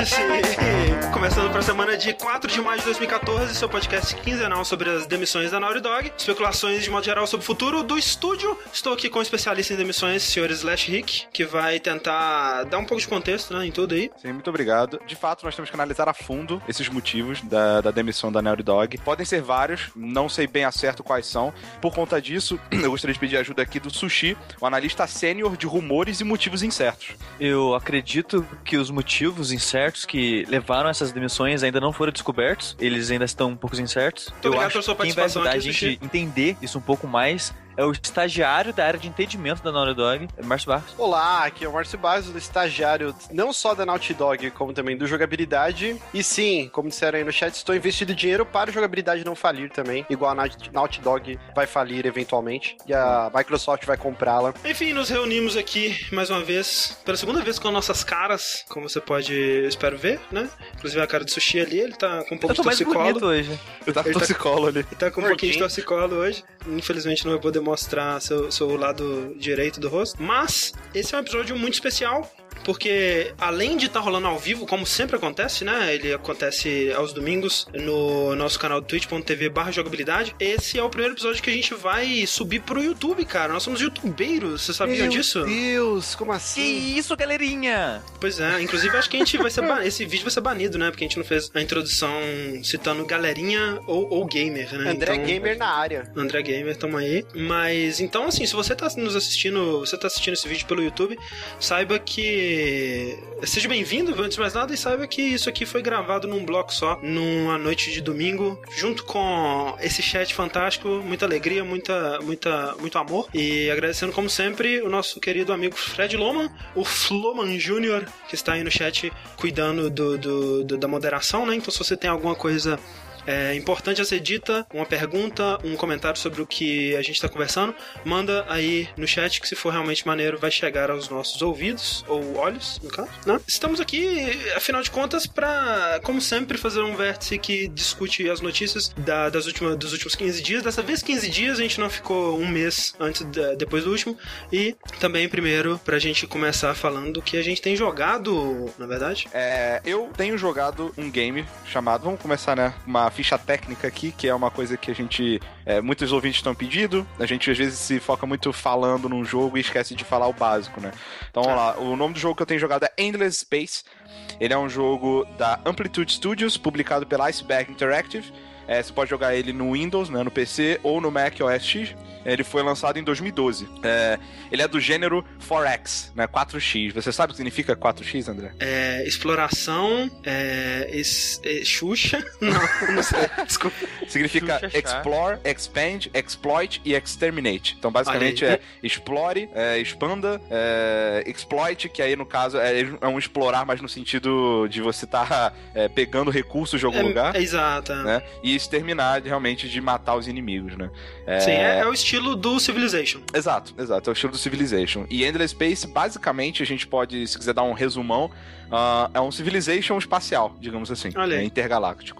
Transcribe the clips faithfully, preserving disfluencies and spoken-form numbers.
Vértice, começando para a semana de quatro de maio de dois mil e catorze, seu podcast quinzenal sobre as demissões da Naughty Dog, especulações de modo geral sobre o futuro do estúdio. Estou aqui com o especialista em demissões, senhor Slash Rick, que vai tentar dar um pouco de contexto, né, em tudo aí. Sim, muito obrigado. De fato, nós temos que analisar a fundo esses motivos da, da demissão da Naughty Dog. Podem ser vários, não sei bem a certo quais são. Por conta disso, eu gostaria de pedir ajuda aqui do Sushi, o analista sênior de rumores e motivos incertos. Eu acredito que os motivos incertos que levaram essas demissões ainda não foram descobertos. Eles ainda estão um pouco incertos. Muito obrigado pela sua participação aqui. Quem vai ajudar aqui, a gente Sushi. entender isso um pouco mais é o estagiário da área de entendimento da Naughty Dog, Márcio Barros. Olá, aqui é o Márcio Barros, o estagiário não só da Naughty Dog, como também do jogabilidade. E sim, como disseram aí no chat, estou investindo dinheiro para a jogabilidade não falir também, igual a Naughty Dog vai falir eventualmente, e a Microsoft vai comprá-la. Enfim, nos reunimos aqui mais uma vez, pela segunda vez com nossas caras, como você pode, eu espero ver, né? Inclusive a cara do Sushi ali, ele tá com um pouco Eu tô de mais torcicolo. bonito hoje. Eu tava Ele tá- torcicolo ali. Ele tá com um Gordinho. pouquinho de torcicolo hoje. Infelizmente não vai poder mostrar seu, seu lado direito do rosto. Mas esse é um episódio muito especial, porque além de estar rolando ao vivo, como sempre acontece, né? Ele acontece aos domingos no nosso canal do twitch ponto tv barra jogabilidade. Esse é o primeiro episódio que a gente vai subir pro YouTube, cara. Nós somos youtubeiros, vocês sabiam Meu disso? Deus, como Que assim? isso, galerinha? Pois é, inclusive acho que a gente vai ser ban... esse vídeo vai ser banido, né? Porque a gente não fez a introdução citando galerinha ou, ou gamer, né? André Então- Gamer na área. André Gamer, tamo aí. Mas, então, assim, se você tá nos assistindo, você tá assistindo esse vídeo pelo YouTube, saiba que... Seja bem-vindo, antes de mais nada, e saiba que isso aqui foi gravado num bloco só, numa noite de domingo, junto com esse chat fantástico, muita alegria, muita, muita, muito amor. E agradecendo, como sempre, o nosso querido amigo Fred Loman, o Floman Júnior, que está aí no chat cuidando do, do, do- da moderação, né? Então, se você tem alguma coisa... É importante a ser dita, uma pergunta, um comentário sobre o que a gente está conversando, manda aí no chat que, se for realmente maneiro, vai chegar aos nossos ouvidos, ou olhos, no caso, né? Estamos aqui, afinal de contas, para, como sempre, fazer um vértice que discute as notícias da- das últimas, dos últimos quinze dias. Dessa vez, quinze dias, a gente não ficou um mês antes da- depois do último. E também, primeiro, pra gente começar falando do que a gente tem jogado, na verdade. É, eu tenho jogado um game chamado, vamos começar, né, uma ficha técnica aqui, que é uma coisa que a gente, é, muitos ouvintes estão pedindo, a gente às vezes se foca muito falando num jogo e esquece de falar o básico, né? Então vamos lá, o nome do jogo que eu tenho jogado é Endless Space, ele é um jogo da Amplitude Studios, publicado pela Iceberg Interactive. É, você pode jogar ele no Windows, né, no P C, ou no Mac O S X. Ele foi lançado em dois mil e doze. É, ele é do gênero quatro X, né, quatro X. Você sabe o que significa quatro X, André? É, exploração, é, es, é, Xuxa, não, não sei, desculpa. Significa Xuxa, Explore, Expand, Exploit e Exterminate. Então, basicamente, Olha aí. é explore, é, expanda, é, exploit, que aí, no caso, é, é um explorar, mas no sentido de você estar pegando recursos de algum É, lugar, é exato. é. né? E exterminar, realmente, de matar os inimigos, né? É, Sim, é, é o estilo do Civilization. Exato, exato, é o estilo do Civilization. E Endless Space, basicamente, a gente pode, se quiser dar um resumão, ah, é um Civilization espacial, digamos assim, Olha aí. é intergaláctico.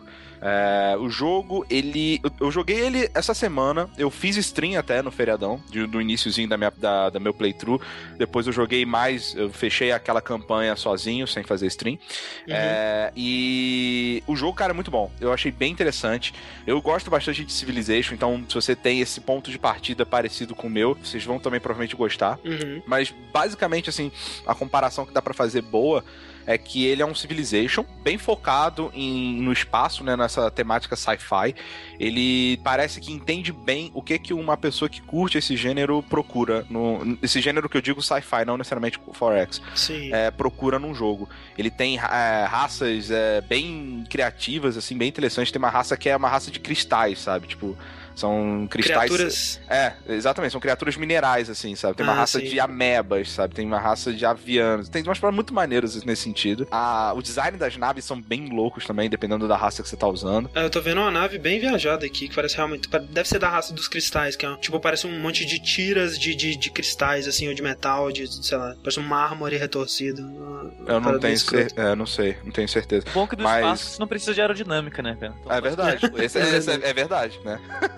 É, o jogo, ele... Eu, eu joguei ele essa semana, eu fiz stream até no feriadão, de, do iniciozinho da, minha, da, da meu playthrough. Depois eu joguei mais, eu fechei aquela campanha sozinho, sem fazer stream. Uhum. É, e o jogo, cara, é muito bom. Eu achei bem interessante. Eu gosto bastante de Civilization, então se você tem esse ponto de partida parecido com o meu, vocês vão também provavelmente gostar. Uhum. Mas basicamente, assim, a comparação que dá pra fazer boa é que ele é um Civilization bem focado em, no espaço, né, nessa temática sci-fi. Ele parece que entende bem o que que uma pessoa que curte esse gênero procura. No, esse gênero que eu digo sci-fi, não necessariamente quatro X. Sim. É, procura num jogo. Ele tem é, raças é, bem criativas, assim, bem interessantes. Tem uma raça que é uma raça de cristais, sabe? Tipo, são cristais... Criaturas... É, exatamente, são criaturas minerais, assim, sabe? Tem uma Ah, raça sim. de amebas, sabe? Tem uma raça de avianos. Tem umas paradas muito maneiras nesse sentido. Ah, o design das naves são bem loucos também, dependendo da raça que você tá usando. É, eu tô vendo uma nave bem viajada aqui, que parece realmente... Deve ser da raça dos cristais, que é, tipo, parece um monte de tiras de, de, de cristais, assim, ou de metal, de, sei lá, parece um mármore retorcido. Uma- uma Eu não parada tenho escrota. certeza. É, não sei, não tenho certeza. Bom que do Mas- espaço você não precisa de aerodinâmica, né, cara? Então, É verdade. Esse, esse é, é verdade, né?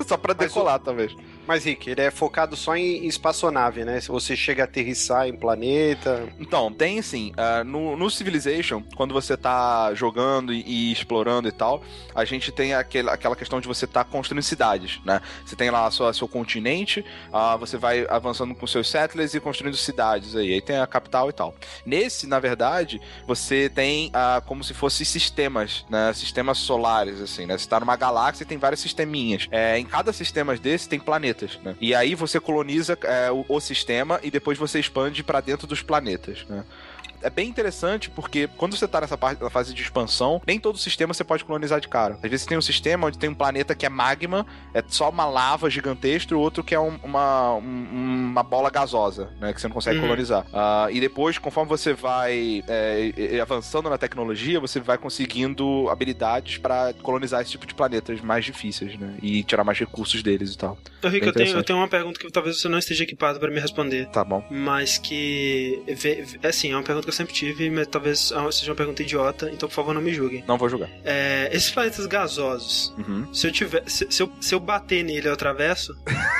Só pra decolar, o... talvez. Mas, Rick, ele é focado só em espaçonave, né? Se você chega a aterrissar em planeta... Então, tem sim. Uh, no, no Civilization, quando você tá jogando e, e explorando e tal, a gente tem aquele, aquela questão de você tá construindo cidades, né? Você tem lá a sua, seu continente, uh, você vai avançando com seus settlers e construindo cidades aí. Aí tem a capital e tal. Nesse, na verdade, você tem uh, como se fossem sistemas, né? Sistemas solares, assim, né? Você tá numa galáxia e tem vários sisteminhas. É, em cada sistema desse tem planetas. Né? E aí você coloniza é, o, o sistema e depois você expande para dentro dos planetas, né? É bem interessante porque quando você tá nessa parte da fase de expansão, nem todo sistema você pode colonizar de cara. Às vezes você tem um sistema onde tem um planeta que é magma, é só uma lava gigantesca, e o outro que é um, uma, um, uma bola gasosa, né? Que você não consegue uhum. colonizar. Uh, e depois, conforme você vai é, avançando na tecnologia, você vai conseguindo habilidades para colonizar esse tipo de planetas mais difíceis, né? E tirar mais recursos deles e tal. Então, Rico, eu tenho, eu tenho uma pergunta que talvez você não esteja equipado para me responder. Tá bom. Mas que... É assim, é uma pergunta que eu sempre tive, mas talvez seja uma pergunta idiota, então por favor não me julguem. Não vou julgar. É, esses planetas gasosos, uhum. se eu tiver, se, se, eu, se eu bater nele eu atravesso?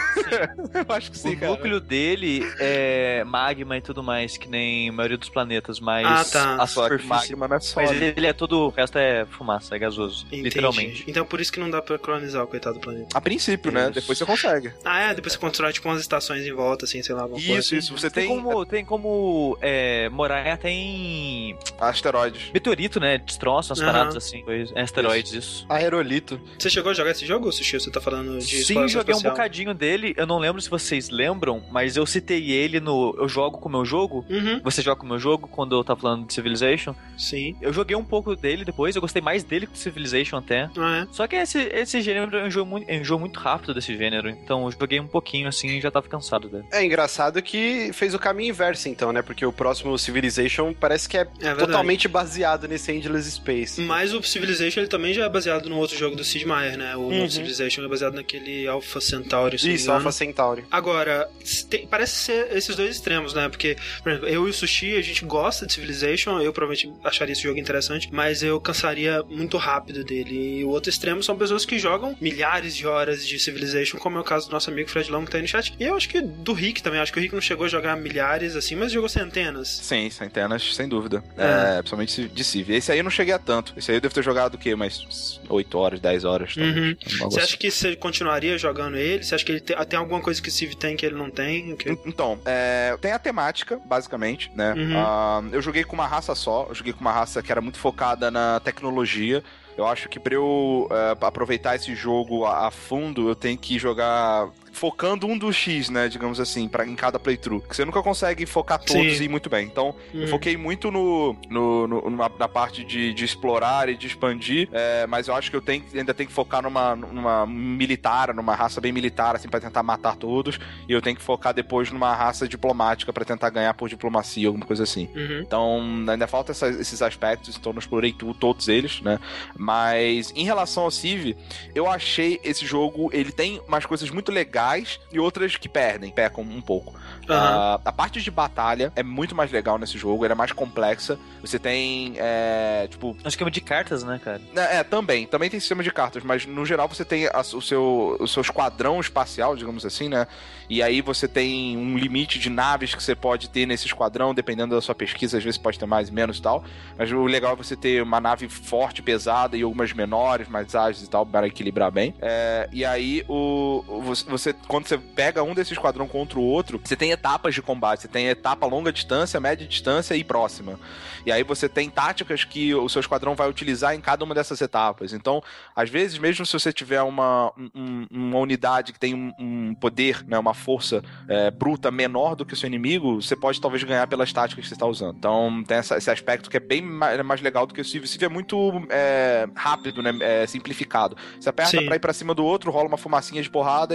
Eu acho que sim, o cara. O núcleo dele é magma e tudo mais, que nem a maioria dos planetas, mas ah, tá. a superfície... magma não é sólido. Mas ele é todo... O resto é fumaça, é gasoso. Entendi. Literalmente. Então por isso que não dá pra colonizar o coitado do planeta. A princípio, isso. né? Depois você consegue. Ah, é? Depois você constrói tipo umas estações em volta, assim, sei lá. Isso, assim. isso. Você tem... Tem como, tem como é, morar até em... asteroides. Meteorito, né? Destroçam as uhum. paradas assim. É, asteroides, isso. isso. Aerolito. Você chegou a jogar esse jogo, Sushi? Você tá falando de Sim, joguei espacial. um bocadinho dele. Eu não lembro se vocês lembram, mas eu citei ele no... Eu jogo com o meu jogo. Uhum. Você joga com o meu jogo quando eu tava falando de Civilization. Sim. Eu joguei um pouco dele depois. Eu gostei mais dele que do Civilization até. Ah, é? Só que esse, esse gênero é um jogo muito, é um jogo muito rápido desse gênero. Então eu joguei um pouquinho assim e já tava cansado dele. É engraçado que fez o caminho inverso então, né? Porque o próximo Civilization parece que é, é totalmente baseado nesse Endless Space. Mas o Civilization ele também já é baseado no outro jogo do Sid Meier, né? O uhum. Civilization é baseado naquele Alpha Centauri. Isso, Alpha Centauri. Agora, tem, parece ser esses dois extremos, né? Porque, por exemplo, eu e o Sushi, a gente gosta de Civilization, eu provavelmente acharia esse jogo interessante, mas eu cansaria muito rápido dele. E o outro extremo são pessoas que jogam milhares de horas de Civilization, como é o caso do nosso amigo Fred Long, que tá aí no chat. E eu acho que do Rick também, acho que o Rick não chegou a jogar milhares, assim, mas jogou centenas. Sim, centenas, sem dúvida. É. É, principalmente de Civ. Esse aí eu não cheguei a tanto. Esse aí eu devo ter jogado o quê? Mais oito horas, dez horas. Uhum. Você acha que você continuaria jogando ele? Você acha que ele tem, tem alguma coisa que o Civ tem que ele não tem? Okay. Então, é, tem a temática, basicamente, né? Uhum. Uh, eu joguei com uma raça só. Eu joguei com uma raça que era muito focada na tecnologia. Eu acho que pra eu uh, aproveitar esse jogo a, a fundo, eu tenho que jogar focando um dos X, né, digamos assim, pra, em cada playthrough. Porque você nunca consegue focar todos Sim. e ir muito bem. Então, uhum. eu foquei muito no, no, no, numa, na parte de, de explorar e de expandir, é, mas eu acho que eu tenho, ainda tenho que focar numa, numa militar, numa raça bem militar, assim, pra tentar matar todos, e eu tenho que focar depois numa raça diplomática pra tentar ganhar por diplomacia, alguma coisa assim. Uhum. Então, ainda falta essa, esses aspectos, então eu não explorei tudo, todos eles, né, mas em relação ao Civ, eu achei esse jogo, ele tem umas coisas muito legais e outras que perdem, pecam um pouco. Uhum. Uh, a parte de batalha é muito mais legal nesse jogo, ela é mais complexa. Você tem, é, tipo... É um esquema de cartas, né, cara? É, é, também. Também tem sistema de cartas, mas no geral você tem a, o, seu, o seu esquadrão espacial, digamos assim, né? E aí você tem um limite de naves que você pode ter nesse esquadrão, dependendo da sua pesquisa, às vezes pode ter mais, menos e tal. Mas o legal é você ter uma nave forte, pesada, e algumas menores, mais ágeis e tal, para equilibrar bem. É, e aí, o, você, quando você pega um desse esquadrão contra o outro, você tem etapas de combate. Você tem etapa longa distância, média distância e próxima. E aí você tem táticas que o seu esquadrão vai utilizar em cada uma dessas etapas. Então, às vezes, mesmo se você tiver uma, um, uma unidade que tem um, um poder, né, uma força é, bruta menor do que o seu inimigo, você pode talvez ganhar pelas táticas que você está usando. Então, tem essa, esse aspecto que é bem mais, mais legal do que o Civ. O Civ é muito é, rápido, né, é, simplificado. Você aperta Sim. pra ir pra cima do outro, rola uma fumacinha de porrada e acaba.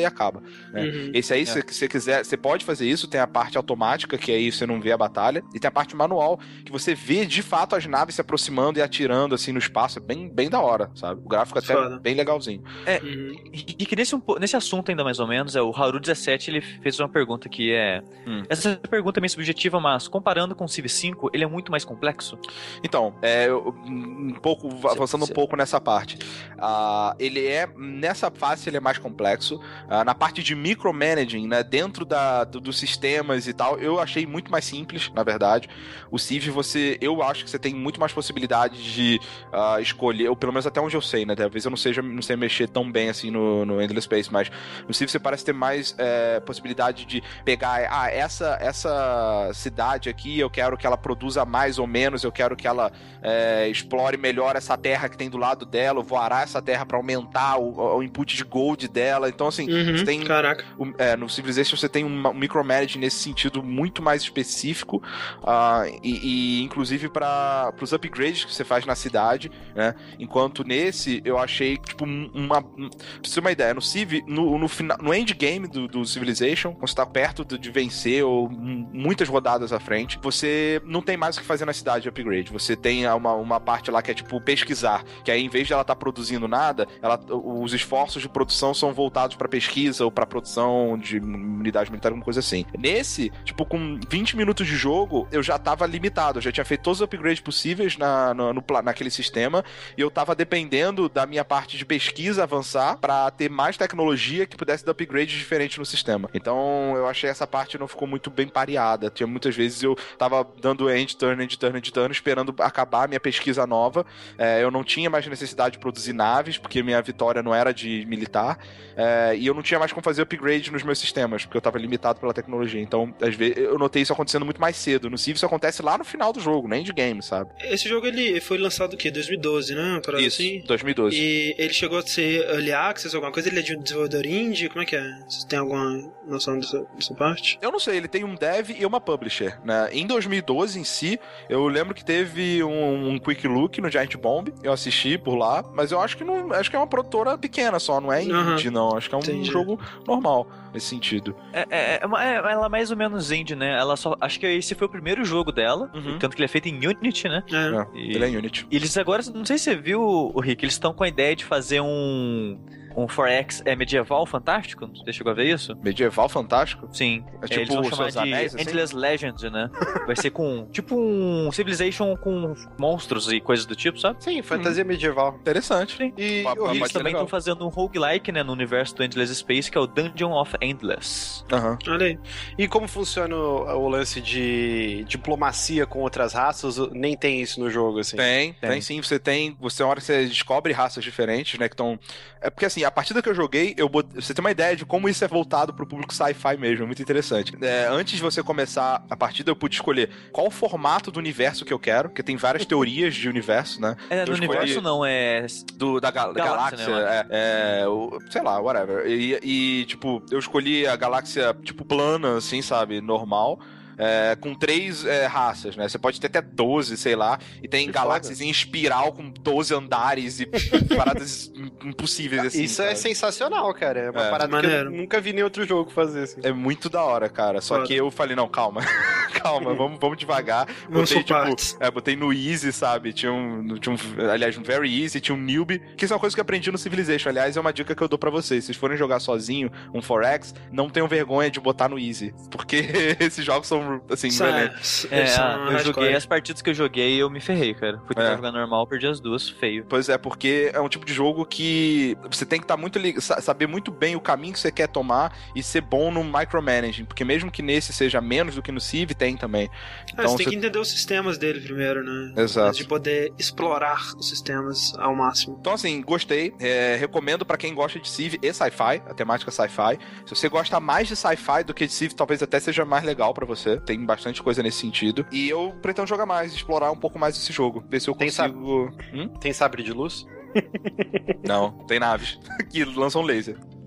né? Uhum. Esse aí, É. se você quiser, você pode fazer isso, tem a parte automática, que aí você não vê a batalha, e tem a parte manual, que você vê de fato as naves se aproximando e atirando assim no espaço, é bem, bem da hora, sabe? O gráfico até Foda. bem legalzinho. Uhum. E, e que nesse, um po- nesse assunto ainda mais ou menos, é o Haru dezessete, ele fez uma pergunta que é... Hum. Essa pergunta é meio subjetiva, mas comparando com o Civ cinco, ele é muito mais complexo? Então, é, eu- um pouco, avançando cê- um pouco nessa parte. Ah, ele é, nessa fase ele é mais complexo. Ah, na parte de micromanaging, né, dentro da, do- dos sistemas e tal, eu achei muito mais simples, na verdade. O Civ, você, eu acho que você tem muito mais possibilidade de ah, escolher, ou pelo menos até onde eu sei, né, talvez eu não, seja, não sei mexer tão bem assim no, no Endless Space, mas no Civ você parece ter mais é, possibilidade de pegar, ah, essa, essa cidade aqui, eu quero que ela produza mais ou menos, eu quero que ela é, explore melhor essa terra que tem do lado dela, eu vou arar essa terra pra aumentar o, o input de gold dela. Então, assim, Uhum. você tem. Caraca. o- é, no Civilization você tem um, um micromanaging nesse sentido muito mais específico, ah, e, e inclusive para os upgrades que você faz na cidade, né? Enquanto nesse eu achei, tipo, um- uma. um- pra você ter uma ideia, no Civ, no, no, final, no endgame do, do Civilization, quando você tá perto de, de vencer, ou m- muitas rodadas à frente, você não tem mais o que fazer na cidade de upgrade. Você tem uma, uma parte lá que é tipo pesquisar, que aí em vez de ela estar produzindo nada, ela, os esforços de produção são voltados pra pesquisa ou pra produção de unidade militar, alguma coisa assim. Nesse, tipo, com vinte minutos de jogo, eu já tava limitado, eu já tinha feito todos os upgrades possíveis na, no, no, pla- naquele sistema, e eu tava dependendo da minha parte de pesquisa avançar pra ter mais tecnologia que pudesse dar upgrades diferentes no sistema. Então, eu achei essa parte não ficou muito bem pareada. Tinha muitas vezes eu tava dando end turn, end turn, end turn, esperando acabar a minha pesquisa nova. É, eu não tinha mais necessidade de produzir naves, porque minha vitória não era de militar, é, e eu não tinha mais como fazer upgrade nos meus sistemas, porque eu tava limitado pela tecnologia. Então, às vezes, eu notei isso acontecendo muito mais cedo. No Civ isso acontece lá no final do jogo, nem de game, sabe? Esse jogo ele foi lançado o quê? dois mil e doze, né? Uma parada Isso, assim? dois mil e doze. E ele chegou a ser early access, alguma coisa? Ele é de um desenvolvedor indie? Como é que é? Você tem alguma noção dessa, dessa parte? Eu não sei, ele tem um dev e uma publisher, né? Em dois mil e doze, em si, eu lembro que teve um, um quick look no Giant Bomb, eu assisti por lá, mas eu acho que não, acho que é uma produtora pequena só, não é indie, Uhum. não. Acho que é um Entendi. jogo normal nesse sentido. É, é, é, uma- é- ela é mais ou menos indie, né? Ela só, acho que esse foi o primeiro jogo dela, Uhum. tanto que ele é feito em Unity, né? É. É, E- Ele é Unity. E eles agora, não sei se você viu, o Rick, eles estão com a ideia de fazer um um quatro X é medieval fantástico. Você chegou a ver isso? Medieval fantástico? Sim. É tipo eles vão os chamar Seus de Anéis, assim? Endless Legend, né? Vai ser com tipo um Civilization com monstros e coisas do tipo, sabe? Sim, fantasia medieval. Interessante. Sim. E Uma- o uma- E eles Pode ser também legal. estão fazendo um roguelike, né, no universo do Endless Space, que é o Dungeon of Endless. Aham. Olha aí. E como funciona o, o lance de diplomacia com outras raças? Nem tem isso no jogo, assim. Tem, tem, Tem. sim. Você tem. Você, uma hora que você descobre raças diferentes, né? Que estão. É porque assim, a partida que eu joguei, eu bot... você tem uma ideia de como isso é voltado pro público sci-fi mesmo. É muito interessante. É, antes de você começar a partida, eu pude escolher qual o formato do universo que eu quero, porque tem várias teorias de universo, né? É, Eu no escolhi- universo não, é... Do, da, ga- da Galáxia, galáxia, né, é, é, o- sei lá, whatever. E, e, tipo, eu escolhi a galáxia, tipo, plana, assim, sabe, normal. É, com três é, raças, né? Você pode ter até doze, sei lá. E tem Que galáxias em espiral com doze andares e paradas impossíveis, assim. Isso é sabe? sensacional, cara. É uma É. parada que Maneiro. eu nunca vi em outro jogo fazer, assim. É muito da hora, cara. Só Foda. que eu falei, não, calma. calma, vamos, vamos devagar. Vamos Botei, por partes. tipo, é, botei no easy, sabe? Tinha um, tinha um. Aliás, um very easy, tinha um newbie. Que isso é uma coisa que eu aprendi no Civilization. Aliás, é uma dica que eu dou pra vocês. Se vocês forem jogar sozinho, um quatro X, não tenham vergonha de botar no easy. Porque esses jogos são, assim, São- violentos. eles É, são ah, eu hardcore. joguei as partidas que eu joguei e eu me ferrei, cara. Fui tentar É. jogar normal, perdi as duas, feio. Pois é, porque é um tipo de jogo que você tem que estar muito lig- sa- saber muito bem o caminho que você quer tomar e ser bom no micromanaging, porque mesmo que nesse seja menos do que no Civ, tem também. É, Então você tem você- que entender os sistemas dele primeiro, né? Exato. Antes de poder explorar os sistemas ao máximo. Então, assim, gostei. É, recomendo pra quem gosta de Civ e sci-fi, a temática sci-fi. Se você gosta mais de sci-fi do que de Civ, talvez até seja mais legal pra você. Tem bastante coisa nesse sentido. E eu pretendo jogar mais, explorar um pouco mais esse jogo. Ver se eu Tem consigo. Hum? Tem sabre de luz? Não, tem naves que lançam laser.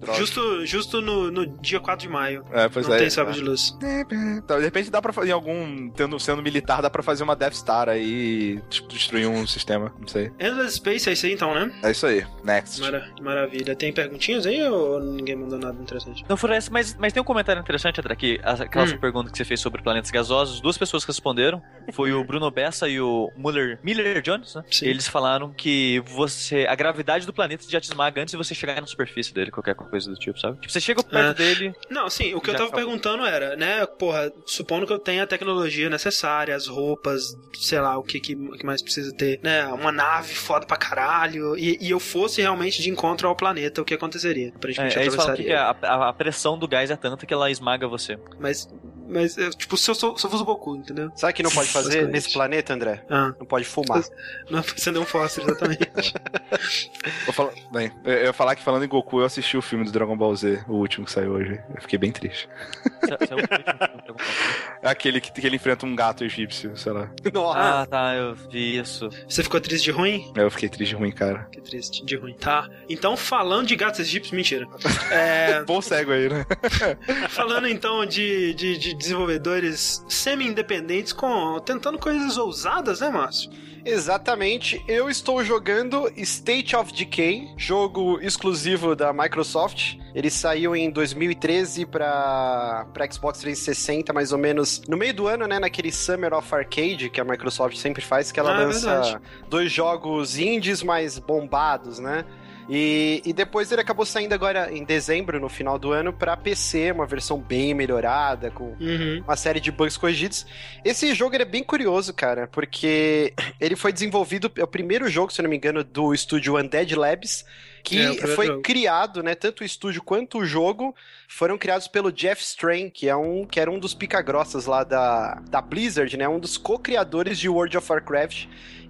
Droga. Justo, justo no, no dia quatro de maio. É, pois não é. tem sabre de luz. Então, de repente dá pra fazer algum... Tendo, sendo militar, dá pra fazer uma Death Star aí e tipo, destruir um sistema, não sei. Endless Space é isso aí então, né? É isso aí. Next. Mara- maravilha. Tem perguntinhas aí ou ninguém mandou nada interessante? Não foram essas, mas, mas tem um comentário interessante, André, que aquela Hum. sua pergunta que você fez sobre planetas gasosos, duas pessoas que responderam, foi o Bruno Bessa e o Muller, Miller Jones, né? Sim. Eles falaram que você, a gravidade do planeta já te esmaga antes de você chegar na superfície dele, qualquer coisa do tipo, sabe? Tipo, você chega perto Ah. dele... Não, sim, o que eu Já tava acabou. perguntando era, né, porra, supondo que eu tenha a tecnologia necessária, as roupas, sei lá, o que, que, o que mais precisa ter, né, uma nave foda pra caralho, e, e eu fosse realmente de encontro ao planeta, o que aconteceria? É, Aparentemente eles falam que atravessaria. a, a- a pressão do gás é tanta que ela esmaga você. Mas, mas, é, tipo, se eu, sou, se eu fosse o Goku, entendeu? Sabe o que não pode fazer Basicamente. nesse planeta, André? Ah, Não pode fumar. não acender um fósforo, exatamente. Vou falar... Bem, eu eu ia falar que falando em Goku, eu assisti o filme do Dragon Ball Z, o último que saiu hoje. Eu fiquei bem triste. Você- você é o último filme que eu vou falar. É aquele que, que ele enfrenta um gato egípcio, sei lá. Nossa. Ah, tá, eu vi isso. Você ficou triste de ruim? Eu fiquei triste de ruim, cara. Que triste, de ruim. Tá, então falando de gatos egípcios, mentira. É, Bom cego aí, né? falando então de, de, de desenvolvedores semi-independentes com tentando coisas ousadas, né, Márcio? Exatamente, eu estou jogando State of Decay, jogo exclusivo da Microsoft. Ele saiu em dois mil e treze para para Xbox trezentos e sessenta, mais ou menos no meio do ano, né, naquele Summer of Arcade que a Microsoft sempre faz, que ela Ah, é lança verdade. dois jogos indies mais bombados, né? E, e depois ele acabou saindo agora em dezembro, no final do ano, pra P C, uma versão bem melhorada, com Uhum. uma série de bugs corrigidos. Esse jogo ele é bem curioso, cara, porque ele foi desenvolvido, é o primeiro jogo, se eu não me engano, do estúdio Undead Labs, que É, o primeiro foi jogo. criado, né, tanto o estúdio quanto o jogo foram criados pelo Jeff Strain, que é um que era um dos pica-grossas lá da, da Blizzard, né, um dos co-criadores de World of Warcraft.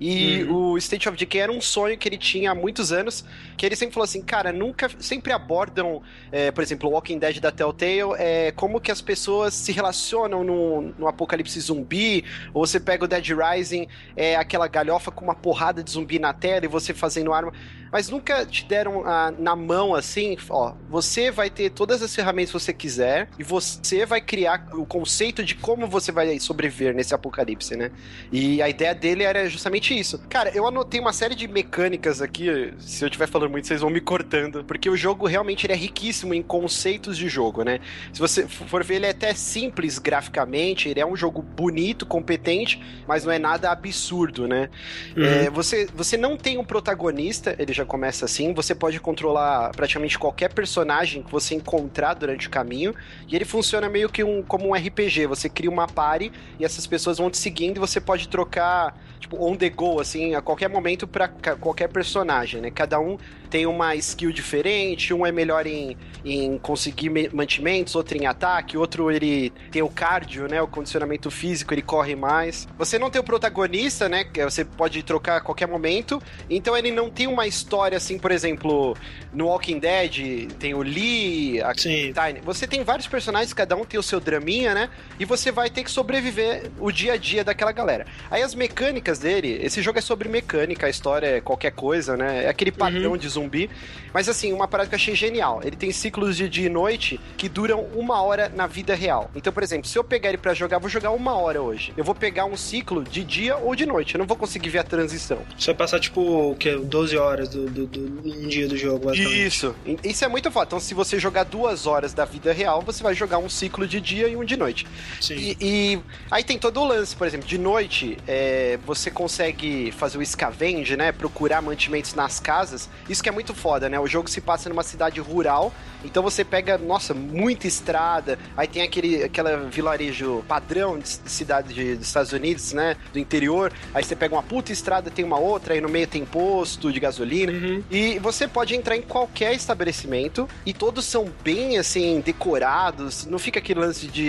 E Uhum. o State of Decay era um sonho que ele tinha há muitos anos, que ele sempre falou assim, cara, nunca, sempre abordam, é, por exemplo, o Walking Dead da Telltale, é, como que as pessoas se relacionam no, no apocalipse zumbi, ou você pega o Dead Rising, é aquela galhofa com uma porrada de zumbi na tela e você fazendo arma, mas nunca te deram ah, na mão assim, ó, você vai ter todas as ferramentas que você quiser e você vai criar o conceito de como você vai sobreviver nesse apocalipse, né? E a ideia dele era justamente isso. Cara, eu anotei uma série de mecânicas aqui, se eu estiver falando muito, vocês vão me cortando, porque o jogo realmente ele é riquíssimo em conceitos de jogo, né? Se você for ver, ele é até simples graficamente, ele é um jogo bonito, competente, mas não é nada absurdo, né? Uhum. É, você, você não tem um protagonista, ele já começa assim, você pode controlar praticamente qualquer personagem que você encontrar durante o caminho, e ele funciona meio que um, como um R P G, você cria uma party e essas pessoas vão te seguindo e você pode trocar, tipo, on the go, assim, a qualquer momento pra ca- qualquer personagem, né? Cada um tem uma skill diferente, um é melhor em, em conseguir me- mantimentos, outro em ataque, outro ele tem o cardio, né? O condicionamento físico, ele corre mais. Você não tem o protagonista, né? Que você pode trocar a qualquer momento, então ele não tem uma história assim, por exemplo, no Walking Dead tem o Lee, a Sim. Tiny. Você tem vários personagens, cada um tem o seu draminha, né? E você vai ter que sobreviver o dia a dia daquela galera. Aí as mecânicas dele, esse jogo é sobre mecânica, a história é qualquer coisa, né? É aquele padrão Uhum. de zumbi. Mas assim, uma parada que eu achei genial. Ele tem ciclos de dia e noite que duram uma hora na vida real. Então, por exemplo, se eu pegar ele pra jogar, eu vou jogar uma hora hoje. Eu vou pegar um ciclo de dia ou de noite. Eu não vou conseguir ver a transição. Você vai passar, tipo, o quê? doze horas do, do, do- um dia do jogo, basicamente. Isso. Isso é muito foda. Então, se você jogar duas horas da vida real, você vai jogar um ciclo de dia e um de noite. Sim. E, e aí tem todo o lance, por exemplo, de noite é, você consegue fazer o scavenge, né? Procurar mantimentos nas casas. Isso que é muito foda, né? O jogo se passa numa cidade rural, então você pega, nossa, muita estrada. Aí tem aquele aquela vilarejo padrão de cidade de, dos Estados Unidos, né? Do interior. Aí você pega uma puta estrada, tem uma outra, aí no meio tem posto de gasolina. Uhum. E você pode entrar em qualquer estabelecimento e todos são bem, assim, decorados. Não fica aquele lance de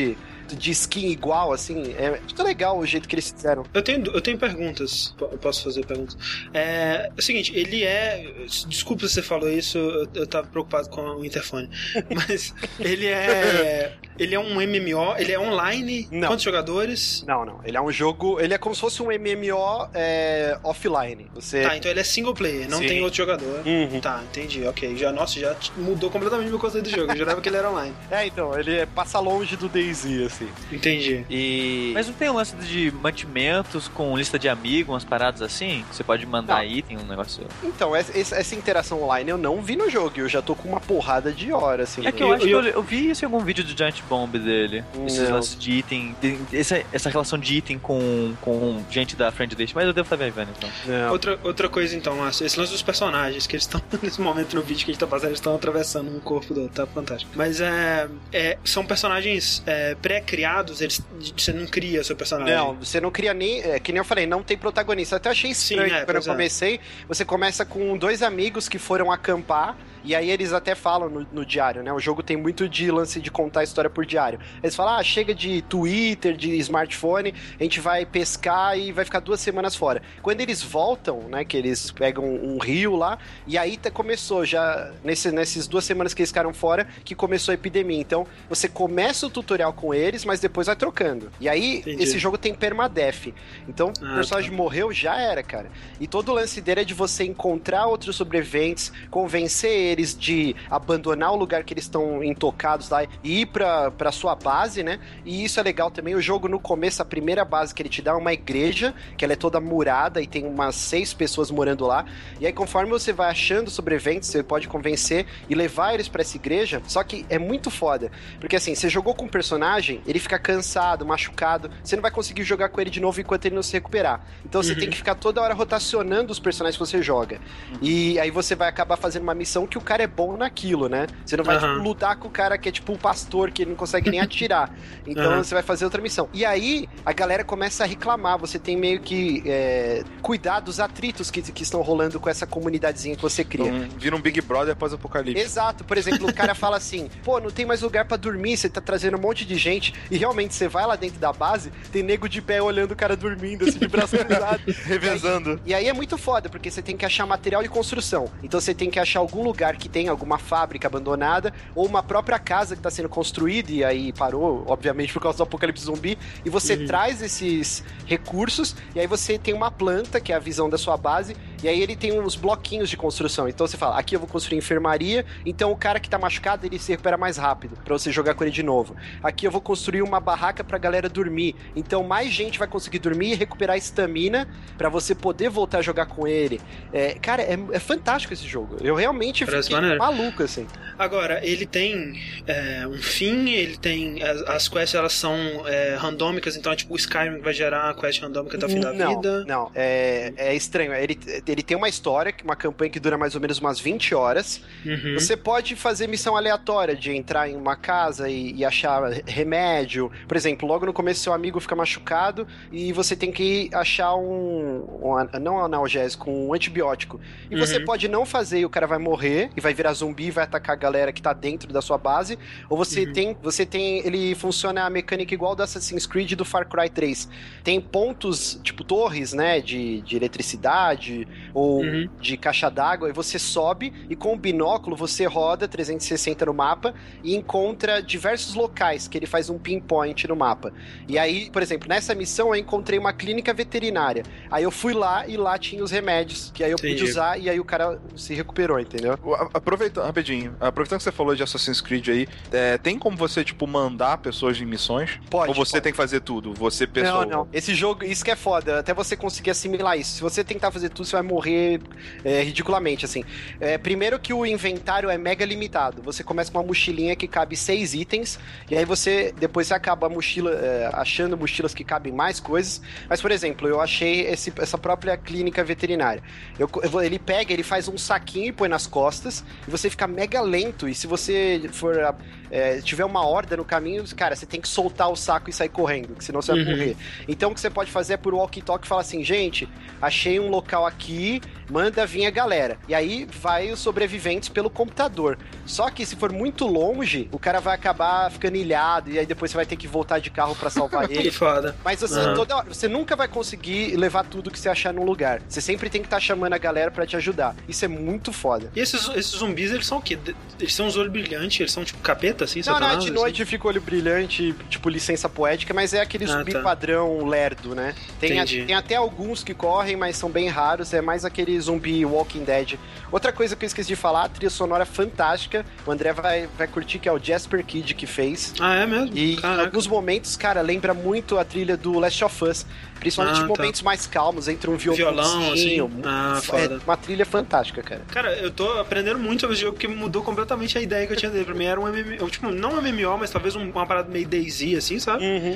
de skin igual, assim. É muito legal o jeito que eles fizeram. Eu tenho, eu tenho perguntas. Eu posso fazer perguntas? É, é o seguinte, ele é... Desculpa se você falou isso, eu, eu tava preocupado com o interfone. Mas ele é... Ele é um M M O, ele é online? Não. Quantos jogadores? Não, não. Ele é um jogo... Ele é como se fosse um M M O é, offline. Você... Tá, então ele é single player, não Sim. tem outro jogador. Uhum. Tá, entendi, ok. Já, nossa, já mudou completamente o meu conceito do jogo. Eu jurava que ele era online. É, então, ele passa longe do DayZ, assim. Entendi. E... Mas não tem um lance de mantimentos com lista de amigos, umas paradas assim? Você pode mandar Não. item, um negócio... Então, essa, essa interação online eu não vi no jogo. Eu já tô com uma porrada de hora, assim. É que eu, Eu- acho eu- que eu, eu vi isso em algum vídeo do Giant Bomb dele. Esses Não. lances de item. de- essa, essa relação de item com, com gente da Friend List. Mas eu devo estar vendo então. Não. Outra, outra coisa então, Márcio, esse lance dos personagens, que eles estão, nesse momento no vídeo que a gente tá passando, eles estão atravessando um corpo do outro, tá fantástico. Mas é, é são personagens é, pré-criados, eles, você não cria seu personagem. Não, você não cria nem... É, que nem eu falei, não tem protagonista. Eu até achei estranho Sim, é, quando eu pois é. comecei. Você começa com dois amigos que foram acampar, e aí eles até falam no, no diário, né? O jogo tem muito de lance de contar a história por diário. Eles falam, ah, chega de Twitter, de smartphone, a gente vai pescar e vai ficar duas semanas fora. Quando eles voltam, né, que eles pegam um rio lá, e aí tá, começou já, nesse, nessas duas semanas que eles ficaram fora, que começou a epidemia. Então, você começa o tutorial com eles, mas depois vai trocando. E aí, Entendi. esse jogo tem permadeath. Então, Ah, o personagem tá. morreu, já era, cara. E todo o lance dele é de você encontrar outros sobreviventes, convencer eles de abandonar o lugar que eles estão intocados lá e ir pra, pra sua base, né? E isso é legal também. O jogo, no começo, a primeira base que ele te dá é uma igreja, que ela é toda murada e tem umas seis pessoas morando lá. E aí, conforme você vai achando sobreviventes, você pode convencer e levar eles pra essa igreja. Só que é muito foda. Porque assim, você jogou com um personagem, ele fica cansado, machucado. Você não vai conseguir jogar com ele de novo enquanto ele não se recuperar. Então você Uhum. tem que ficar toda hora rotacionando os personagens que você joga. E aí você vai acabar fazendo uma missão que o cara é bom naquilo, né? Você não vai Aham. tipo, lutar com o cara que é tipo um pastor que ele não consegue nem atirar. Então Aham. você vai fazer outra missão. E aí a galera começa a reclamar. Você tem meio que é, cuidar dos atritos que, que estão rolando com essa comunidadezinha que você cria. Então, vira um Big Brother pós-apocalipse. Exato, por exemplo, o cara fala assim, pô, não tem mais lugar pra dormir, você tá trazendo um monte de gente, e realmente você vai lá dentro da base, tem nego de pé olhando o cara dormindo, assim, de braço cruzado. Revezando. E aí é muito foda, porque você tem que achar material de construção. Então você tem que achar algum lugar que tem alguma fábrica abandonada, ou uma própria casa que tá sendo construída, e aí parou, obviamente, por causa do apocalipse zumbi, e você Uhum. traz esses recursos, e aí você tem uma planta, que é a visão da sua base, e aí ele tem uns bloquinhos de construção. Então você fala, aqui eu vou construir enfermaria, então o cara que tá machucado, ele se recupera mais rápido, pra você jogar com ele de novo. Aqui eu vou construir uma barraca pra galera dormir, então mais gente vai conseguir dormir e recuperar estamina pra você poder voltar a jogar com ele. É, cara, é, é fantástico esse jogo. Eu realmente Parece fiquei maneiro. maluco, assim. Agora, ele tem é, um fim, ele tem... As, as quests, elas são é, randômicas, então é tipo o Skyrim que vai gerar a quest randômica até o fim da não, vida. Não, é, é estranho. Ele, ele tem uma história, uma campanha que dura mais ou menos umas vinte horas. Uhum. Você pode fazer missão aleatória de entrar em uma casa e, e achar remédio. Por exemplo, logo no começo seu amigo fica machucado e você tem que achar um, um não um analgésico, um antibiótico. E Uhum. você pode não fazer e o cara vai morrer e vai virar zumbi e vai atacar a galera que tá dentro da sua base. Ou você Uhum. tem, você tem, ele funciona a mecânica igual do Assassin's Creed e do Far Cry três. Tem pontos, tipo torres, né, de, de eletricidade ou Uhum. de caixa d'água, e você sobe e com o binóculo você roda trezentos e sessenta no mapa e encontra diversos locais que ele faz um pinpoint no mapa. E aí, por exemplo, nessa missão eu encontrei uma clínica veterinária. Aí eu fui lá e lá tinha os remédios, que aí eu Entendi. pude usar e aí o cara se recuperou, entendeu? O- a- Aproveitando, rapidinho, aproveitando que você falou de Assassin's Creed aí, é, tem como você, tipo, mandar pessoas em missões? Pode, Ou você pode. tem que fazer tudo? Você, pessoa... Não, não. Esse jogo, isso que é foda, até você conseguir assimilar isso. Se você tentar fazer tudo, você vai morrer é, ridiculamente, assim. É, primeiro que o inventário é mega limitado. Você começa com uma mochilinha que cabe seis itens, e aí você, depois você acaba a mochila, é, achando mochilas que cabem mais coisas. Mas, por exemplo, eu achei esse, essa própria clínica veterinária. Eu, eu vou- ele pega, ele faz um saquinho e põe nas costas, e você fica mega lento, e se você for... É, tiver uma horda no caminho, cara, você tem que soltar o saco e sair correndo, que senão você vai Uhum. morrer. Então o que você pode fazer é por walkie-talkie falar assim, gente, achei um local aqui aqui, manda vir a galera. E aí vai os sobreviventes pelo computador. Só que se for muito longe, o cara vai acabar ficando ilhado, e aí depois você vai ter que voltar de carro pra salvar ele. Que foda. Mas assim, uhum. toda hora, você nunca vai conseguir levar tudo que você achar num lugar. Você sempre tem que estar tá chamando a galera pra te ajudar. Isso é muito foda. E esses, esses zumbis, eles são o quê? Eles são os olhos brilhantes? Eles são tipo capeta, assim? Não, não, de noite assim? Fica olho brilhante, tipo licença poética, mas é aquele zumbi ah, tá. padrão lerdo, né? Tem, a, tem até alguns que correm, mas são bem raros. É mais aquele zumbi Walking Dead. Outra coisa que eu esqueci de falar, a trilha sonora fantástica. O André vai, vai curtir, que é o Jasper Kidd que fez. Ah, é mesmo? E Caraca. Em alguns momentos, cara, lembra muito a trilha do Last of Us. Principalmente em ah, momentos tá. mais calmos, entre um violão, assim. Ah, foda. É uma trilha fantástica, cara. Cara, eu tô aprendendo muito sobre esse jogo, porque mudou completamente a ideia que eu tinha dele. Pra mim era um M M O, tipo, não um M M O, mas talvez uma parada meio DayZ, assim, sabe? Uhum.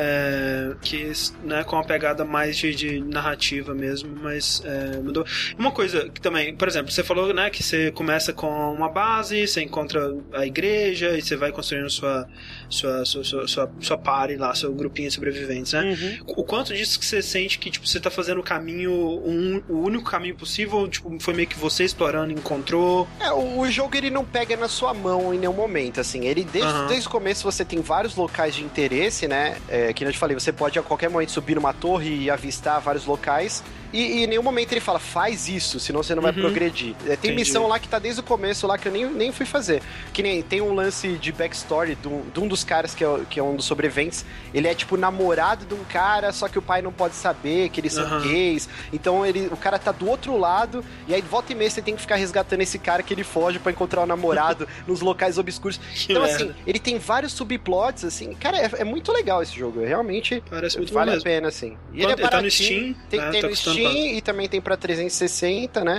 É, que, né, com uma pegada mais de, de narrativa mesmo, mas é, mudou. Uma coisa que também, por exemplo, você falou, né, que você começa com uma base, você encontra a igreja e você vai construindo sua sua, sua, sua, sua, sua party lá, seu grupinho de sobreviventes, né? Uhum. O quanto disso que você sente que, tipo, você tá fazendo o caminho, um, o único caminho possível, ou, tipo, foi meio que você explorando e encontrou? É, o, o jogo, ele não pega na sua mão em nenhum momento, assim, ele, desde, uhum. desde o começo, você tem vários locais de interesse, né, é, que eu te falei, você pode a qualquer momento subir numa torre e avistar vários locais, e, e em nenhum momento ele fala, faz isso, senão você não vai uhum. progredir. É, tem Entendi. Missão lá que tá desde o começo lá que eu nem, nem fui fazer, que nem tem um lance de backstory de um, de um dos caras que é, que é um dos sobreviventes, ele é tipo namorado de um cara, só que o pai não pode saber que eles são uhum. gays, então ele, o cara tá do outro lado, e aí volta e meia você tem que ficar resgatando esse cara que ele foge pra encontrar o namorado nos locais obscuros. Que então merda. Assim, ele tem vários subplots, assim, cara, é, é muito legal esse jogo, realmente parece muito vale bom a pena, assim. E Quando, ele é tá no Steam? Tem, ah, tem tá no Steam quanto? E também tem pra trezentos e sessenta, né,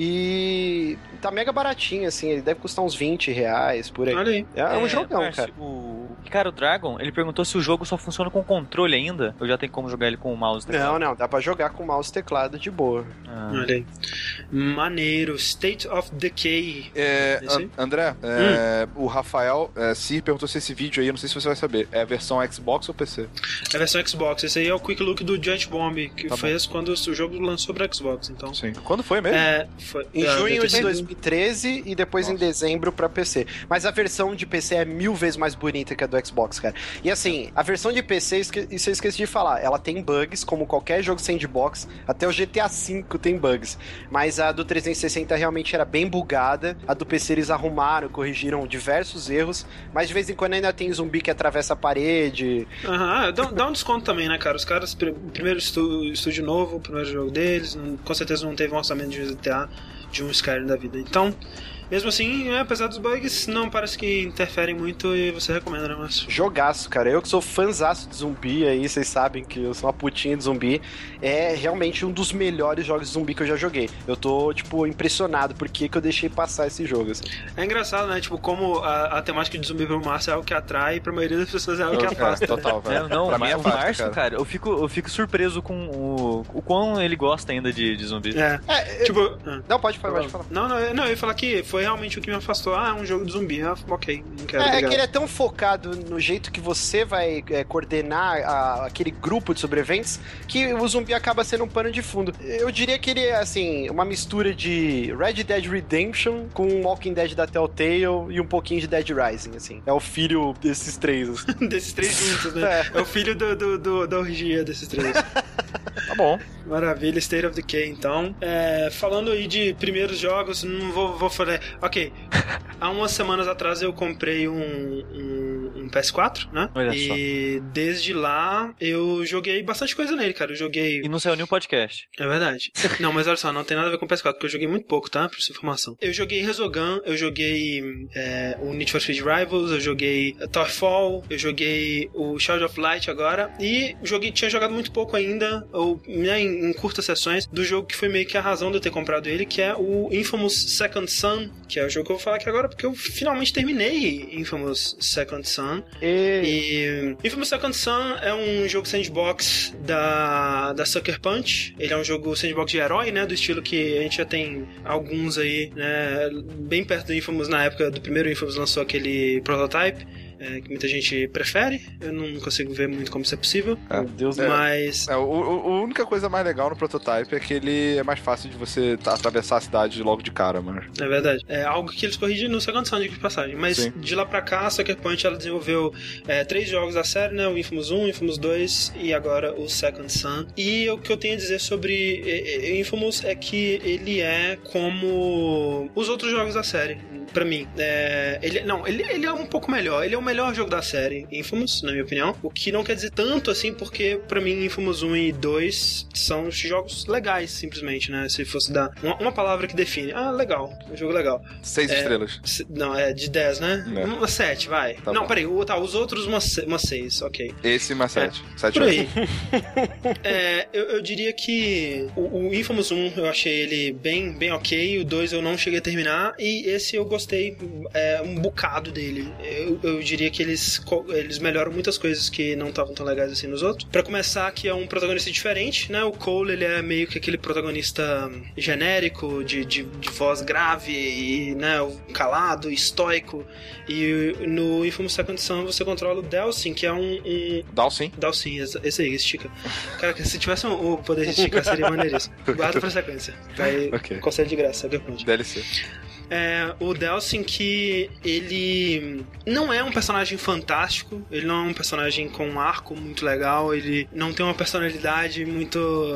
e tá mega baratinho, assim, ele deve custar uns vinte reais, por aí. Olha aí. É, é um jogão, Marcio, cara. O... Cara, o Dragon, ele perguntou se o jogo só funciona com controle ainda, ou já tem como jogar ele com o mouse e teclado? Não, não, dá pra jogar com mouse e teclado de boa. Ah. Olha aí. Maneiro. State of Decay. É, An- André, é, hum. o Rafael é, se perguntou se esse vídeo aí, eu não sei se você vai saber, é a versão Xbox ou P C? É a versão Xbox. Esse aí é o Quick Look do Giant Bomb, que tá fez bom. Quando o jogo lançou pra Xbox, então. Sim. Quando foi mesmo? É, foi. Em é, junho de dois mil e treze e depois Nossa. Em dezembro pra P C. Mas a versão de P C é mil vezes mais bonita que a do Xbox, cara. E assim, a versão de P C, isso eu esqueci de falar, ela tem bugs, como qualquer jogo sandbox, até o G T A cinco tem bugs. Mas a do trezentos e sessenta realmente era bem bugada, a do P C eles arrumaram, corrigiram diversos erros, mas de vez em quando ainda tem zumbi que atravessa a parede. Aham, uhum. dá, dá um desconto também, né, cara? Os caras, primeiro estúdio, estúdio novo, primeiro jogo deles, não, com certeza não teve um orçamento de G T A, de um Skyrim da vida. Então, mesmo assim, apesar dos bugs, não parece que interferem muito e você recomenda, né, Márcio? Jogaço, cara. Eu que sou fãzaço de zumbi aí, vocês sabem que eu sou uma putinha de zumbi. É realmente um dos melhores jogos de zumbi que eu já joguei. Eu tô, tipo, impressionado por que que eu deixei passar esse jogo, assim. É engraçado, né? Tipo, como a, a temática de zumbi pro Márcio é algo que atrai e pra maioria das pessoas é algo que afasta. É, total, velho. É, não, pra mas mim é o fácil, Márcio, cara, cara eu, fico, eu fico surpreso com o, o quão ele gosta ainda de, de zumbi. É, é tipo... Eu... Não, pode falar, pode falar. Não, não, não, eu ia falar que foi realmente o que me afastou. Ah, é um jogo de zumbi. Ah, ok, não quero. É, é que ele é tão focado no jeito que você vai é, coordenar a, aquele grupo de sobreviventes que o zumbi acaba sendo um pano de fundo. Eu diria que ele é, assim, uma mistura de Red Dead Redemption com Walking Dead da Telltale e um pouquinho de Dead Rising, assim. É o filho desses três, assim. Desses três juntos, né? É, é o filho do, do, do, da orgia desses três. Tá bom. Maravilha, State of Decay, então. É, falando aí de primeiros jogos, não vou, vou falar... Ok, há umas semanas atrás eu comprei um, um, um P S quatro, né? Olha e só. Desde lá eu joguei bastante coisa nele, cara. Eu joguei... E não saiu nenhum podcast. É verdade. Não, mas olha só, não tem nada a ver com o P S quatro, porque eu joguei muito pouco, tá? Por sua informação. Eu joguei Resogun, eu joguei é, o Need for Speed Rivals, eu joguei Towerfall, eu joguei o Shadow of Light agora, e joguei, tinha jogado muito pouco ainda, ou né, em, em curtas sessões, do jogo que foi meio que a razão de eu ter comprado ele, que é o Infamous Second Son, que é o jogo que eu vou falar aqui agora, porque eu finalmente terminei Infamous Second Son. E... e Infamous Second Son é um jogo sandbox da, da Sucker Punch. Ele é um jogo sandbox de herói, né, do estilo que a gente já tem alguns aí, né, bem perto do Infamous, na época do primeiro Infamous lançou aquele Prototype. é, que muita gente prefere. Eu não consigo ver muito como isso é possível. É. Meu Deus, É. Mas... É, o, o- a única coisa mais legal no Prototype é que ele é mais fácil de você tá- atravessar a cidade logo de cara, mano. É verdade. É algo que eles corrigem no Second Son, de passagem. Mas Sim. de lá pra cá, a Sucker Punch ela desenvolveu é, três jogos da série, né? O Infamous um, o Infamous dois e agora o Second Son. E o que eu tenho a dizer sobre é, é, Infamous é que ele é como os outros jogos da série, pra mim. É, ele, não, ele, ele é um pouco melhor. Ele é o melhor jogo da série, Infamous, na minha opinião. O que não quer dizer tanto assim, porque pra mim Infamous um e dois são jogos legais, simplesmente, né? Se fosse dar uma, uma palavra que define. Ah, legal. Um jogo legal. Seis É, estrelas. Se- Não, é de dez, né? É. Uma sete, vai. Tá não, bom. peraí, o, tá, os outros uma, se- uma seis, ok. Esse mais sete. Sete Por oito. aí. É, eu, eu diria que o, o Infamous um eu achei ele bem, bem ok, o dois eu não cheguei a terminar, e esse eu gostei é, um bocado dele. Eu, eu diria que eles, co- eles melhoram muitas coisas que não estavam tão legais assim nos outros. Pra começar, que é um protagonista diferente, né? O Cole, ele é meio que aquele protagonista genérico, de, de, de voz grave, e, né, calado, estoico. E no Infamous Second Son você controla o Delsin, que é um, um Dalsin. Dalsin, esse esse aí, estica. Cara, se tivesse um- o poder de esticar, seria maneiríssimo. Guarda pra sequência. Aí, Ok. conselho de graça, Sucker Punch. D L C. É, o Delsin, que ele não é um personagem fantástico, ele não é um personagem com um arco muito legal, ele não tem uma personalidade muito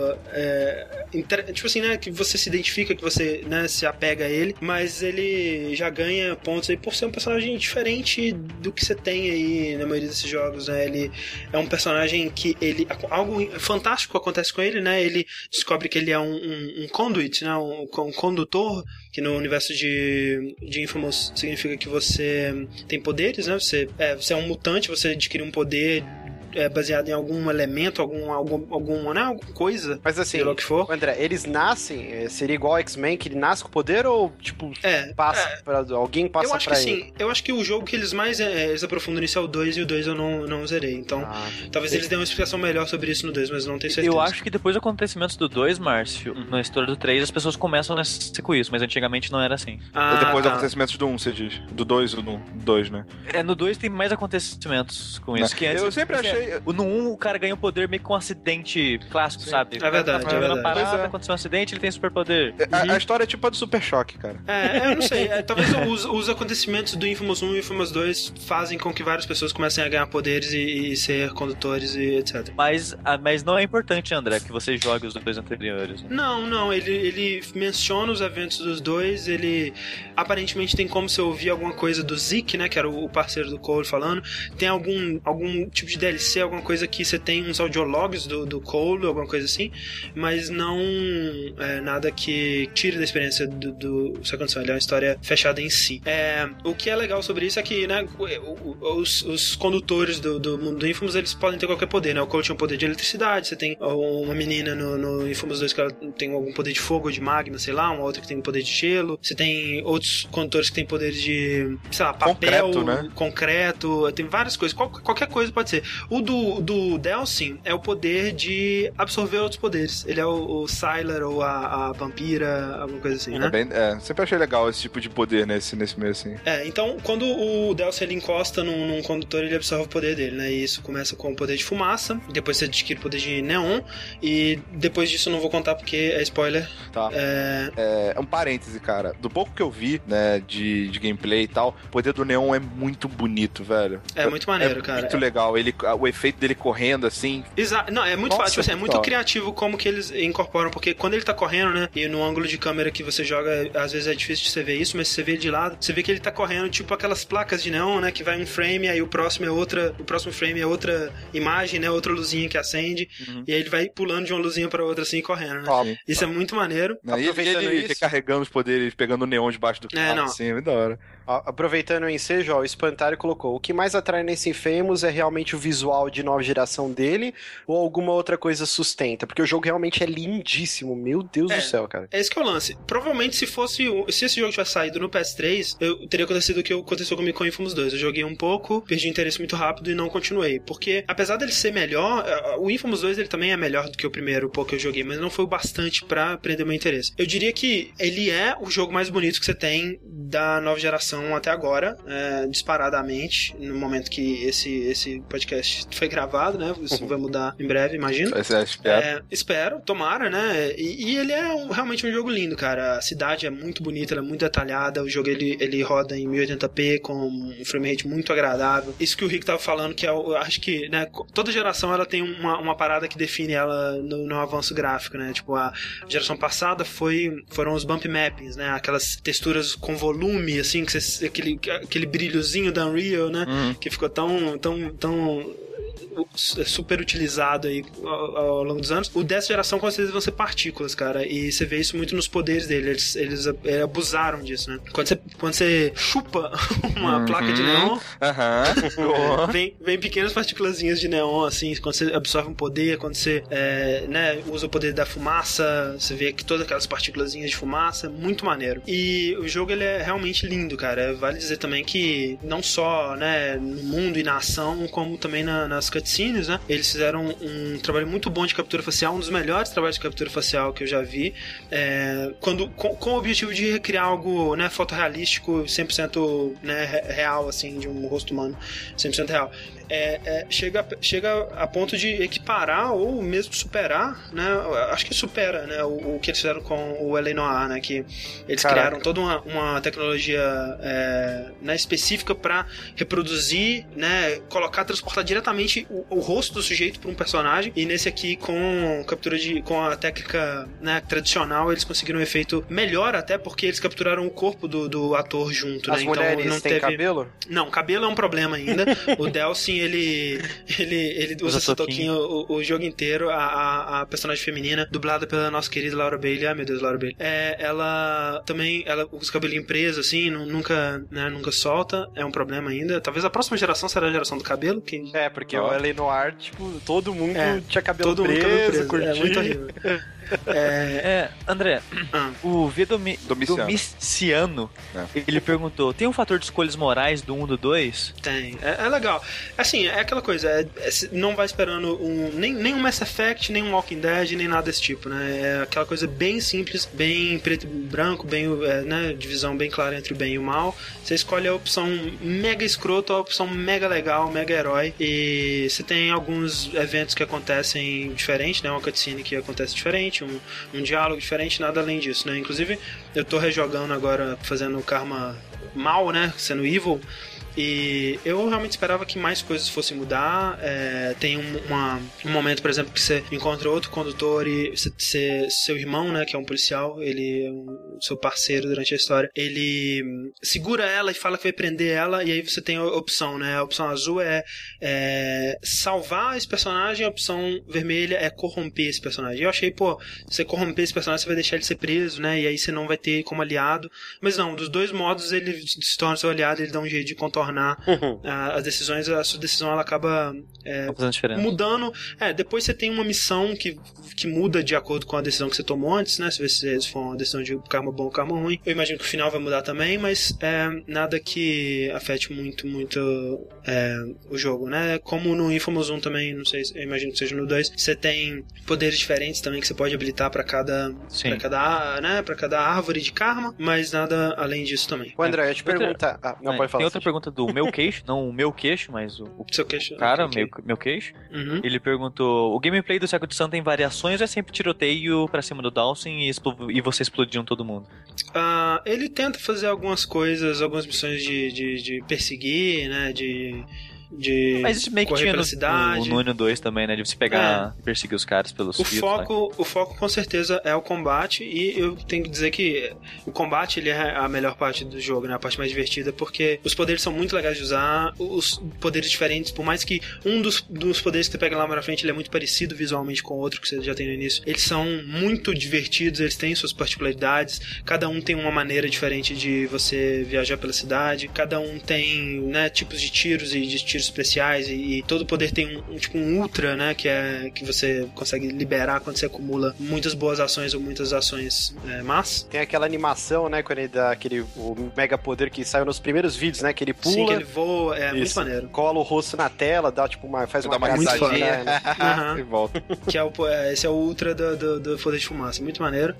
é, inter- tipo assim, né, que você se identifica, que você, né, se apega a ele, mas ele já ganha pontos aí por ser um personagem diferente do que você tem aí na maioria desses jogos, né? Ele é um personagem que ele algo fantástico acontece com ele, né? Ele descobre que ele é um, um, um conduit, né, um, um condutor, que no universo de, de Infamous significa que você tem poderes, né? Você é, você é um mutante, você adquire um poder é, baseado em algum elemento, algum, algum, algum né? alguma coisa, Mas assim, seja lá o que for. André, eles nascem, eh, seria igual ao X-Men, que ele nasce com poder ou, tipo, É, passa pra, alguém passa eu acho pra que ele? sim. Eu acho que o jogo que eles mais é, eles aprofundam nisso é o dois, e o dois eu não, não zerei. Então, Ah, talvez eles dêem uma explicação melhor sobre isso no dois, mas eu não tenho certeza. Eu acho que depois dos acontecimentos do dois, Márcio, na história do três, as pessoas começam a nascer com isso, mas antigamente não era assim. Ah, Depois dos tá. acontecimentos do um, você diz. Do dois ou do dois, né? É, no dois tem mais acontecimentos com isso. Né? Que antes, Eu sempre assim, achei- o- No um, o cara ganha um poder meio que com um acidente clássico, sabe? É verdade, Tá fazendo é uma verdade. parada, Pois é. aconteceu um acidente, ele tem superpoder. A, a história é tipo a do Super Choque, cara. É, eu não sei. É, talvez os, os acontecimentos do Infamous um e Infamous dois fazem com que várias pessoas comecem a ganhar poderes e, e ser condutores e etcétera. Mas, ah, mas não é importante, André, que você jogue os dois anteriores. né? Não, não, ele, ele menciona os eventos dos dois, ele aparentemente tem como você ouvir alguma coisa do Zeke, né, que era o parceiro do Cole falando, tem algum, algum tipo de D L C, alguma coisa que você tem uns audiologs do, do Cole, alguma coisa assim, mas não é, nada que tire da experiência do, do Second Son, ele é uma história fechada em si. É, o que é legal sobre isso é que, né, o- o- os, os condutores do, do mundo do Infamous, eles podem ter qualquer poder, né, o Cole tinha um poder de eletricidade, você tem uma menina no, no Infamous dois que ela tem algum poder de fogo ou de magma, sei lá, uma outra que tem um poder de gelo, você tem outros condutores que tem poderes de, sei lá, papel, Concreto, né? concreto, tem várias coisas, qual- qualquer coisa pode ser. O do, do Delsin é o poder de absorver outros poderes, ele é o, o Sylar ou a, a vampira, alguma coisa assim, né? É bem, é, sempre achei legal esse tipo de poder nesse, nesse meio assim. É, então quando o Delsin ele encosta num, num condutor, ele absorve o poder dele, né? E isso começa com o poder de fumaça, depois você adquire o poder de neon, e depois disso eu não vou contar porque é spoiler. Tá. É, É um parêntese, cara. Do pouco que eu vi, né, de, de gameplay e tal, o poder do Neon é muito bonito, velho. é muito maneiro, é cara. muito legal. Ele, o efeito dele correndo assim. Exa não, é muito Nossa, fácil, tipo assim, é muito top. criativo como que eles incorporam, porque quando ele tá correndo, né, e no ângulo de câmera que você joga, às vezes é difícil de você ver isso, mas se você vê de lado, você vê que ele tá correndo tipo aquelas placas de neon, né, que vai um frame, aí o próximo é outra, o próximo frame é outra imagem, né, outra luzinha que acende, Uhum. e aí ele vai pulando de uma luzinha pra outra assim, correndo, né. Ó, Isso é muito maneiro. né, e ele, Aproveitando ele isso- recarregando os poderes, pegando o neon debaixo do É, carro, não. assim, é muito da hora. Ó, aproveitando o ensejo, ó, o Espantário colocou: o que mais atrai nesse Infamous é realmente o visual visual de nova geração dele, ou alguma outra coisa sustenta? Porque o jogo realmente é lindíssimo, meu Deus é, do céu, cara. É esse que é o lance. Provavelmente se fosse, se esse jogo tivesse saído no P S três, eu teria acontecido o que aconteceu comigo com o Infamous dois. Eu joguei um pouco, perdi interesse muito rápido e não continuei. Porque, apesar dele ser melhor, o Infamous dois ele também é melhor do que o primeiro pouco que eu joguei, mas não foi o bastante pra prender meu interesse. Eu diria que ele é o jogo mais bonito que você tem da nova geração até agora, é, disparadamente, no momento que esse, esse podcast foi gravado, né? Isso uhum. vai mudar em breve, imagino. É, espero. É, espero, tomara, né? E, e ele é um, realmente um jogo lindo, cara. A cidade é muito bonita, ela é muito detalhada, o jogo ele, ele roda em mil e oitenta p com um frame rate muito agradável. Isso que o Rick tava falando, que é, eu acho que, né, toda geração ela tem uma, uma parada que define ela no, no avanço gráfico, né? Tipo, a geração passada foi, foram os bump mappings, né? Aquelas texturas com volume, assim, que você, aquele, aquele brilhozinho da Unreal, né? Uhum. Que ficou tão, tão, tão super utilizado aí ao, ao longo dos anos. O dessa geração com certeza vão ser partículas, cara, e você vê isso muito nos poderes dele, eles, eles é, abusaram disso, né? Quando você, quando você chupa uma uhum. placa de neon, uhum. vem, vem pequenas partículazinhas de neon, assim, quando você absorve um poder, quando você é, né, usa o poder da fumaça, você vê que todas aquelas partículazinhas de fumaça, muito maneiro. E o jogo, ele é realmente lindo, cara. Vale dizer também que não só, né, no mundo e na ação, como também na, nas cutscenes, né? Eles fizeram um trabalho muito bom de captura facial, um dos melhores trabalhos de captura facial que eu já vi, é, quando, com, com o objetivo de recriar algo, né, fotorrealístico, cem por cento, né, real, assim, de um rosto humano, cem por cento real. É, é, chega, chega a ponto de equiparar ou mesmo superar, né? Acho que supera, né, o, o que eles fizeram com o L A Noire, né? Que eles Caraca. criaram toda uma, uma tecnologia é, né, específica para reproduzir, né? Colocar, transportar diretamente o, o rosto do sujeito para um personagem. E nesse aqui, com captura de, com a técnica, né, tradicional, eles conseguiram um efeito melhor, até porque eles capturaram o corpo do, do ator junto. As né? mulheres então, não têm teve... cabelo? Não, cabelo é um problema ainda. O Delsin, ele, ele, ele usa esse toquinho o, o jogo inteiro. A, a, a personagem feminina, dublada pela nossa querida Laura Bailey, ah, meu Deus, Laura Bailey, é, ela também, ela usa o cabelinho preso, assim, nunca, né, nunca solta, é um problema ainda. Talvez a próxima geração será a geração do cabelo. Que... É, porque oh. o L A Noire, tipo, todo mundo é, tinha cabelo todo preso, mundo cabelo preso. Curtinho. É muito horrível. É... é, André, ah. o V. Domi... Domiciano, Domiciano é. ele perguntou, tem um fator de escolhas morais do um do dois? Tem, é, é legal. Assim, é aquela coisa, é, é, não vai esperando um, nem, nem um Mass Effect, nem um Walking Dead, nem nada desse tipo, né? É aquela coisa bem simples, bem preto e branco, bem, é, né, divisão bem clara entre o bem e o mal. Você escolhe a opção mega escroto, a opção mega legal, mega herói, e você tem alguns eventos que acontecem diferente, né? Uma cutscene que acontece diferente, Um, um diálogo diferente, nada além disso, né? Inclusive, eu tô rejogando agora, fazendo o Karma mal, né? Sendo evil. E eu realmente esperava que mais coisas fossem mudar. É, tem um, uma, um momento, por exemplo, que você encontra outro condutor e você, você, seu irmão, né, que é um policial, ele é um, seu parceiro durante a história, ele segura ela e fala que vai prender ela, e aí você tem a opção, né? A opção azul é, é salvar esse personagem, a opção vermelha é corromper esse personagem. Eu achei, pô, se você corromper esse personagem, você vai deixar ele ser preso, né? E aí você não vai ter como aliado. Mas não, dos dois modos ele se torna seu aliado, ele dá um jeito de contornar Uhum. as decisões, a sua decisão ela acaba é, mudando. É, depois você tem uma missão que, que muda de acordo com a decisão que você tomou antes, né? Se, se for uma decisão de karma bom ou karma ruim. Eu imagino que o final vai mudar também, mas é, nada que afete muito, muito é, o jogo, né? Como no Infamous um também, não sei, eu imagino que seja no dois, você tem poderes diferentes também que você pode habilitar pra cada, pra cada, né? Pra cada árvore de karma, mas nada além disso também. O André, eu te perguntar. Ah, não, é, pode falar. Tem outra pergunta do meu queixo, não o meu queixo, mas o, o seu queixo, cara, okay. meu, meu queixo. Uhum. Ele perguntou: o gameplay do Second Sun tem variações ou é sempre tiroteio pra cima do Dawson e, e você explodindo todo mundo? Uh, ele tenta fazer algumas coisas, algumas missões de, de, de perseguir, né? De. de Mas isso meio que correr tinha pela no, cidade. no, no dois também, né? De você pegar e é. perseguir os caras pelos o fios. Foco, o foco com certeza é o combate, e eu tenho que dizer que o combate ele é a melhor parte do jogo, né? A parte mais divertida, porque os poderes são muito legais de usar, os poderes diferentes, por mais que um dos, dos poderes que você pega lá na frente ele é muito parecido visualmente com o outro que você já tem no início, eles são muito divertidos, eles têm suas particularidades, cada um tem uma maneira diferente de você viajar pela cidade, cada um tem, né, tipos de tiros e de tiros especiais e, e todo poder tem um, um tipo um ultra, né, que é que você consegue liberar quando você acumula muitas boas ações ou muitas ações é, más. Tem aquela animação, né, quando ele dá aquele o mega poder que saiu nos primeiros vídeos, né, que ele pula. Sim, que ele voa, é Isso. muito maneiro. Cola o rosto na tela, dá tipo uma faz uma, uma risadinha, né? Uhum. E volta. Que é o, é, esse é o ultra do, do, do poder de fumaça, muito maneiro.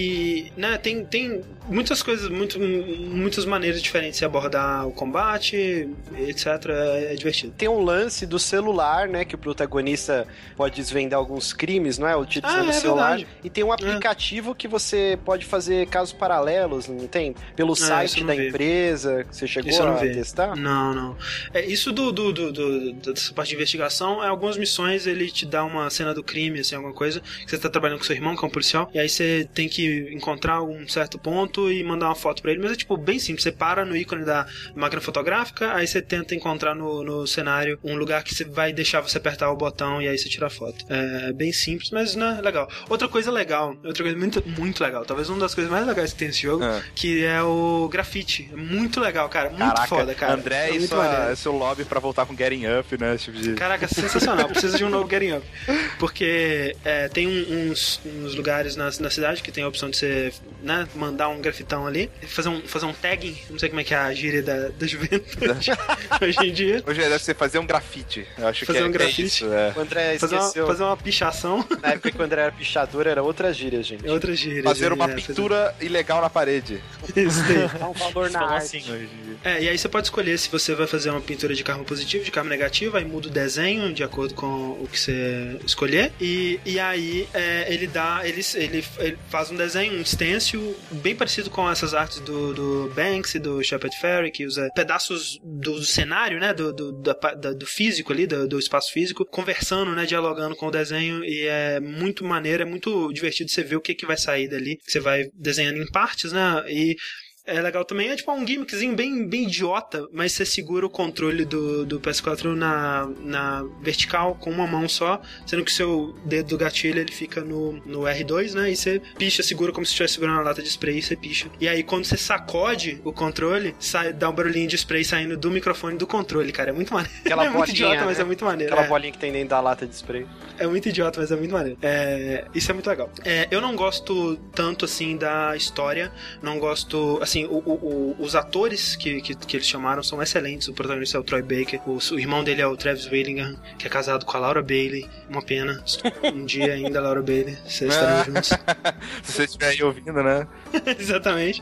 E, né, tem, tem muitas coisas, muito, muitas maneiras diferentes de abordar o combate, etcétera. É divertido. Tem um lance do celular, né, que o protagonista pode desvendar alguns crimes, não é? Utilizando Ah, é o celular. verdade. E tem um aplicativo é. que você pode fazer casos paralelos, não tem? Pelo É, site da vi. empresa, que você chegou Isso eu não a vi. testar? Não, não. É, isso do, do, do, do, dessa parte de investigação, é algumas missões ele te dá uma cena do crime, assim, alguma coisa, que você tá trabalhando com seu irmão, que é um policial, e aí você tem que encontrar um certo ponto e mandar uma foto pra ele, mas é tipo bem simples, você para no ícone da máquina fotográfica, aí você tenta encontrar no, no cenário um lugar que você vai deixar você apertar o botão e aí você tira a foto. É bem simples, mas né, legal. Outra coisa legal, outra coisa muito, muito legal, talvez uma das coisas mais legais que tem nesse jogo, é. que é o grafite. É muito legal, cara, muito Caraca, foda, cara. André, é isso é seu lobby pra voltar com Getting Up, né? Tipo de... Caraca, sensacional. Precisa de um novo Getting Up. Porque é, tem um, uns, uns lugares na, na cidade que tem a opção de você, né, mandar um grafitão ali, fazer um, fazer um tagging. Não sei como é que é a gíria da, da juventude hoje em dia. Hoje deve ser fazer um grafite. Eu acho fazer que um é, grafite. é isso, é. O André fazer, esqueceu. uma, fazer uma pichação. Na época que o André era pichador, era outras gírias, gente. É outra gíria. Fazer uma é, pintura fazer... ilegal na parede. Isso daí. Dá um valor na arte. Assim, hoje em dia. É, e aí você pode escolher se você vai fazer uma pintura de karma positivo, de karma negativo, aí muda o desenho de acordo com o que você escolher. E, e aí é, ele dá. Ele, ele, ele faz um desenho, um stencil, bem parecido com essas artes do, do Banksy, do Shepard Fairey, que usa pedaços do, do cenário, né? Do, do, da, da, do físico ali, do, do espaço físico, conversando, né? Dialogando com o desenho. E é muito maneiro, é muito divertido você ver o que, que vai sair dali. Você vai desenhando em partes, né? E é legal também, é tipo um gimmickzinho bem, bem idiota, mas você segura o controle do, do P S quatro na, na vertical com uma mão só, sendo que o seu dedo do gatilho ele fica no, no R dois, né? E você picha, segura como se estivesse segurando uma lata de spray e você picha. E aí quando você sacode o controle, sai, dá um barulhinho de spray saindo do microfone do controle, cara. É muito maneiro. Aquela é muito idiota, né? mas é muito maneiro. Aquela é. bolinha que tem dentro da lata de spray. É muito idiota, mas é muito maneiro. É, isso é muito legal. É, eu não gosto tanto, assim, da história. Não gosto... Assim, o, o, o, os atores que, que, que eles chamaram são excelentes. O protagonista é o Troy Baker. O, o irmão dele é o Travis Willingham, que é casado com a Laura Bailey. Uma pena. Um dia ainda, Laura Bailey. Vocês estarão juntos. Se você estiver aí ouvindo, né? Exatamente.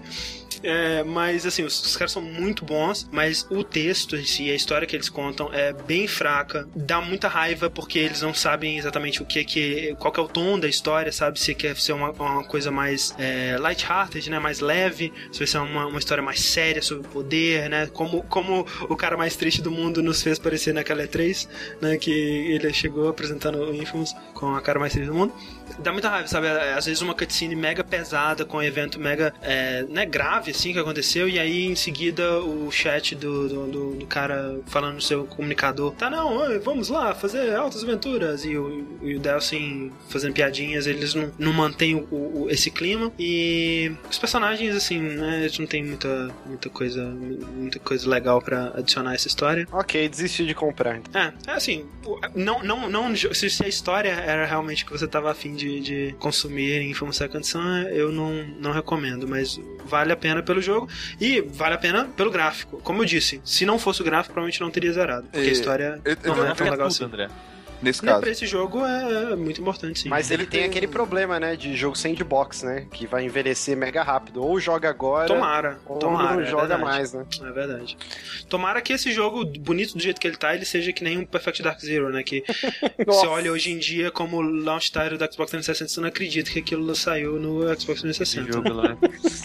É, mas assim, os, os caras são muito bons, mas o texto em si, a história que eles contam é bem fraca, dá muita raiva porque eles não sabem exatamente o que que, qual que é o tom da história, sabe? Se quer ser uma, uma coisa mais é, light-hearted, né? Mais leve, se vai ser uma, uma história mais séria sobre o poder, né? Como, como o cara mais triste do mundo nos fez parecer naquela E três, né? Que ele chegou apresentando o Infamous com a cara mais triste do mundo. Dá muita raiva, sabe? Às vezes uma cutscene mega pesada, com um evento mega, é, né, grave, assim, que aconteceu, e aí em seguida o chat do, do, do, do cara falando no seu comunicador, tá, não, oi, vamos lá, fazer altas aventuras, e o, e o Delsin fazendo piadinhas, eles não, não mantêm o, o, esse clima, e os personagens, assim, né, eles não tem muita, muita coisa muita coisa legal pra adicionar a essa história. Ok, desisti de comprar, então. É, é assim, não, não, não, se, se a história era realmente que você tava afim de, de consumir em Infamous Second Son, eu não, não recomendo, mas vale a pena pelo jogo e vale a pena pelo gráfico. Como eu disse, se não fosse o gráfico, provavelmente não teria zerado, porque E, a história eu, eu, não eu, é tão legal assim. André. Nesse E caso. pra esse jogo é muito importante, sim. Mas ele tem aquele problema, né, de jogo sandbox, né, que vai envelhecer mega rápido. Ou joga agora, Tomara, ou tomara, não é joga verdade. mais, né. É verdade. Tomara que esse jogo, bonito do jeito que ele tá, ele seja que nem um Perfect Dark Zero, né, que você olha hoje em dia como launch title do Xbox trezentos e sessenta, você não acredita que aquilo saiu no Xbox trezentos e sessenta. Jogo lá.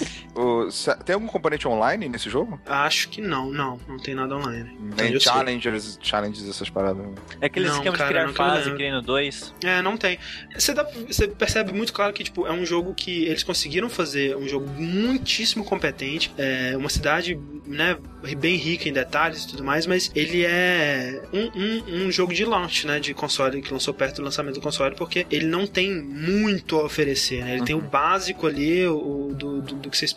O, tem algum componente online nesse jogo? Acho que não, não, não tem nada online. Então, Nem eu sei. challengers, challenges, essas paradas. É aquele Não, esquema cara, de criar não que eu fase, lembro. criando dois. É, não tem. Você, dá, você percebe muito claro que tipo, é um jogo que eles conseguiram fazer um jogo muitíssimo competente, é uma cidade, né, bem rica em detalhes e tudo mais, mas ele é um, um, um jogo de launch, né, de console, que lançou perto do lançamento do console, porque ele não tem muito a oferecer, né? Ele uhum. tem o básico ali, o, do, do, do que você espera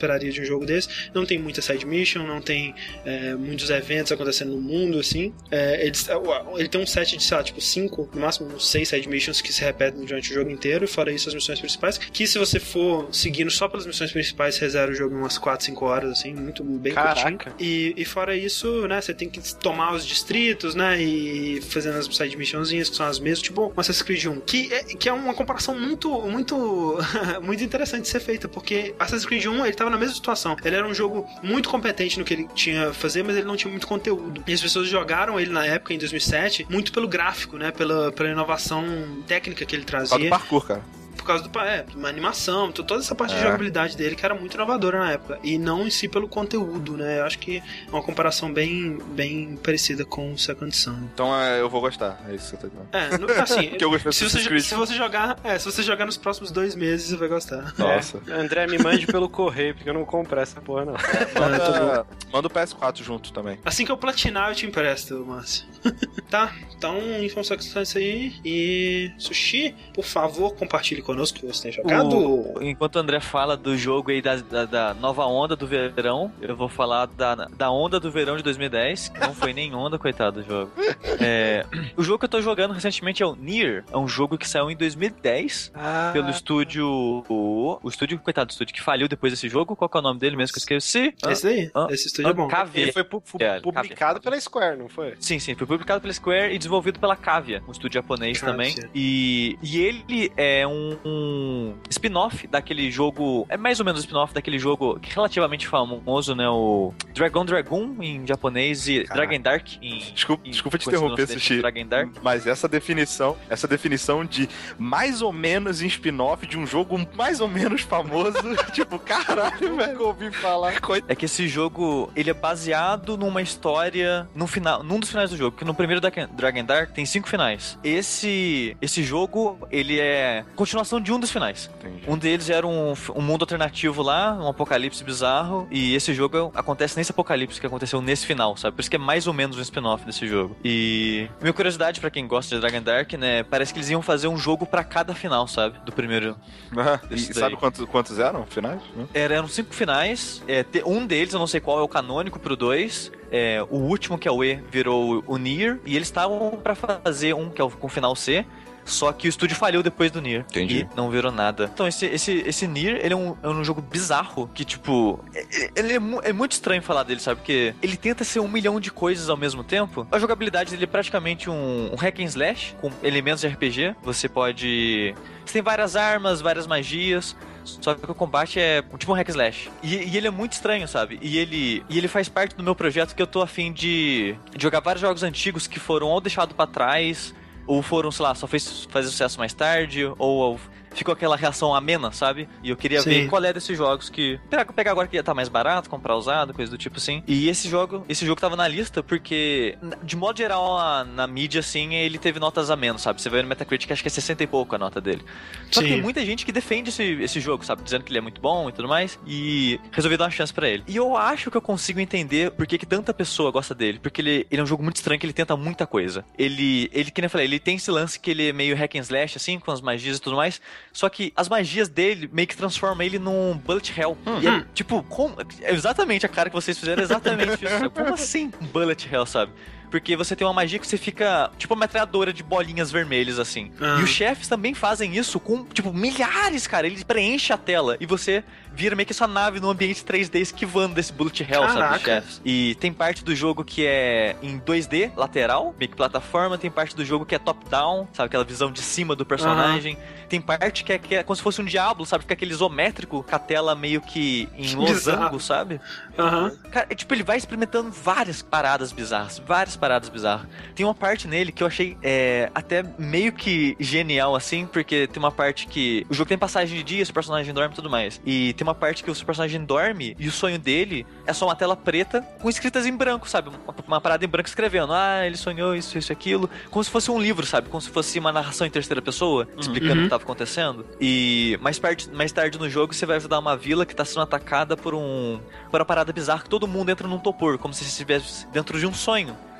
esperaria de um jogo desse. Não tem muita side mission, não tem é, muitos eventos acontecendo no mundo, assim. É, ele, ele tem um set de, sei lá, tipo cinco, no máximo uns seis side missions que se repetem durante o jogo inteiro, e fora isso as missões principais, que se você for seguindo só pelas missões principais, você zera o jogo em umas quatro, cinco horas, assim, muito bem curtinho. E, e fora isso, né, você tem que tomar os distritos, né, e fazendo as side missionzinhas, que são as mesmas, tipo o Assassin's Creed um, que é, que é uma comparação muito, muito, muito interessante de ser feita, porque Assassin's Creed um, ele tava na mesma situação. Ele era um jogo muito competente no que ele tinha a fazer, mas ele não tinha muito conteúdo. E as pessoas jogaram ele na época, em dois mil e sete, muito pelo gráfico, né, pela, pela inovação técnica que ele trazia. Só do parkour, cara. Por causa do é, uma animação, toda essa parte é. de jogabilidade dele que era muito inovadora na época. E não em si pelo conteúdo, né? Eu acho que é uma comparação bem, bem parecida com o Second Son. Então é, eu vou gostar, é isso que você tá dizendo. É, no, assim, que eu gosto se, você, se você jogar, é, se você jogar nos próximos dois meses, você vai gostar. Nossa. É. André, me mande pelo correio, porque eu não vou comprar essa porra, não. Manda, manda o P S quatro junto também. Assim que eu platinar, eu te empresto, Márcio. Tá, então, informação isso aí. E Sushi, por favor, compartilhe conosco que você tem jogado. O, enquanto o André fala do jogo aí da, da, da nova onda do verão, eu vou falar da, da onda do verão de dois mil e dez. Não foi nem onda, coitado do jogo. É, o jogo que eu tô jogando recentemente é o Nier. É um jogo que saiu em dois mil e dez ah. pelo estúdio... O, o estúdio, coitado do estúdio, que faliu depois desse jogo. Qual que é o nome dele mesmo que eu esqueci? Esse daí. Ah, Esse estúdio ah, é bom. Cavia. Ele foi pu pu é, publicado Cavia. pela Square, não foi? Sim, sim. Foi publicado pela Square e desenvolvido pela Cavia, um estúdio japonês Cavia. também. E, e ele é um, um spin-off daquele jogo... É mais ou menos um spin-off daquele jogo relativamente famoso, né? O Dragon Dragoon em japonês e Caraca. Dragon Dark em... Desculpa, em, desculpa te interromper, Sushi. Dragon Dark. Mas essa definição, essa definição de mais ou menos em spin-off de um jogo mais ou menos famoso, tipo, caralho, velho. Nunca ouvi falar. É que esse jogo, ele é baseado numa história, num, final, num dos finais do jogo, porque no primeiro Dragon Dark tem cinco finais. Esse, esse jogo, ele é continuação de um dos finais. Entendi. Um deles era um, um mundo alternativo lá, um apocalipse bizarro, e esse jogo acontece nesse apocalipse que aconteceu nesse final, sabe? Por isso que é mais ou menos um spin-off desse jogo. E minha curiosidade pra quem gosta de Dragon Dark, né, parece que eles iam fazer um jogo pra cada final, sabe? Do primeiro. Ah, e sabe quantos, quantos eram finais? Hum? Eram cinco finais. É, um deles, eu não sei qual, é o canônico pro dois. É, o último, que é o E, virou o Nier. E eles estavam pra fazer um, que é o com final C. Só que o estúdio falhou depois do Nier. Entendi. E não virou nada. Então, esse, esse, esse Nier, ele é um, é um jogo bizarro. Que, tipo... Ele é, é muito estranho falar dele, sabe? Porque ele tenta ser um milhão de coisas ao mesmo tempo. A jogabilidade dele é praticamente um, um hack and slash, com elementos de R P G. Você pode... Você tem várias armas, várias magias... Só que o combate é tipo um hack slash. E, e ele é muito estranho, sabe? E ele, e ele faz parte do meu projeto que eu tô a fim de, de jogar vários jogos antigos que foram ou deixados pra trás, ou foram, sei lá, só fez fazer sucesso mais tarde, ou... ou ficou aquela reação amena, sabe? E eu queria Sim. ver qual é desses jogos que... Pegar, pegar agora que tá mais barato, comprar usado, coisa do tipo assim. E esse jogo, esse jogo tava na lista porque, de modo geral, na, na mídia, assim, ele teve notas a menos, sabe? Você vê no Metacritic, acho que é sessenta e pouco a nota dele. Só Sim. que tem muita gente que defende esse, esse jogo, sabe? Dizendo que ele é muito bom e tudo mais. E resolvi dar uma chance pra ele. E eu acho que eu consigo entender por que que tanta pessoa gosta dele. Porque ele, ele é um jogo muito estranho, que ele tenta muita coisa. Ele, ele, que nem eu falei, ele tem esse lance que ele é meio hack and slash, assim, com as magias e tudo mais. Só que as magias dele meio que transformam ele num bullet hell. Uhum. E é, tipo, como, é exatamente a cara que vocês fizeram, exatamente isso. Como assim um bullet hell, sabe? Porque você tem uma magia que você fica, tipo, uma metralhadora de bolinhas vermelhas, assim. Uhum. E os chefes também fazem isso com, tipo, milhares, cara. Eles preenchem a tela e você vira meio que sua nave num ambiente três D esquivando desse bullet hell, Caraca. sabe, dos chefes. E tem parte do jogo que é em dois D, lateral, meio que plataforma. Tem parte do jogo que é top-down, sabe, aquela visão de cima do personagem. Uhum. Tem parte que é, que é como se fosse um Diablo, sabe, fica aquele isométrico com a tela meio que em losango, sabe? Uhum. Cara, é, tipo, ele vai experimentando várias paradas bizarras, várias paradas bizarras. Tem uma parte nele que eu achei é, até meio que genial, assim, porque tem uma parte que o jogo tem passagem de dia, o personagem dorme e tudo mais. E tem uma parte que o personagem dorme e o sonho dele é só uma tela preta com escritas em branco, sabe? Uma, uma parada em branco escrevendo, ah, ele sonhou isso, isso, aquilo. Como se fosse um livro, sabe? Como se fosse uma narração em terceira pessoa, explicando uhum. o que estava acontecendo. E mais, parte, mais tarde no jogo você vai ajudar uma vila que está sendo atacada por um por uma parada bizarra que todo mundo entra num topor, como se você estivesse dentro de um sonho.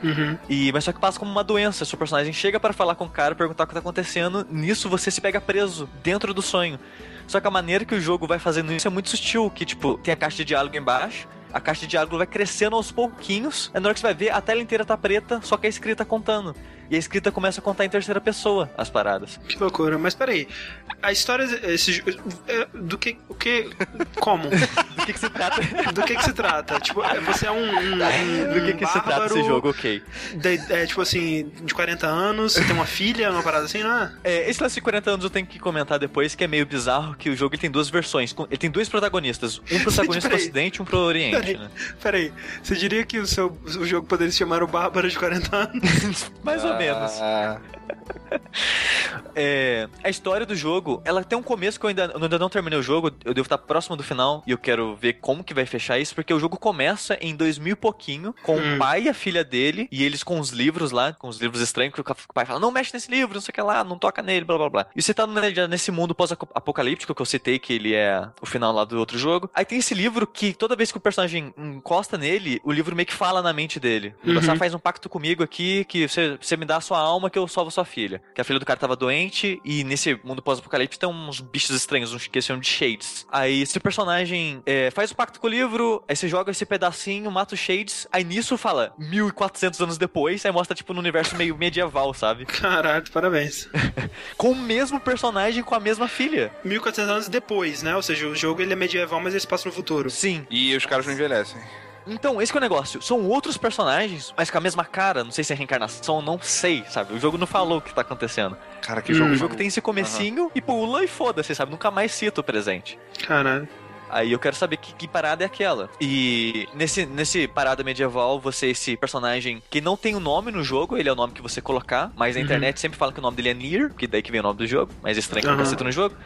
Uhum. E, mas só que passa como uma doença. Seu personagem chega para falar com o cara, perguntar o que tá acontecendo. Nisso você se pega preso dentro do sonho. Só que a maneira que o jogo vai fazendo isso é muito sutil. Que, tipo, tem a caixa de diálogo embaixo. A caixa de diálogo vai crescendo aos pouquinhos. Aí na hora que você vai ver, a tela inteira tá preta, só que a escrita contando. E a escrita começa a contar em terceira pessoa as paradas. Que loucura. Mas peraí, a história esse, é, do que... O que... Como? Do que que se trata? Do que que se trata? Tipo, você é um, um, um Do que que se trata esse jogo, ok. De, é, tipo assim, de quarenta anos, você tem uma filha, uma parada assim, não é? É, esse lance de quarenta anos eu tenho que comentar depois, que é meio bizarro, que o jogo ele tem duas versões. Ele tem dois protagonistas. Um protagonista pro ocidente e um pro oriente, peraí, né? Peraí, você diria que o, seu, o jogo poderia se chamar o Bárbaro de quarenta anos? Mais ou menos. Ah, É, a história do jogo, ela tem um começo que eu ainda, eu ainda não terminei o jogo, eu devo estar próximo do final e eu quero ver como que vai fechar isso, porque o jogo começa em dois mil e pouquinho, com Hum. o pai e a filha dele, e eles com os livros lá, com os livros estranhos, que o pai fala, não mexe nesse livro, não sei o que lá, não toca nele, blá blá blá. E você tá já nesse mundo pós-apocalíptico, que eu citei que ele é o final lá do outro jogo. Aí tem esse livro que toda vez que o personagem encosta nele, o livro meio que fala na mente dele. Uhum. Você faz um pacto comigo aqui, que você, você me dá a sua alma, que eu salvo a sua filha. Que a filha do cara tava doente, e nesse mundo pós-apocalipse tem uns bichos estranhos, uns que chamam de Shades. Aí esse personagem é, faz o pacto com o livro, aí você joga esse pedacinho, mata os Shades, aí nisso fala mil e quatrocentos anos depois, aí mostra tipo no universo meio medieval, sabe? Caralho, parabéns. Com o mesmo personagem, com a mesma filha. mil e quatrocentos anos depois, né? Ou seja, o jogo ele é medieval, mas ele se passa no futuro. Sim. e os caras não envelhecem. Então, esse que é o negócio. São outros personagens, mas com a mesma cara. Não sei se é reencarnação, não sei, sabe? O jogo não falou o que tá acontecendo. Cara, que Hum. jogo. O jogo tem esse comecinho e pula e foda-se, sabe? Nunca mais cita o presente. Caralho. Aí eu quero saber que, que parada é aquela. E nesse, nesse parada medieval, você, esse personagem que não tem o um nome no jogo, ele é o nome que você colocar, mas na Uhum. internet sempre fala que o nome dele é Nier, que daí que vem o nome do jogo, mas é estranho que Uhum. nunca cita no jogo.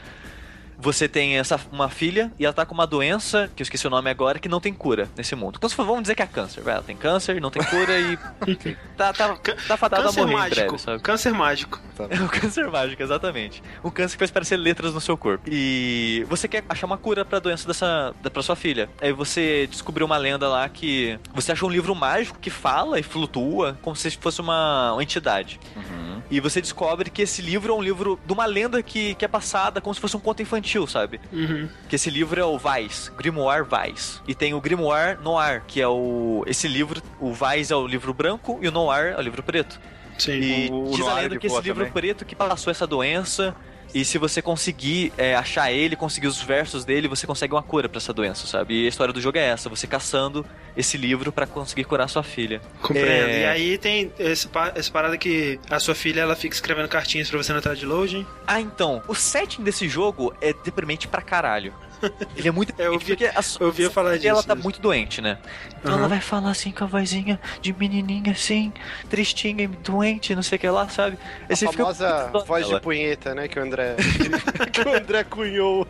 Você tem essa, uma filha e ela tá com uma doença, que eu esqueci o nome agora, que não tem cura nesse mundo. Então vamos dizer que é câncer, vai. Ela tem câncer, não tem cura e tá, tá, tá fadada a Câncer morrer em mágico. breve, sabe? Câncer mágico. É o câncer mágico, exatamente. Um câncer que faz parecer letras no seu corpo. E você quer achar uma cura pra doença dessa, da, pra sua filha. Aí você descobriu uma lenda lá que você achou um livro mágico que fala e flutua como se fosse uma, uma entidade. Uhum. E você descobre que esse livro é um livro de uma lenda que, que é passada como se fosse um conto infantil, sabe? Uhum. Que esse livro é o Vice, Grimoire Vice. E tem o Grimoire Noir, que é o... Esse livro, o Vice é o livro branco e o Noir é o livro preto. Sim. E O- o diz a Noir lenda de que esse boa livro também. preto que passou essa doença, e se você conseguir é, achar ele, conseguir os versos dele, você consegue uma cura pra essa doença, sabe? E a história do jogo é essa, você caçando esse livro pra conseguir curar sua filha. Compreendo. É. E aí tem esse, pa- essa parada que a sua filha ela fica escrevendo cartinhas pra você na tela de loading. Ah, então, o setting desse jogo é deprimente pra caralho. Ele é muito É, eu deprimente ouvi- porque a su- eu ouvia falar e ela disso tá mesmo. muito doente, né? Então Aham. ela vai falar assim com a vozinha de menininha assim, tristinha e doente, não sei o que lá, sabe? Aí A você fica famosa muito dó voz dela. de punheta, né? Que o André. que o André cunhou.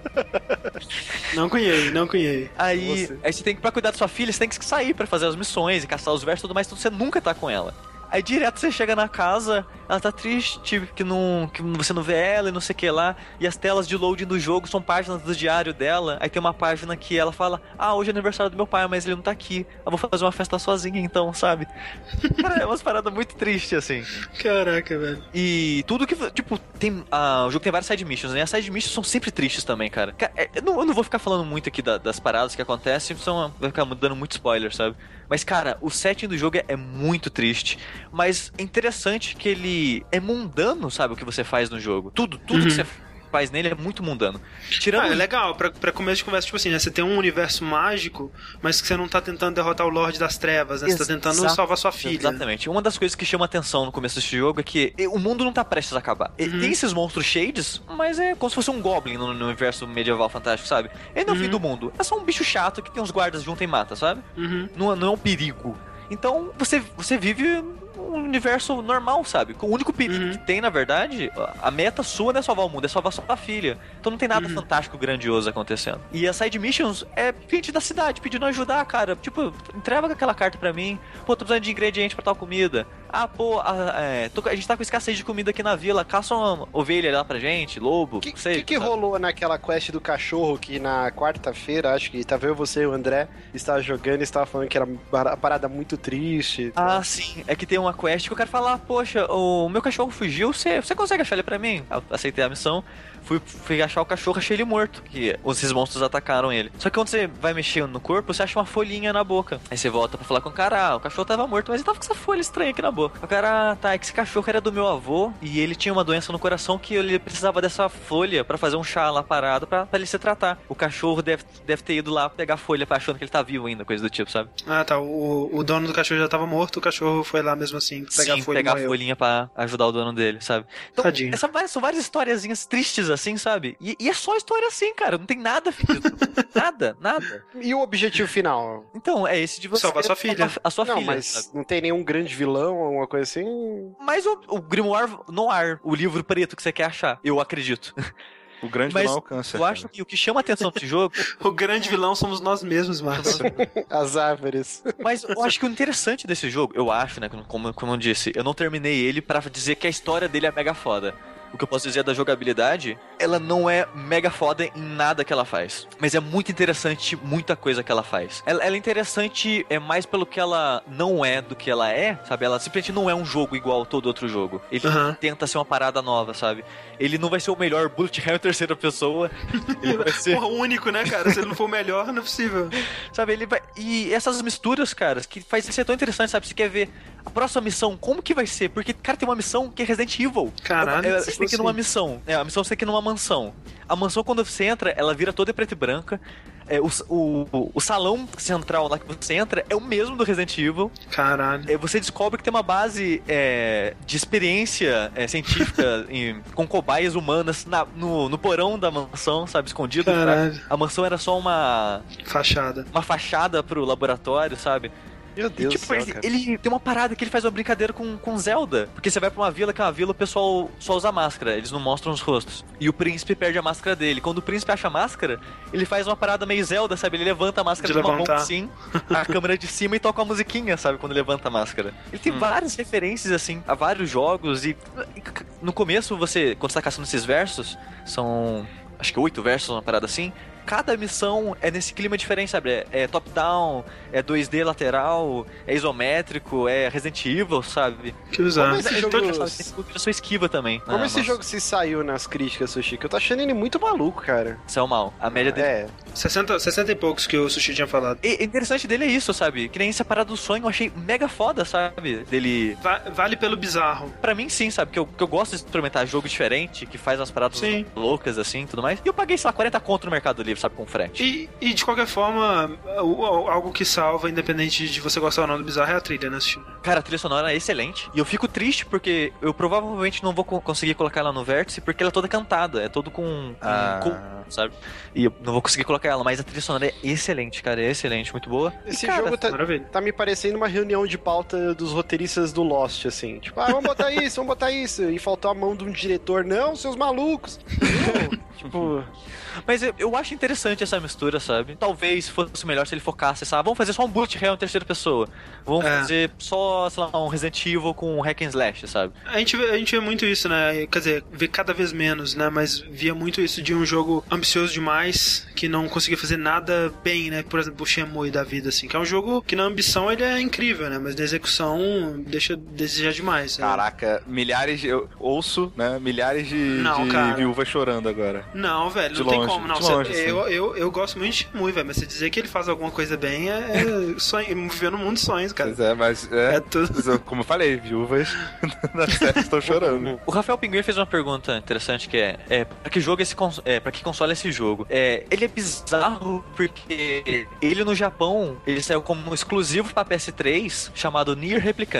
Não cunhei, não cunhei. Aí, Você. aí você tem que, pra cuidar da sua filha, você tem que sair pra fazer as missões e caçar os versos e tudo mais, então você nunca tá com ela. Aí direto você chega na casa, ela tá triste, que, não, que você não vê ela e não sei o que lá. E as telas de loading do jogo são páginas do diário dela. Aí tem uma página que ela fala, ah, hoje é aniversário do meu pai, mas ele não tá aqui. Eu vou fazer uma festa sozinha então, sabe? Cara, é umas paradas muito tristes, assim. Caraca, velho. E tudo que, tipo, tem. Ah, o jogo tem várias side missions, né? As side missions são sempre tristes também, cara. Ca- é, Eu não, eu não vou ficar falando muito aqui da- das paradas que acontecem, são, vai ficar dando muito spoiler, sabe? Mas, cara, o setting do jogo é, é muito triste. Mas é interessante que ele é mundano, sabe? O que você faz no jogo. Tudo, tudo Uhum. que você faz nele é muito mundano. Tirando. Ah, é legal, pra, pra começo de conversa, tipo assim, né? Você tem um universo mágico, mas que você não tá tentando derrotar o Lorde das Trevas, né? Você tá tentando Exato- salvar sua filha. Exatamente. Uma das coisas que chama atenção no começo desse jogo é que o mundo não tá prestes a acabar. E Uhum. Tem esses monstros shades, mas é como se fosse um goblin no, no universo medieval fantástico, sabe? Ele não é o fim Uhum. do mundo. É só um bicho chato que tem uns guardas junto e mata, sabe? Uhum. Não, não é um perigo. Então, você, você vive um universo normal, sabe? O único perigo Uhum. que tem, na verdade, a meta sua não é salvar o mundo, é salvar sua filha. Então não tem nada Uhum. fantástico, grandioso acontecendo. E as side missions é gente da cidade pedindo ajuda, cara. Tipo, entrega aquela carta pra mim. Pô, tô precisando de ingrediente pra tal comida. Ah, pô, a, é, tô- a gente tá com escassez de comida aqui na vila. Caça uma ovelha lá pra gente, lobo, O que, não sei. que, que sabe? rolou naquela quest do cachorro que na quarta-feira, acho que tava eu, você e o André, estava jogando e estava falando que era uma parada muito triste. Ah, sim. É que tem uma quest que eu quero falar, poxa, o meu cachorro fugiu, você, você consegue achar ele pra mim? Eu aceitei a missão, fui, fui achar o cachorro, achei ele morto, que esses monstros atacaram ele. Só que quando você vai mexendo no corpo, você acha uma folhinha na boca. Aí você volta pra falar com o cara, ah, o cachorro tava morto, mas ele tava com essa folha estranha aqui na boca. O cara, ah, tá, é que esse cachorro era do meu avô e ele tinha uma doença no coração que ele precisava dessa folha pra fazer um chá lá parado pra, pra ele se tratar. O cachorro deve, deve ter ido lá pegar a folha achando que ele tá vivo ainda, coisa do tipo, sabe? Ah, tá. O, o dono do cachorro já tava morto, o cachorro foi lá mesmo assim pegar Sim, a folha pegar e a morreu. folhinha pra ajudar o dono dele, sabe? Então, Tadinho. essa, são várias historiazinhas tristes assim, sabe? E, e é só história assim, cara. Não tem nada feliz. nada, nada. E o objetivo final? Então, é esse de você... Salvar sua filha. A, a sua não, filha, mas sabe? não tem nenhum grande vilão ou alguma coisa assim? Mas o, o Grimoire Noir, o livro preto que você quer achar, eu acredito. O grande Mas vilão é o câncer. eu acho que o que chama a atenção desse jogo... O grande vilão somos nós mesmos, Marcos. As árvores. Mas eu acho que o interessante desse jogo, eu acho, né, como, como eu disse, eu não terminei ele pra dizer que a história dele é mega foda. O que eu posso dizer da jogabilidade, ela não é mega foda em nada que ela faz. Mas é muito interessante muita coisa que ela faz. Ela, ela é interessante é mais pelo que ela não é do que ela é, sabe? Ela simplesmente não é um jogo igual a todo outro jogo. Ele Uhum. tenta ser uma parada nova, sabe? Ele não vai ser o melhor bullet hell em terceira pessoa. Ele vai ser... Porra, único, né, cara? Se ele não for o melhor, não é possível. Sabe, ele vai... E essas misturas, cara, que faz isso ser tão interessante, sabe? Você quer ver a próxima missão, como que vai ser? Porque, cara, tem uma missão que é Resident Evil. Caralho, É, é, se você tem que ir fosse- numa missão. É, a missão você tem que ir numa mansão. A mansão, quando você entra, ela vira toda em preto e branca. É, o, o, o salão central lá que você entra é o mesmo do Resident Evil. Caralho. É, você descobre que tem uma base é, de experiência é, científica em- com cobaias humanas na- no, no porão da mansão, sabe? Escondido. Caralho. A mansão era só uma, Fachada. uma fachada pro laboratório, sabe? Meu E, Deus tipo, do céu, ele, cara. ele tem uma parada que ele faz uma brincadeira com, com Zelda. Porque você vai pra uma vila, que é uma vila, o pessoal só usa máscara, eles não mostram os rostos. E o príncipe perde a máscara dele. Quando o príncipe acha a máscara, ele faz uma parada meio Zelda, sabe? Ele levanta a máscara De com uma levantar. mão assim, a câmera de cima e toca uma musiquinha, sabe? Quando levanta a máscara. Ele tem várias referências, assim, a vários jogos. E, e no começo, você, quando você tá caçando esses versos, são acho que oito versos, uma parada assim. Cada missão é nesse clima diferente, sabe? É, é top-down, é dois D lateral, é isométrico, é Resident Evil, sabe? Que bizarro. Como esse É, jogo- é engraçado, tem cultura sua esquiva também. Como Ah, esse nossa, jogo se saiu nas críticas, Sushi? Que eu tô achando ele muito maluco, cara. Saiu mal. A média dele... É, sessenta, sessenta e poucos que o Sushi tinha falado. E interessante dele é isso, sabe? Que nem essa parada do sonho, eu achei mega foda, sabe? Dele... Va- vale pelo bizarro. Pra mim, sim, sabe? Que eu, que eu gosto de experimentar jogo diferente, que faz umas paradas Sim. loucas, assim, tudo mais. E eu paguei, sei lá, quarenta conto no Mercado Livre, sabe? Com frete. E, e de qualquer forma, o- o- algo que salva, independente de você gostar ou não do bizarro, é a trilha, né, Sushi? Cara, a trilha sonora é excelente. E eu fico triste porque eu provavelmente não vou co- conseguir colocar ela no vértice porque ela é toda cantada. É todo com... com Ah. com- sabe? E eu não vou conseguir colocar ela. Mas a trilha sonora é excelente, cara. É excelente, muito boa. esse E, cara, jogo tá, Maravilha. tá me parecendo uma reunião de pauta dos roteiristas do Lost, assim. Tipo, ah, vamos botar isso, vamos botar isso. E faltou a mão de um diretor. Não, seus malucos. Não, tipo... Mas eu, eu acho interessante essa mistura, sabe? Talvez fosse melhor se ele focasse, sabe? Vamos fazer só um bullet hell em terceira pessoa. Vamos É. fazer só, sei lá, um Resident Evil com um hack and slash, sabe? A gente, vê, a gente vê muito isso, né? Quer dizer, vê cada vez menos, né? Mas via muito isso de um jogo ambicioso demais, que não conseguia fazer nada bem, né? Por exemplo, o Shenmue da vida, assim. Que é um jogo que na ambição ele é incrível, né? Mas na execução deixa a desejar demais. né? Caraca, milhares de... Eu ouço, né? Milhares de, Não, de cara. viúvas chorando agora. Não, velho, De não tem longe, como, não. de Você- longe, assim. eu, eu, eu gosto muito de Shenmue, velho. Mas você dizer que ele faz alguma coisa bem é, é sonho, viver no mundo de sonhos, cara. Pois é, mas... É, É tudo. como eu falei, viúvas na série estão chorando. O Rafael Pinguim fez uma pergunta interessante que é, é pra que jogo esse cons- é, pra que console é esse jogo? É, ele é bizarro porque ele no Japão, ele saiu como um exclusivo pra P S três chamado Nier Replicante.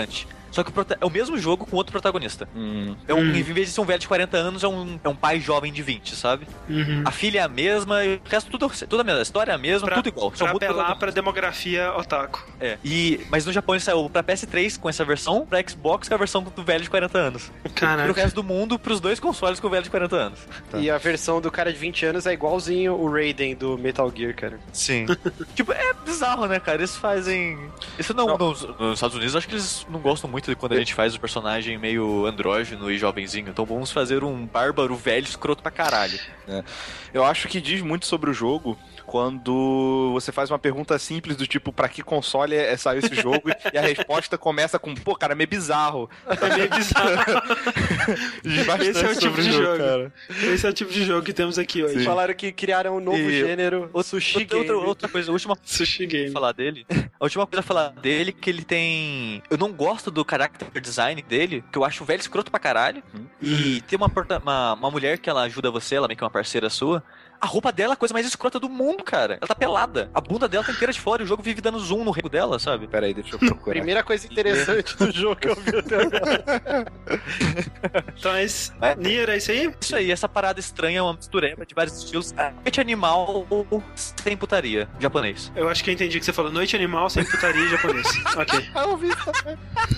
Só que o prota- é o mesmo jogo com outro protagonista. Hum. É um, Hum. Em vez de ser um velho de quarenta anos, é um, é um pai jovem de vinte, sabe? Uhum. A filha é a mesma, e o resto tudo, tudo a mesma. A história é a mesma, Pra, tudo igual. Só pra muda o apelar protagonista. pra demografia otaku. É. E, mas no Japão ele saiu pra P S três com essa versão, pra Xbox com a versão do velho de quarenta anos. E no Caraca. resto do mundo, pros dois consoles com o velho de quarenta anos. E a versão do cara de vinte anos é igualzinho o Raiden do Metal Gear, cara. Sim. Tipo, é bizarro, né, cara? Eles fazem... Isso não, Não. Nos, nos Estados Unidos, acho que eles não gostam muito de quando a gente faz o personagem meio andrógeno e jovenzinho. Então vamos fazer um bárbaro velho escroto pra caralho. Eu acho que diz muito sobre o jogo quando você faz uma pergunta simples do tipo, pra que console é, saiu esse jogo? E a resposta começa com, pô, cara, é meio bizarro. É meio bizarro. Diz bastante Esse é o tipo sobre de o jogo. cara. Esse é o tipo de jogo que temos aqui hoje. Falaram que criaram um novo E gênero, o sushi outra, game. outra, outra coisa, a última Sushi Game. falar dele. A última coisa a falar dele é que ele tem. Eu não gosto do character design dele, que eu acho o velho escroto pra caralho. Uhum. E tem uma, porta... uma, uma mulher que ela ajuda você, ela meio que é uma parceira sua. A roupa dela é a coisa mais escrota do mundo, cara. Ela tá pelada. A bunda dela tá inteira de fora e o jogo vive dando zoom no rego dela, sabe? Pera aí, deixa eu procurar. Primeira coisa interessante do jogo que eu vi até agora. Então é isso. É. Nier, é isso aí? Isso aí, essa parada estranha é uma mistureba de vários estilos. É noite animal sem putaria, japonês. Eu acho que eu entendi o que você falou. Noite animal sem putaria em japonês. Ok. Ah, eu vi também.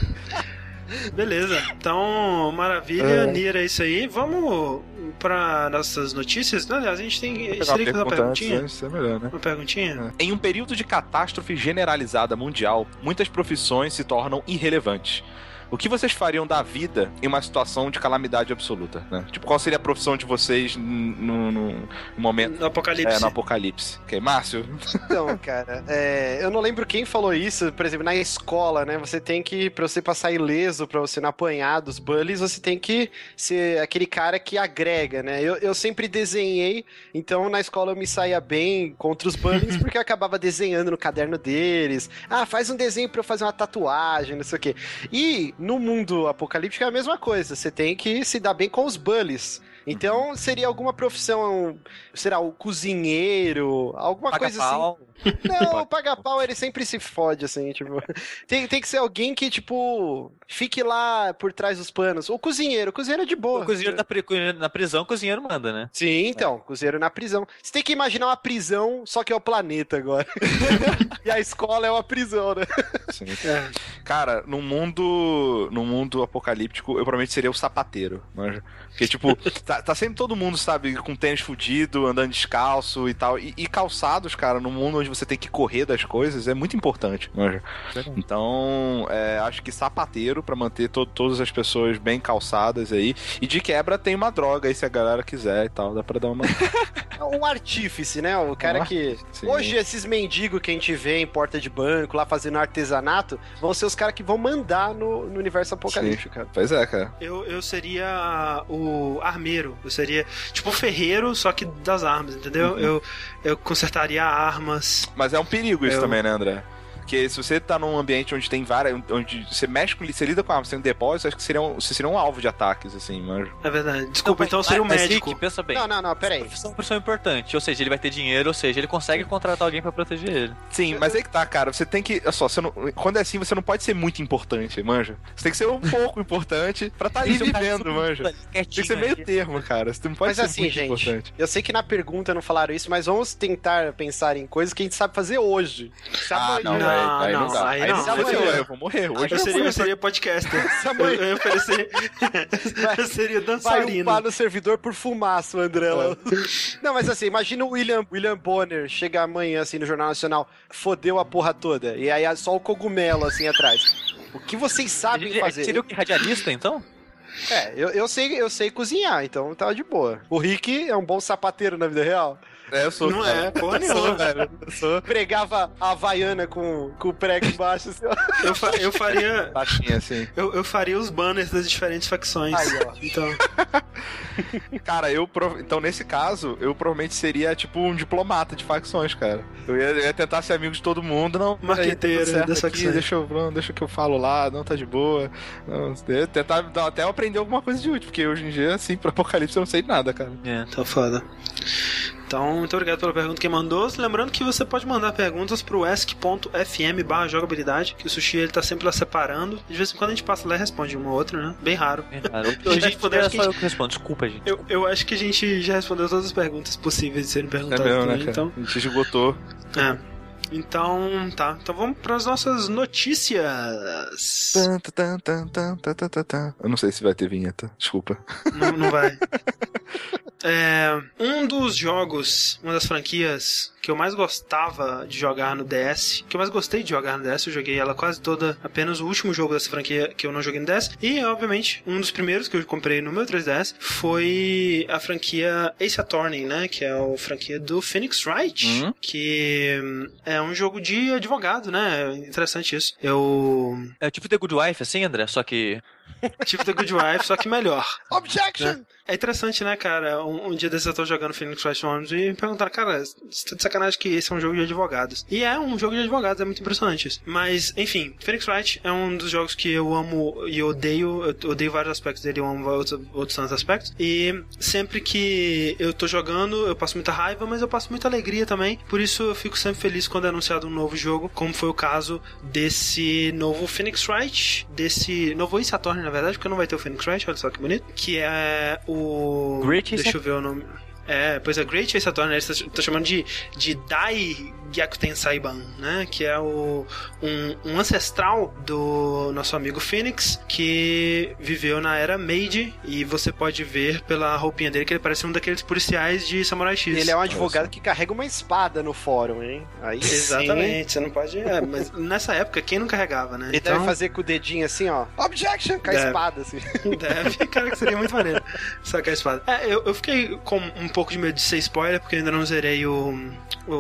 Beleza. Então, maravilha. É. Nier é isso aí. Vamos pra nossas notícias? Aliás, a gente tem. Vou pegar Seria que uma uma pergunta antes, perguntinha? né? Isso é melhor, né? Uma perguntinha? Em um período de catástrofe generalizada mundial, muitas profissões se tornam irrelevantes. O que vocês fariam da vida em uma situação de calamidade absoluta, né? Tipo, qual seria a profissão de vocês no, no- no momento... No apocalipse. É, no apocalipse. Ok, Márcio? Então, cara, é, eu não lembro quem falou isso, por exemplo, na escola, né? Você tem que, pra você passar ileso, pra você não apanhar dos bullies, você tem que ser aquele cara que agrega, né? Eu, eu sempre desenhei, então na escola eu me saía bem contra os bullies, porque eu acabava desenhando no caderno deles. Ah, faz um desenho pra eu fazer uma tatuagem, não sei o quê. E no mundo apocalíptico é a mesma coisa, você tem que se dar bem com os bullies. Então, seria alguma profissão, será o cozinheiro, alguma Paga coisa assim. pau. Não, o paga-pau, ele sempre se fode, assim, tipo... Tem, tem que ser alguém que, tipo, fique lá por trás dos panos. O cozinheiro, o cozinheiro é de boa. O cozinheiro da pri- na prisão, o cozinheiro manda, né? Sim, então, cozinheiro na prisão. Você tem que imaginar uma prisão, só que é o planeta agora. E a escola é uma prisão, né? Sim. É. Cara, no mundo, no mundo apocalíptico, eu provavelmente seria o sapateiro, manja. Porque, tipo, tá, tá sempre todo mundo, sabe, com tênis fudido, andando descalço e tal. E, e calçados, cara, no mundo onde você tem que correr das coisas, é muito importante, manja. Então, é, acho que sapateiro, pra manter to- todas as pessoas bem calçadas aí. E de quebra tem uma droga aí, se a galera quiser e tal. Dá pra dar uma... Um artífice, né? O cara Um que... sim. Hoje, esses mendigos que a gente vê em porta de banco, lá fazendo artesanato, vão ser os caras que vão mandar no, no universo apocalíptico, cara. Pois é, cara. Eu, eu seria o armeiro. Eu seria tipo o ferreiro, só que das armas, entendeu? Uhum. Eu, eu consertaria armas. Mas é um perigo isso Eu- também, né, André? Porque se você tá num ambiente onde tem várias. Onde você mexe com. Você lida com armas, tem um depósito, acho que seria um, você seria um alvo de ataques, assim, mas. É verdade. Desculpa, Não, então eu mas- seria o mas, médico. Rick, pensa bem. Não, não, não, peraí. Profissão é uma profissão importante, ou seja, ele vai ter dinheiro, ou seja, ele consegue contratar alguém pra proteger ele. Sim, mas aí que tá, cara. Você tem que. Olha só, você não, quando é assim, você não pode ser muito importante, manja. Você tem que ser um pouco importante pra tá ali Tem que ser um cara vivendo, super manja. ali, Tem quietinho que ser meio ali. termo, cara. Você não pode Mas ser assim, muito gente, importante. eu sei que na pergunta não falaram isso, mas vamos tentar pensar em coisas que a gente sabe fazer hoje. Se Ah, amanhã- não, Não, aí, aí não, não, dá. aí Aí, não. se Amanhã. eu, eu vou morrer hoje. Eu seria, eu seria podcaster. Se Eu, amanhã- eu, oferecer... eu seria Vai dançarino. upar no servidor por fumaça, o André lá. Não, mas assim, imagina o William, William Bonner chegar amanhã, assim, no Jornal Nacional, fodeu a porra toda, e aí é só o cogumelo, assim, atrás. O que vocês sabem Ele- fazer? Seria o que? Radialista, então? É, eu, eu, sei, eu sei cozinhar, então tá de boa. O Rick é um bom sapateiro na vida real. É, eu sou. Não é, porra Eu sou, nenhuma. velho. Eu sou. Pregava a Havaiana com, com o prego embaixo, assim, ó. Eu, fa- eu faria. Baixinho, assim. Eu, eu faria os banners das diferentes facções. Aí, ó. Então. Cara, eu. prov- Então, nesse caso, eu provavelmente seria tipo um diplomata de facções, cara. Eu ia, eu ia tentar ser amigo de todo mundo, não. peraí, tá tudo Marqueteiro certo das aqui, facções. deixa eu, não, deixa que eu falo lá, não, tá de boa. Não, eu ia tentar dar- até eu aprender alguma coisa de útil, porque hoje em dia, assim, pro apocalipse eu não sei de nada, cara. É. Tá foda. Então, muito obrigado pela pergunta que mandou. Lembrando que você pode mandar perguntas pro ask.fm barra jogabilidade, que o Sushi ele tá sempre lá separando. De vez em quando a gente passa lá e responde uma ou outra, né? Bem raro. É raro. Hoje a gente poderia só eu que respondo. Desculpa, gente. Eu, eu acho que a gente já respondeu todas as perguntas possíveis de serem perguntadas. É mesmo, né, também, então... A gente esgotou. É. Então, tá. Então vamos para as nossas notícias. Tan, tan, tan, tan, tan, tan, tan. Eu não sei se vai ter vinheta. Desculpa. Não, não vai. É, um dos jogos, uma das franquias que eu mais gostava de jogar no D S, que eu mais gostei de jogar no D S, eu joguei ela quase toda, apenas o último jogo dessa franquia que eu não joguei no D S, e obviamente um dos primeiros que eu comprei no meu três D S foi a franquia Ace Attorney, né, que é a franquia do Phoenix Wright, uhum. que é um jogo de advogado, né, interessante isso. Eu... É tipo The Good Wife, assim, André, só que... Tipo The Good Wife, só que melhor. Objection! Né? É interessante, né, cara? Um, um dia desses eu tô jogando Phoenix Wright Online e me perguntaram, cara, você tá de sacanagem que esse é um jogo de advogados. E é um jogo de advogados, é muito impressionante isso. Mas, enfim, Phoenix Wright é um dos jogos que eu amo e odeio. Eu odeio vários aspectos dele, eu amo outros, outros tantos aspectos. E sempre que eu tô jogando, eu passo muita raiva, mas eu passo muita alegria também. Por isso eu fico sempre feliz quando é anunciado um novo jogo, como foi o caso desse novo Phoenix Wright, desse novo Ace Attorney, na verdade, porque não vai ter o Phoenix Wright, olha só que bonito, que é o... Great Deixa eu ver o nome... É, pois é, Great Ace Attorney, eles estão chamando de, de Dai Gyakuten Saiban, né? Que é o, um, um ancestral do nosso amigo Phoenix, que viveu na era Meiji, e você pode ver pela roupinha dele que ele parece um daqueles policiais de Samurai X. Ele é um advogado que carrega uma espada no fórum, hein? Aí Exatamente, sim. você não pode... É, mas nessa época, quem não carregava, né? Ele então... deve fazer com o dedinho assim, ó. Objection! Com a Deve. espada, assim. Deve, cara, que seria muito maneiro sacar a espada. É, eu, eu fiquei com um pouco de medo de ser spoiler, porque eu ainda não zerei o, o,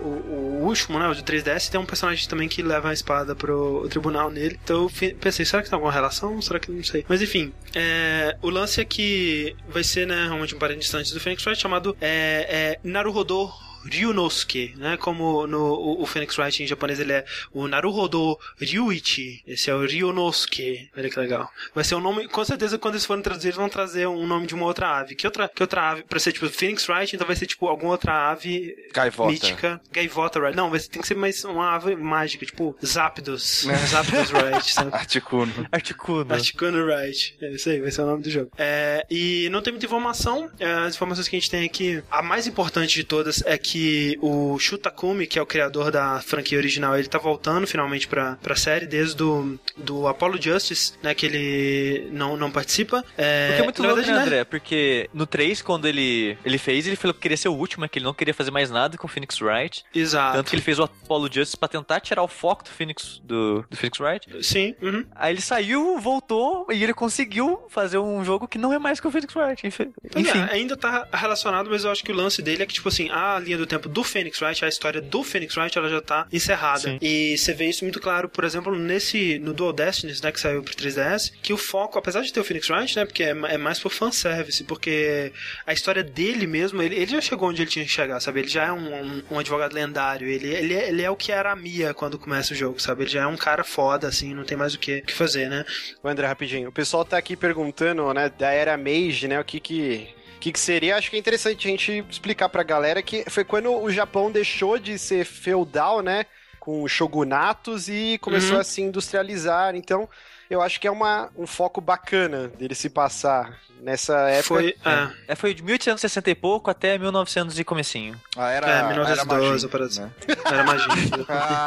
o, o último, né, o de três D S. Tem um personagem também que leva a espada pro tribunal nele. Então eu pensei, será que tem alguma relação? Será que não sei? Mas enfim, é, o lance é que vai ser, né, realmente um parente distante do Phoenix Wright chamado é, é, Naruhodo Ryunosuke, né? Como no o, o Phoenix Wright em japonês ele é o Naruhodo Ryuichi. Esse é o Ryunosuke. Olha que legal. Vai ser um nome, com certeza quando eles forem traduzir, eles vão trazer um nome de uma outra ave. Que outra, que outra ave? Pra ser tipo Phoenix Wright, então vai ser tipo alguma outra ave Gaivota. mítica. Gaivota Wright. Não, vai ser, tem que ser mais uma ave mágica, tipo Zapdos. Zapdos Wright, sabe? Articuno. Articuno. Articuno Wright. É isso aí, vai ser o nome do jogo. É, e não tem muita informação. As informações que a gente tem aqui, a mais importante de todas é que que o Shu Takumi, que é o criador da franquia original, ele tá voltando finalmente pra, pra série desde do, do Apollo Justice, né, que ele não, não participa. É, Porque é muito louco, verdade, né, André? Porque no três, quando ele, ele fez, ele falou que queria ser o último, que ele não queria fazer mais nada com o Phoenix Wright. Exato. Tanto que ele fez o Apollo Justice pra tentar tirar o foco do Phoenix, do, do Phoenix Wright. Sim. Uhum. Aí ele saiu, voltou, e ele conseguiu fazer um jogo que não é mais com o Phoenix Wright. Enfim. É, ainda tá relacionado, mas eu acho que o lance dele é que, tipo assim, a linha do tempo do Phoenix Wright, a história do Phoenix Wright, ela já tá encerrada. Sim. E você vê isso muito claro, por exemplo, nesse, no Dual Destinies, né, que saiu pro três D S, que o foco, apesar de ter o Phoenix Wright, né, porque é, é mais por fanservice, porque a história dele mesmo, ele, ele já chegou onde ele tinha que chegar, sabe? Ele já é um, um, um advogado lendário, ele, ele, é, ele é o que era a Mia quando começa o jogo, sabe? Ele já é um cara foda, assim, não tem mais o que, que fazer, né? O André, rapidinho, o pessoal tá aqui perguntando, né, da era Meiji, né, o que que... O que, que seria? Acho que é interessante a gente explicar pra galera que foi quando o Japão deixou de ser feudal, né? Com shogunatos e começou uhum. a se industrializar. Então, eu acho que é uma, um foco bacana dele se passar nessa época. Foi, é. É, foi de mil oitocentos e sessenta e pouco até mil e novecentos e comecinho. Ah, era, é, mil novecentos e doze, era magia, né? Era magia.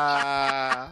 ah.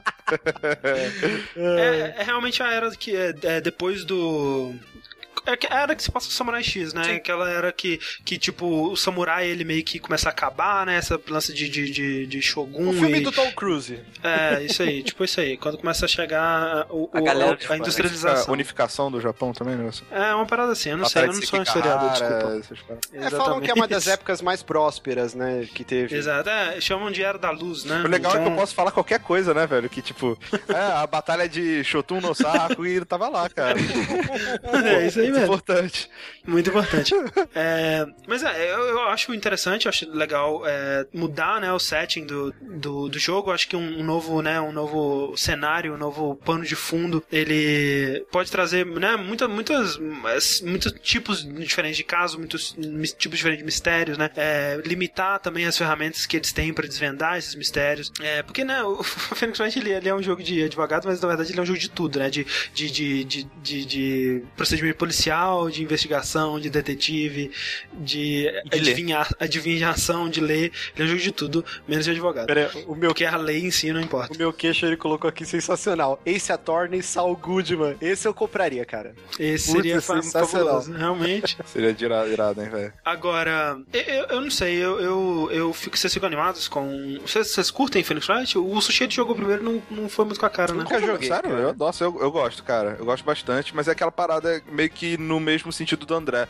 é, é realmente a era que é, é depois do... É a era que se passa com o Samurai X, né? Sim. Aquela era que, que, tipo, o samurai, ele meio que começa a acabar, né? Essa lance de, de, de, de Shogun. O filme e... do Tom Cruise. É, isso aí, tipo isso aí. Quando começa a chegar o, a, o, galera, a, tipo, a industrialização. A unificação do Japão também, né? É, uma parada assim, eu não sei, eu não sou um historiador, desculpa. É, falam que é uma das épocas mais prósperas, né, que teve. Exato, é, chamam de Era da Luz, né? O legal então... é que eu posso falar qualquer coisa, né, velho? Que, tipo, é, a batalha de Shotun no Saco e ele tava lá, cara. É, isso aí Muito mesmo. importante. Muito importante. é, mas é, eu, eu acho interessante, eu acho legal é, mudar, né, o setting do, do, do jogo. Eu acho que um, um novo, né, um novo cenário, um novo pano de fundo, ele pode trazer, né, muita, muitas, muitos tipos diferentes de casos, muitos tipos diferentes de mistérios, né, é, limitar também as ferramentas que eles têm pra desvendar esses mistérios. É, porque, né, o Phoenix Wright, ele, ele é um jogo de advogado, mas na verdade ele é um jogo de tudo, né, de, de, de, de, de, de procedimento policial, de investigação, de detetive, de, de adivinhar, adivinhação, de ler. Ele é um jogo de tudo, menos de advogado. Pera, o meu... Porque a lei em si não importa. O meu queixo ele colocou aqui sensacional. Ace Attorney, Saul Goodman. Esse eu compraria, cara. Esse seria Putz, sensacional. fabuloso, realmente. Seria irado, irado, hein, velho? Agora, eu, eu não sei, eu, eu, eu fico, vocês ficam animados com... Vocês, vocês curtem Phoenix Wright? O Sushi que jogou primeiro não, não foi muito com a cara, né? Nunca joguei. Sério? Cara. Eu, nossa, eu, eu gosto, cara. Eu gosto bastante, mas é aquela parada meio que no mesmo sentido do André.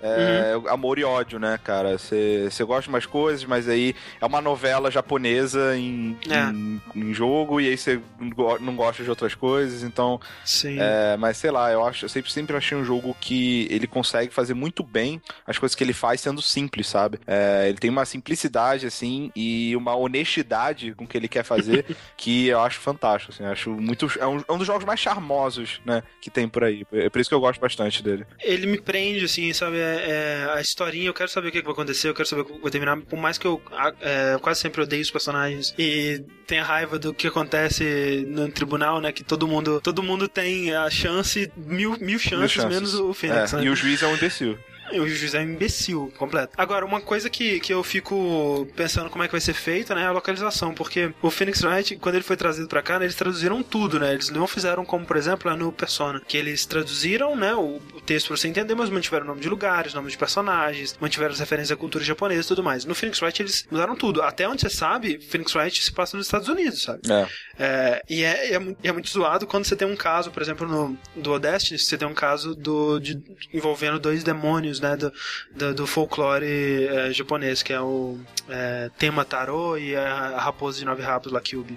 É, uhum. Amor e ódio, né, cara? Você gosta de umas coisas, mas aí é uma novela japonesa em, é. em, em jogo, e aí você não gosta de outras coisas, então... Sim. É, mas sei lá, eu acho, eu sempre, sempre achei um jogo que ele consegue fazer muito bem as coisas que ele faz sendo simples, sabe? É, ele tem uma simplicidade, assim, e uma honestidade com o que ele quer fazer que eu acho fantástico, assim, acho muito... É um, é um dos jogos mais charmosos, né, que tem por aí. É por isso que eu gosto bastante dele. Ele me prende, assim, sabe? É, é, a historinha, eu quero saber o que, que vai acontecer, eu quero saber o que vai terminar, por mais que eu é, quase sempre odeie os personagens e tenha raiva do que acontece no tribunal, né, que todo mundo todo mundo tem a chance, mil, mil, chances, mil chances, menos o Phoenix, é, né? E o juiz é um imbecil. O juiz é um imbecil completo. Agora, uma coisa que, que eu fico pensando como é que vai ser feita, né, é a localização, porque o Phoenix Wright, quando ele foi trazido pra cá, né, eles traduziram tudo, né, eles não fizeram como, por exemplo, lá no Persona, que eles traduziram, né, o, o texto pra você entender, mas mantiveram o nome de lugares, nome de personagens, mantiveram as referências à cultura japonesa e tudo mais. No Phoenix Wright eles mudaram tudo. Até onde você sabe, Phoenix Wright se passa nos Estados Unidos, sabe? É. É, e é, é, é muito zoado quando você tem um caso, por exemplo, no do Odeste, você tem um caso do, de, envolvendo dois demônios, né, do, do, do folclore é, japonês, que é o é, tema tarô e a, a raposa de nove rabos lá, Kyubi.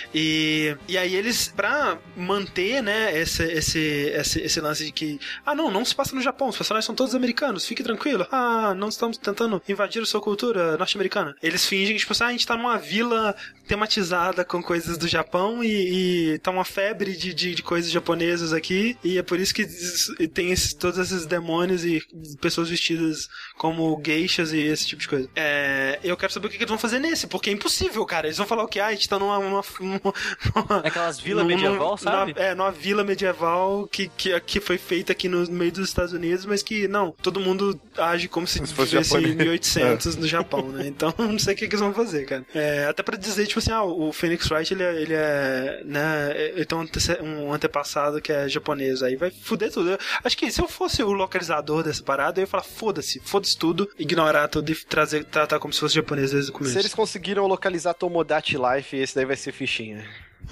E, e aí eles, pra manter, né, esse, esse, esse, esse lance de que, ah, não, não se passa no Japão, os personagens são todos americanos, fique tranquilo, ah, não estamos tentando invadir a sua cultura norte-americana. Eles fingem que, tipo assim, ah, a gente tá numa vila tematizada com coisas do Japão e, e tá uma febre de, de, de coisas japonesas aqui, e é por isso que tem esse, todos esses demônios e pessoas vestidas como geishas e esse tipo de coisa. É, eu quero saber o que, que eles vão fazer nesse, porque é impossível, cara. Eles vão falar o que? Ah, a gente tá numa... numa, numa Aquelas vilas medieval, sabe? Numa, é, numa vila medieval que, que, que foi feita aqui no meio dos Estados Unidos, mas que, não, todo mundo age como se, se vivesse em mil e oitocentos é. no Japão, né? Então, não sei o que, que eles vão fazer, cara. É, até pra dizer, tipo assim, ah, o Phoenix Wright, ele é, ele é né, ele tem um, ante- um antepassado que é japonês, aí vai fuder tudo. Eu acho que se eu fosse o localizador dessa parada, eu ia falar, foda-se, foda-se tudo, ignorar tudo e trazer, tratar como se fosse japonês desde o começo. Se eles conseguiram localizar Tomodachi Life, esse daí vai ser fichinha.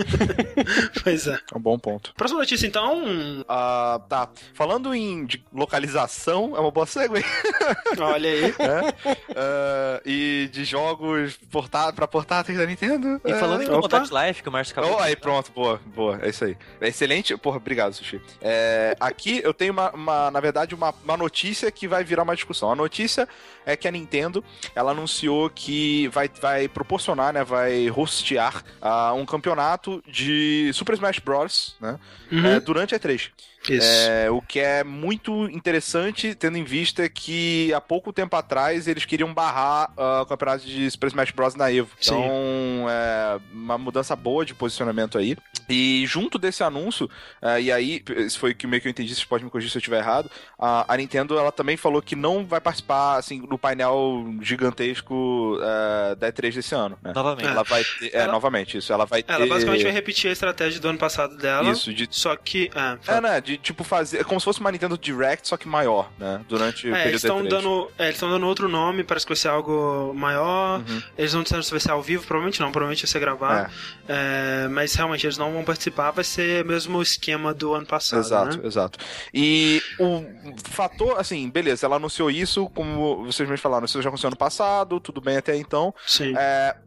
Pois é. É um bom ponto. Próxima notícia, então. Ah, tá. Falando em de localização, é uma boa segue. Olha aí. É. Uh, e de jogos portá pra portáteis da Nintendo. E falando é... em Tomodachi Life, que o Márcio acabou oh, aí, pronto, boa, boa. É isso aí. É excelente. Porra, obrigado, Sushi. É, aqui eu tenho, uma, uma na verdade, uma, uma notícia que vai virar uma discussão. A notícia é que a Nintendo, ela anunciou que vai, vai proporcionar, né, vai hostear uh, um campeonato de Super Smash Bros, né, uhum. é, durante a E três. Isso. É, o que é muito interessante, tendo em vista que há pouco tempo atrás eles queriam barrar uh, o campeonato de Super Smash Bros na Evo. Sim. Então, é uma mudança boa de posicionamento aí. E junto desse anúncio, uh, e aí, isso foi que meio que eu entendi, vocês podem me corrigir se eu estiver errado, uh, a Nintendo, ela também falou que não vai participar, assim, do painel gigantesco uh, da E três desse ano, né? Novamente. Ela vai ter, é, ela... novamente, isso. Ela vai ter... Ela basicamente vai repetir a estratégia do ano passado dela. Isso, de... Só que... Ah, é, né? De, tipo, fazer... É como se fosse uma Nintendo Direct, só que maior, né? Durante o é, período eles estão E três. dando, é, eles estão dando outro nome, parece que vai ser algo maior. Uhum. Eles não disseram se vai ser ao vivo, provavelmente não, provavelmente vai ser gravado. É. É, mas realmente eles não vão participar, vai ser o mesmo esquema do ano passado. Exato, né? exato. E o fator, assim, beleza, ela anunciou isso, como vocês me falaram, isso já aconteceu ano passado, tudo bem até então. Sim. É,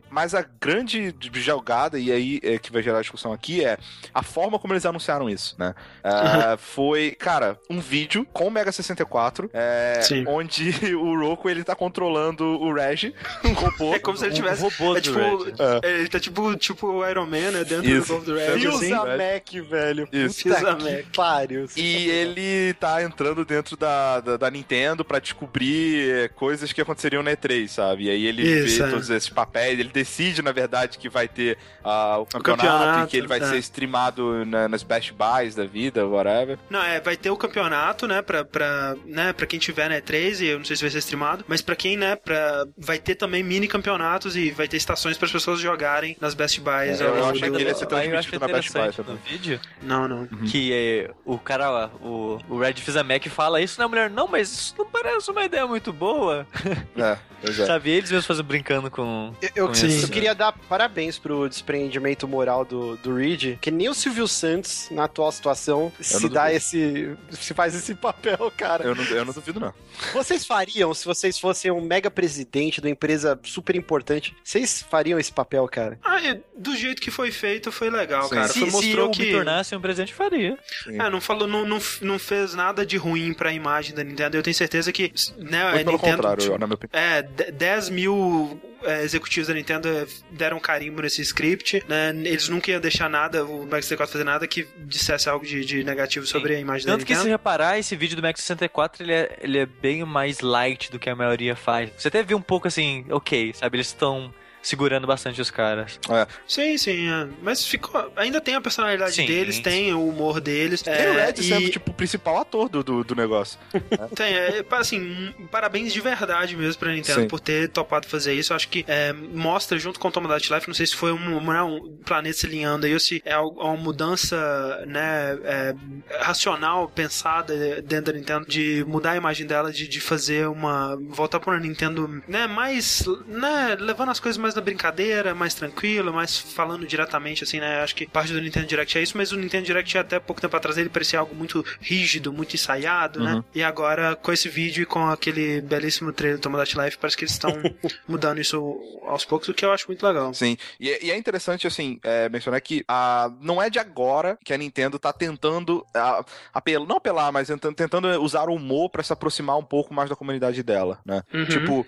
mas a grande jogada, e aí é que vai gerar discussão aqui, é a forma como eles anunciaram isso, né? Uh, foi, cara, um vídeo com o Mega sessenta e quatro, é, onde o Roku, ele tá controlando o Reg, um robô. É como se ele tivesse... Um robô é, do tipo, Reg. É. Ele tá tipo, tipo o Iron Man, né? Dentro Isso. do corpo do Reg, Usa assim. Mac, velho. Isso. Puta Usa que Mac. pariu. E ele tá entrando dentro da, da, da Nintendo pra descobrir é, coisas que aconteceriam na E três, sabe? E aí ele Isso, vê é. todos esses papéis, ele decide, na verdade, que vai ter uh, o, campeonato, campeonato, e que ele vai é. ser streamado na, nas Best Buys da vida, whatever. Não, é, vai ter o campeonato, né, pra, pra, né, pra quem tiver na E três, e eu não sei se vai ser streamado, mas pra quem, né, pra, vai ter também mini campeonatos e vai ter estações para as pessoas jogarem nas Best Buys. É, eu ao- achei do- que ele ia ser Aí eu achei transmitido na Best Buy interessante também. no vídeo Não, não. que é, o cara, o, o Red Fizz Mac fala isso, né, mulher? Não, mas isso não parece uma ideia muito boa. É, pois é. Sabe, eles mesmos fazendo brincando com... Eu, eu, com Sim. isso. eu queria dar parabéns pro desprendimento moral do, do Reed, que nem o Silvio Santos, na atual situação, se não dá duvido. esse. se faz esse papel, cara. Eu não, eu não duvido, não. Vocês fariam, se vocês fossem um mega presidente de uma empresa super importante, vocês fariam esse papel, cara? Ah, e do jeito que foi feito, foi legal, Sim. cara. Se, Foi, se mostrou eu que... me tornasse um presidente, faria. É, não falou, não, não, não fez nada de ruim pra imagem da Nintendo. Eu tenho certeza que, né, a Muito pelo Nintendo, contrário, tipo, na minha opinião. é, de- dez mil é, executivos da Nintendo é, deram carimbo nesse script, né? Eles nunca iam deixar nada, o Mega sessenta e quatro fazer nada que dissesse algo de, de negativo sobre a imagem da Tanto que, se Nintendo. reparar, esse vídeo do Max sessenta e quatro, ele é, ele é bem mais light do que a maioria faz. Você até vê um pouco assim, ok, sabe? Eles estão segurando bastante os caras. Sim, sim, é. Mas ficou, ainda tem a personalidade Sim, deles, sim. tem o humor deles. Tem é, o Red e sendo, tipo, o principal ator do, do, do negócio. tem, é, assim, um, parabéns de verdade mesmo pra Nintendo Sim. por ter topado fazer isso. Eu acho que é, mostra, junto com o Tomodachi Life, não sei se foi um, um, um planeta se alinhando aí ou se é algo- uma mudança, né, é, racional, pensada dentro da Nintendo, de mudar a imagem dela, de, de fazer uma... voltar pra uma Nintendo, né, mais... né, levando as coisas mais na brincadeira, mais tranquilo, mais falando diretamente, assim, né, acho que parte do Nintendo Direct é isso, mas o Nintendo Direct até pouco tempo atrás ele parecia algo muito rígido, muito ensaiado, né, Uhum. e agora com esse vídeo e com aquele belíssimo trailer do Tomodachi Life, parece que eles estão mudando isso aos poucos, o que eu acho muito legal. Sim, e, é- e é interessante, assim, é, mencionar que a, não é de agora que a Nintendo tá tentando a, apel, não apelar, mas tentando, tentando usar o humor pra se aproximar um pouco mais da comunidade dela, né? Uhum. Tipo,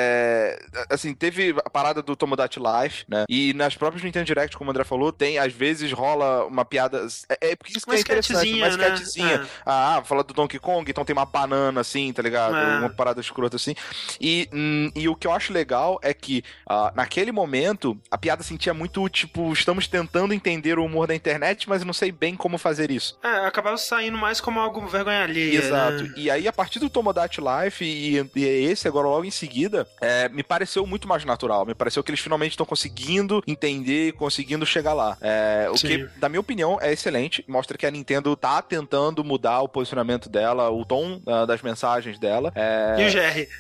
é, assim, teve a parada do Tomodachi Life, né? E nas próprias Nintendo Direct, como o André falou, tem, às vezes rola uma piada. É, é porque isso que Uma é interessante, sketchzinha, uma né? sketchzinha. É. Ah, fala do Donkey Kong, então tem uma banana assim, tá ligado? É. Uma parada escrota assim. E, hum, e o que eu acho legal é que ah, naquele momento a piada sentia muito tipo, estamos tentando entender o humor da internet, mas eu não sei bem como fazer isso. É, acabava saindo mais como algo vergonha alheia. Exato. Né? E aí, a partir do Tomodachi Life e, e esse agora logo em seguida, é, me pareceu muito mais natural. Me pareceu que eles finalmente estão conseguindo entender, conseguindo chegar lá. É, o Sim. que, na minha opinião, é excelente. Mostra que a Nintendo tá tentando mudar o posicionamento dela, o tom ah, das mensagens dela. É, E o G R?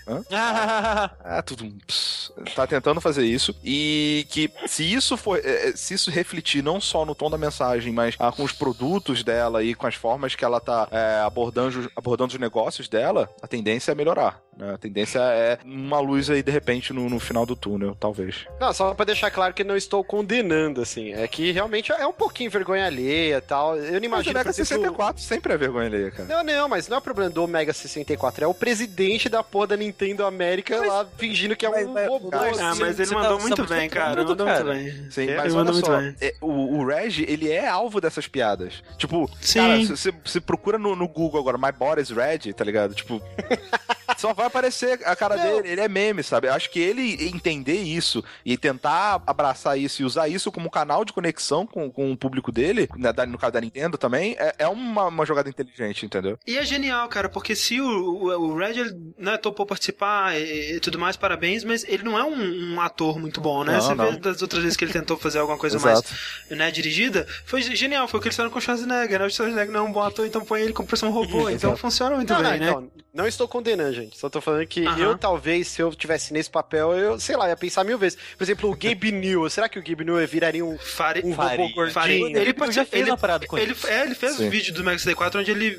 é tudo um pss, tá tentando fazer isso e que se isso for eh, se isso refletir não só no tom da mensagem, mas ah, com os produtos dela e com as formas que ela tá eh, abordando, abordando os negócios dela, a tendência é melhorar, né? A tendência é uma luz aí de repente no, no final do túnel, talvez. Não, só pra deixar claro que não estou condenando, assim. É que realmente é um pouquinho vergonha alheia e tal. Eu não Mas o imagino, Mega por exemplo... sessenta e quatro sempre é vergonha alheia, cara. Não, não, mas não é o problema do Mega sessenta e quatro, é o presidente da porra da Nintendo América Mas- lá fingindo que é mas- um mas- robô. mas- Ah, assim. mas ele você mandou tá- muito você tá bem, muito cara. tudo, Mandou cara. muito bem. Sim, Ele mas mandou olha muito só, bem. é, o, o Reg, ele é alvo dessas piadas. Tipo, Sim. cara, se você se procura no, no Google agora, My Body's Red, tá ligado? Tipo, só vai aparecer a cara Não. dele, ele é meme, sabe? Eu acho que ele entender isso e tentar abraçar isso e usar isso como canal de conexão com, com o público dele, né, da- no caso da Nintendo também, é, é uma, uma jogada inteligente, entendeu? E é genial, cara, porque se o, o, o Red, ele, né, topou participar e, e tudo mais, parabéns, mas ele não é um, um ator muito bom, né? Não, Você não. vê das outras vezes que ele tentou fazer alguma coisa Exato. mais, né, dirigida, foi genial, foi o que eles fizeram com o Schwarzenegger, né? O Schwarzenegger não é um bom ator, então põe ele como um robô, então funciona muito Não, não, bem, né? então, não estou condenando, gente. Só tô falando que Aham. eu, talvez, se eu tivesse nesse papel, eu, sei lá, ia pensar mil vezes. Por exemplo, o Gabe New. Será que o Gabe New viraria um, Fare... um Faria. robô gordinho? Faria. Ele já fez ele, uma parada com ele, isso. É, ele fez Sim. um vídeo do Mega sessenta e quatro onde ele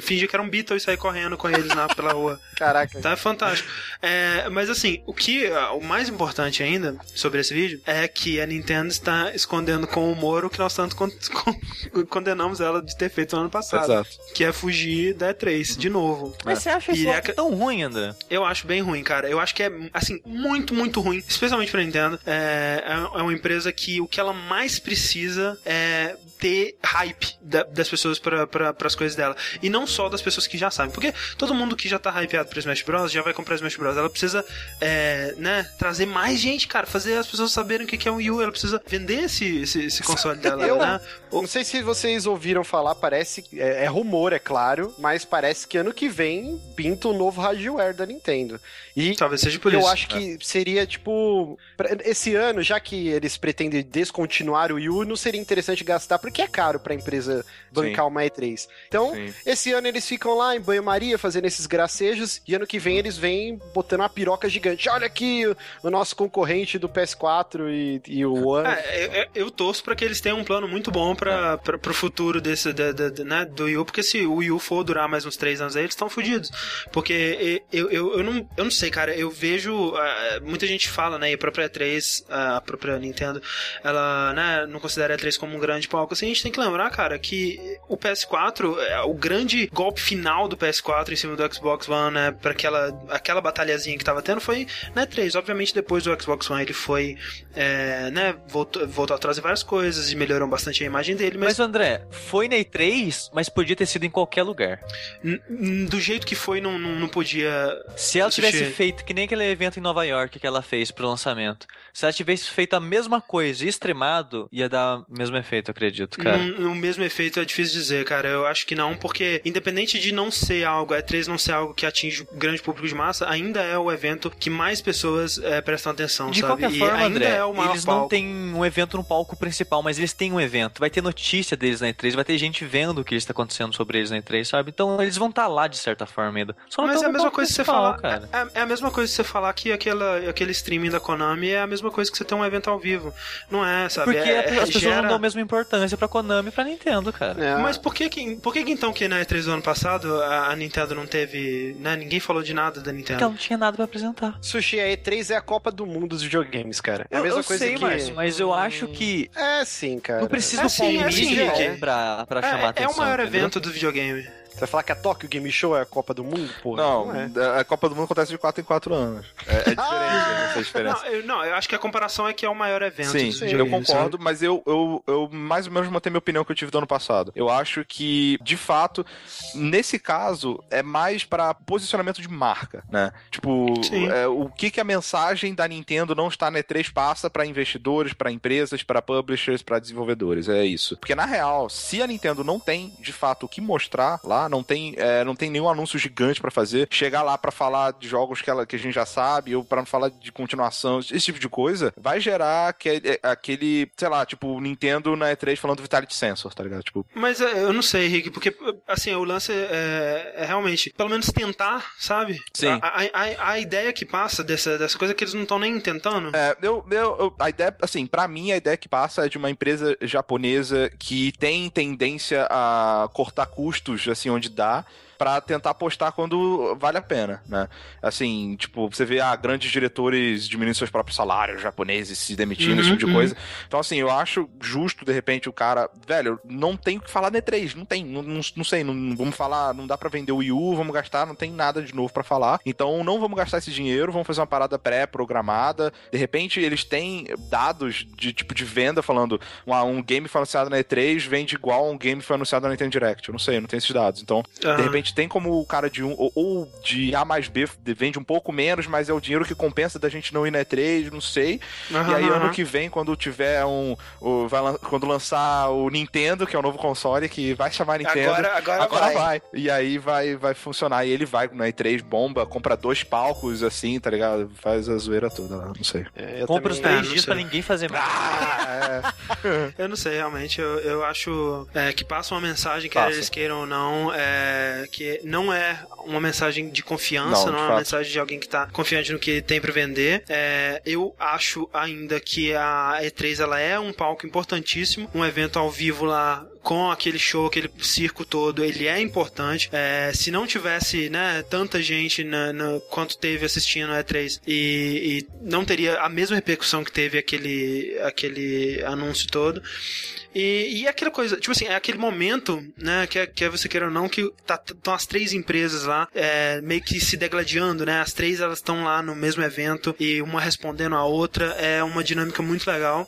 fingir que era um Beatle e sair correndo com eles lá pela rua. Caraca. Então é fantástico. É, mas assim, o que o mais importante ainda sobre esse vídeo é que a Nintendo está escondendo com humor o que nós tanto con con condenamos ela de ter feito no ano passado. Exato. Que é fugir da E três, de novo. Mas é. você acha isso é... tão ruim, André? Eu acho bem ruim, cara. Eu acho que é, assim, muito, muito ruim. Especialmente pra Nintendo. É, é uma empresa que o que ela mais precisa é ter hype da, das pessoas para pra, as coisas dela. E não só das pessoas que já sabem. Porque todo mundo que já tá hypeado pra Smash Bros. Já vai comprar Smash Bros. Ela precisa, é, né, trazer mais gente, cara. Fazer as pessoas saberem o que é o Wii U. Ela precisa vender esse, esse, esse console dela, eu, né? Não sei se vocês ouviram falar, parece... É, é rumor, é claro, mas parece que ano que vem pinta o novo hardware da Nintendo. E talvez seja por eu isso. Eu acho que seria, tipo... Esse ano, já que eles pretendem descontinuar o Wii U, não seria interessante gastar, porque é caro pra empresa bancar Sim. uma E três. Então, Sim. esse ano eles ficam lá em banho-maria, fazendo esses gracejos, e ano que vem eles vêm botando uma piroca gigante. Olha aqui o, o nosso concorrente do P S quatro e, e o One. É, eu, eu torço pra que eles tenham um plano muito bom pra, pra, pro futuro desse, da, da, da, né, do Wii U, porque se o Wii U for durar mais uns três anos aí, eles estão fodidos. Porque eu, eu, eu, não, eu não sei, cara, eu vejo... Uh, muita gente fala, né, e a própria E três, uh, a própria Nintendo, ela, né, não considera a E três como um grande palco. Assim, a gente tem que lembrar, cara, que o P S quatro, o grande golpe final do P S quatro em cima do Xbox One, né, pra aquela, aquela batalhazinha que tava tendo, foi na E três. Obviamente, depois do Xbox One, ele foi, é, né, voltou, voltou a trazer várias coisas e melhorou bastante a imagem dele. Mas, mas André, foi na E três, mas podia ter sido em qualquer lugar. Do jeito que foi, não, não, não podia... Se ela tivesse assistir. feito que nem aquele evento em Nova York que ela fez pro lançamento, se ela tivesse feito a mesma coisa e streamado, ia dar o mesmo efeito, eu acredito, cara. O mesmo efeito é difícil dizer, cara. Eu acho que não, porque independente de não ser algo, a E três não ser algo que atinge o grande público de massa, ainda é o evento que mais pessoas é, prestam atenção, de sabe? Qualquer e forma, ainda André, é o maior eles palco. Não têm um evento no palco principal, mas eles têm um evento. Vai ter notícia deles na E três, vai ter gente vendo o que está acontecendo sobre eles na E três, sabe? Então eles vão estar lá de certa forma ainda. Só não mas é a mesma coisa que você falar, cara. É, é a mesma coisa que você falar que aquela, aquele streaming da Konami é a mesma coisa que você ter um evento ao vivo. Não é, sabe? Porque é, as é, pessoas gera... não dão a mesma importância pra Konami e pra Nintendo, cara. É. Mas por que que, por que que então que na E três do ano passado a, a Nintendo não teve, né? Ninguém falou de nada da Nintendo. Porque ela não tinha nada pra apresentar. Sushi, a E três é a Copa do Mundo dos videogames, cara. É a mesma eu coisa sei, que... Márcio, mas eu acho que... É sim, cara. Não precisa é do sim, é sim, é pra, pra chamar é, atenção. É o maior entendeu? evento do videogame. Você vai falar que a Tokyo Game Show é a Copa do Mundo? Pô, não, não é. a Copa do Mundo acontece de quatro em quatro anos. É, é diferente, ah! essa diferença. Não eu, não, eu acho que a comparação é que é o maior evento Sim, dos sim, videogames. eu concordo, sabe? Mas eu, eu, eu mais ou menos mantenho minha opinião que eu tive do ano passado. Eu acho que, de fato, nesse caso, é mais pra posicionamento de marca, né? Tipo, é, o que, que a mensagem da Nintendo não está na E três passa pra investidores, pra empresas, pra publishers, pra desenvolvedores. É isso. Porque, na real, se a Nintendo não tem, de fato, o que mostrar lá, não tem, é, não tem nenhum anúncio gigante pra fazer, chegar lá pra falar de jogos que, ela, que a gente já sabe, ou pra falar de continuação, esse tipo de coisa, vai gerar aquele, aquele sei lá, tipo, Nintendo na E três falando do Vitality Sensor, tá ligado? Tipo... Mas é, eu não sei, Rick, porque, assim, o lance é, é realmente, pelo menos tentar, sabe? Sim. A, a, a ideia que passa dessa, dessa coisa é que eles não estão nem tentando. É, eu, eu, eu, a ideia, assim, pra mim, a ideia que passa é de uma empresa japonesa que tem tendência a cortar custos, assim, onde dá, pra tentar apostar quando vale a pena, né? Assim, tipo, você vê, ah, grandes diretores diminuindo seus próprios salários, japoneses se demitindo, uhum, esse tipo de coisa. Então, assim, eu acho justo, de repente, o cara, velho, não tem o que falar na E três, não tem, não, não, não sei, não, não vamos falar, não dá pra vender o Wii U, vamos gastar, não tem nada de novo pra falar. Então, não vamos gastar esse dinheiro, vamos fazer uma parada pré-programada. De repente, eles têm dados de tipo de venda falando, um, um game foi anunciado na E três vende igual a um game que foi anunciado na Nintendo Direct. Eu não sei, eu não tenho esses dados. Então, uhum, de repente, tem como o cara de um, ou, ou de A mais B vende um pouco menos, mas é o dinheiro que compensa da gente não ir na E três, não sei. Uhum, e aí, uhum, ano que vem, quando tiver um. O, vai, quando lançar o Nintendo, que é o novo console, que vai chamar Nintendo. Agora, agora, agora vai. vai. E aí vai, vai funcionar. E ele vai na E três, bomba, compra dois palcos assim, tá ligado? Faz a zoeira toda lá, não sei. É, compra os três dias pra ninguém fazer mais. Ah, é. Eu não sei, realmente. Eu, eu acho é, que passa uma mensagem, quer passa. eles queiram ou não, é, que que não é uma mensagem de confiança, Não, não de é uma fato. mensagem de alguém que tá confiante no que tem pra vender. É, eu acho ainda que a E três ela é um palco importantíssimo, um evento ao vivo lá com aquele show, aquele circo todo, ele é importante. É, se não tivesse, né, tanta gente na, na, quanto teve assistindo a E três e, e não teria a mesma repercussão que teve aquele, aquele anúncio todo. E, e é aquela coisa, tipo assim, é aquele momento, né, que é, que é você queira ou não, que tá, estão as três empresas lá, é, meio que se degladiando, né, as três elas estão lá no mesmo evento e uma respondendo a outra, é uma dinâmica muito legal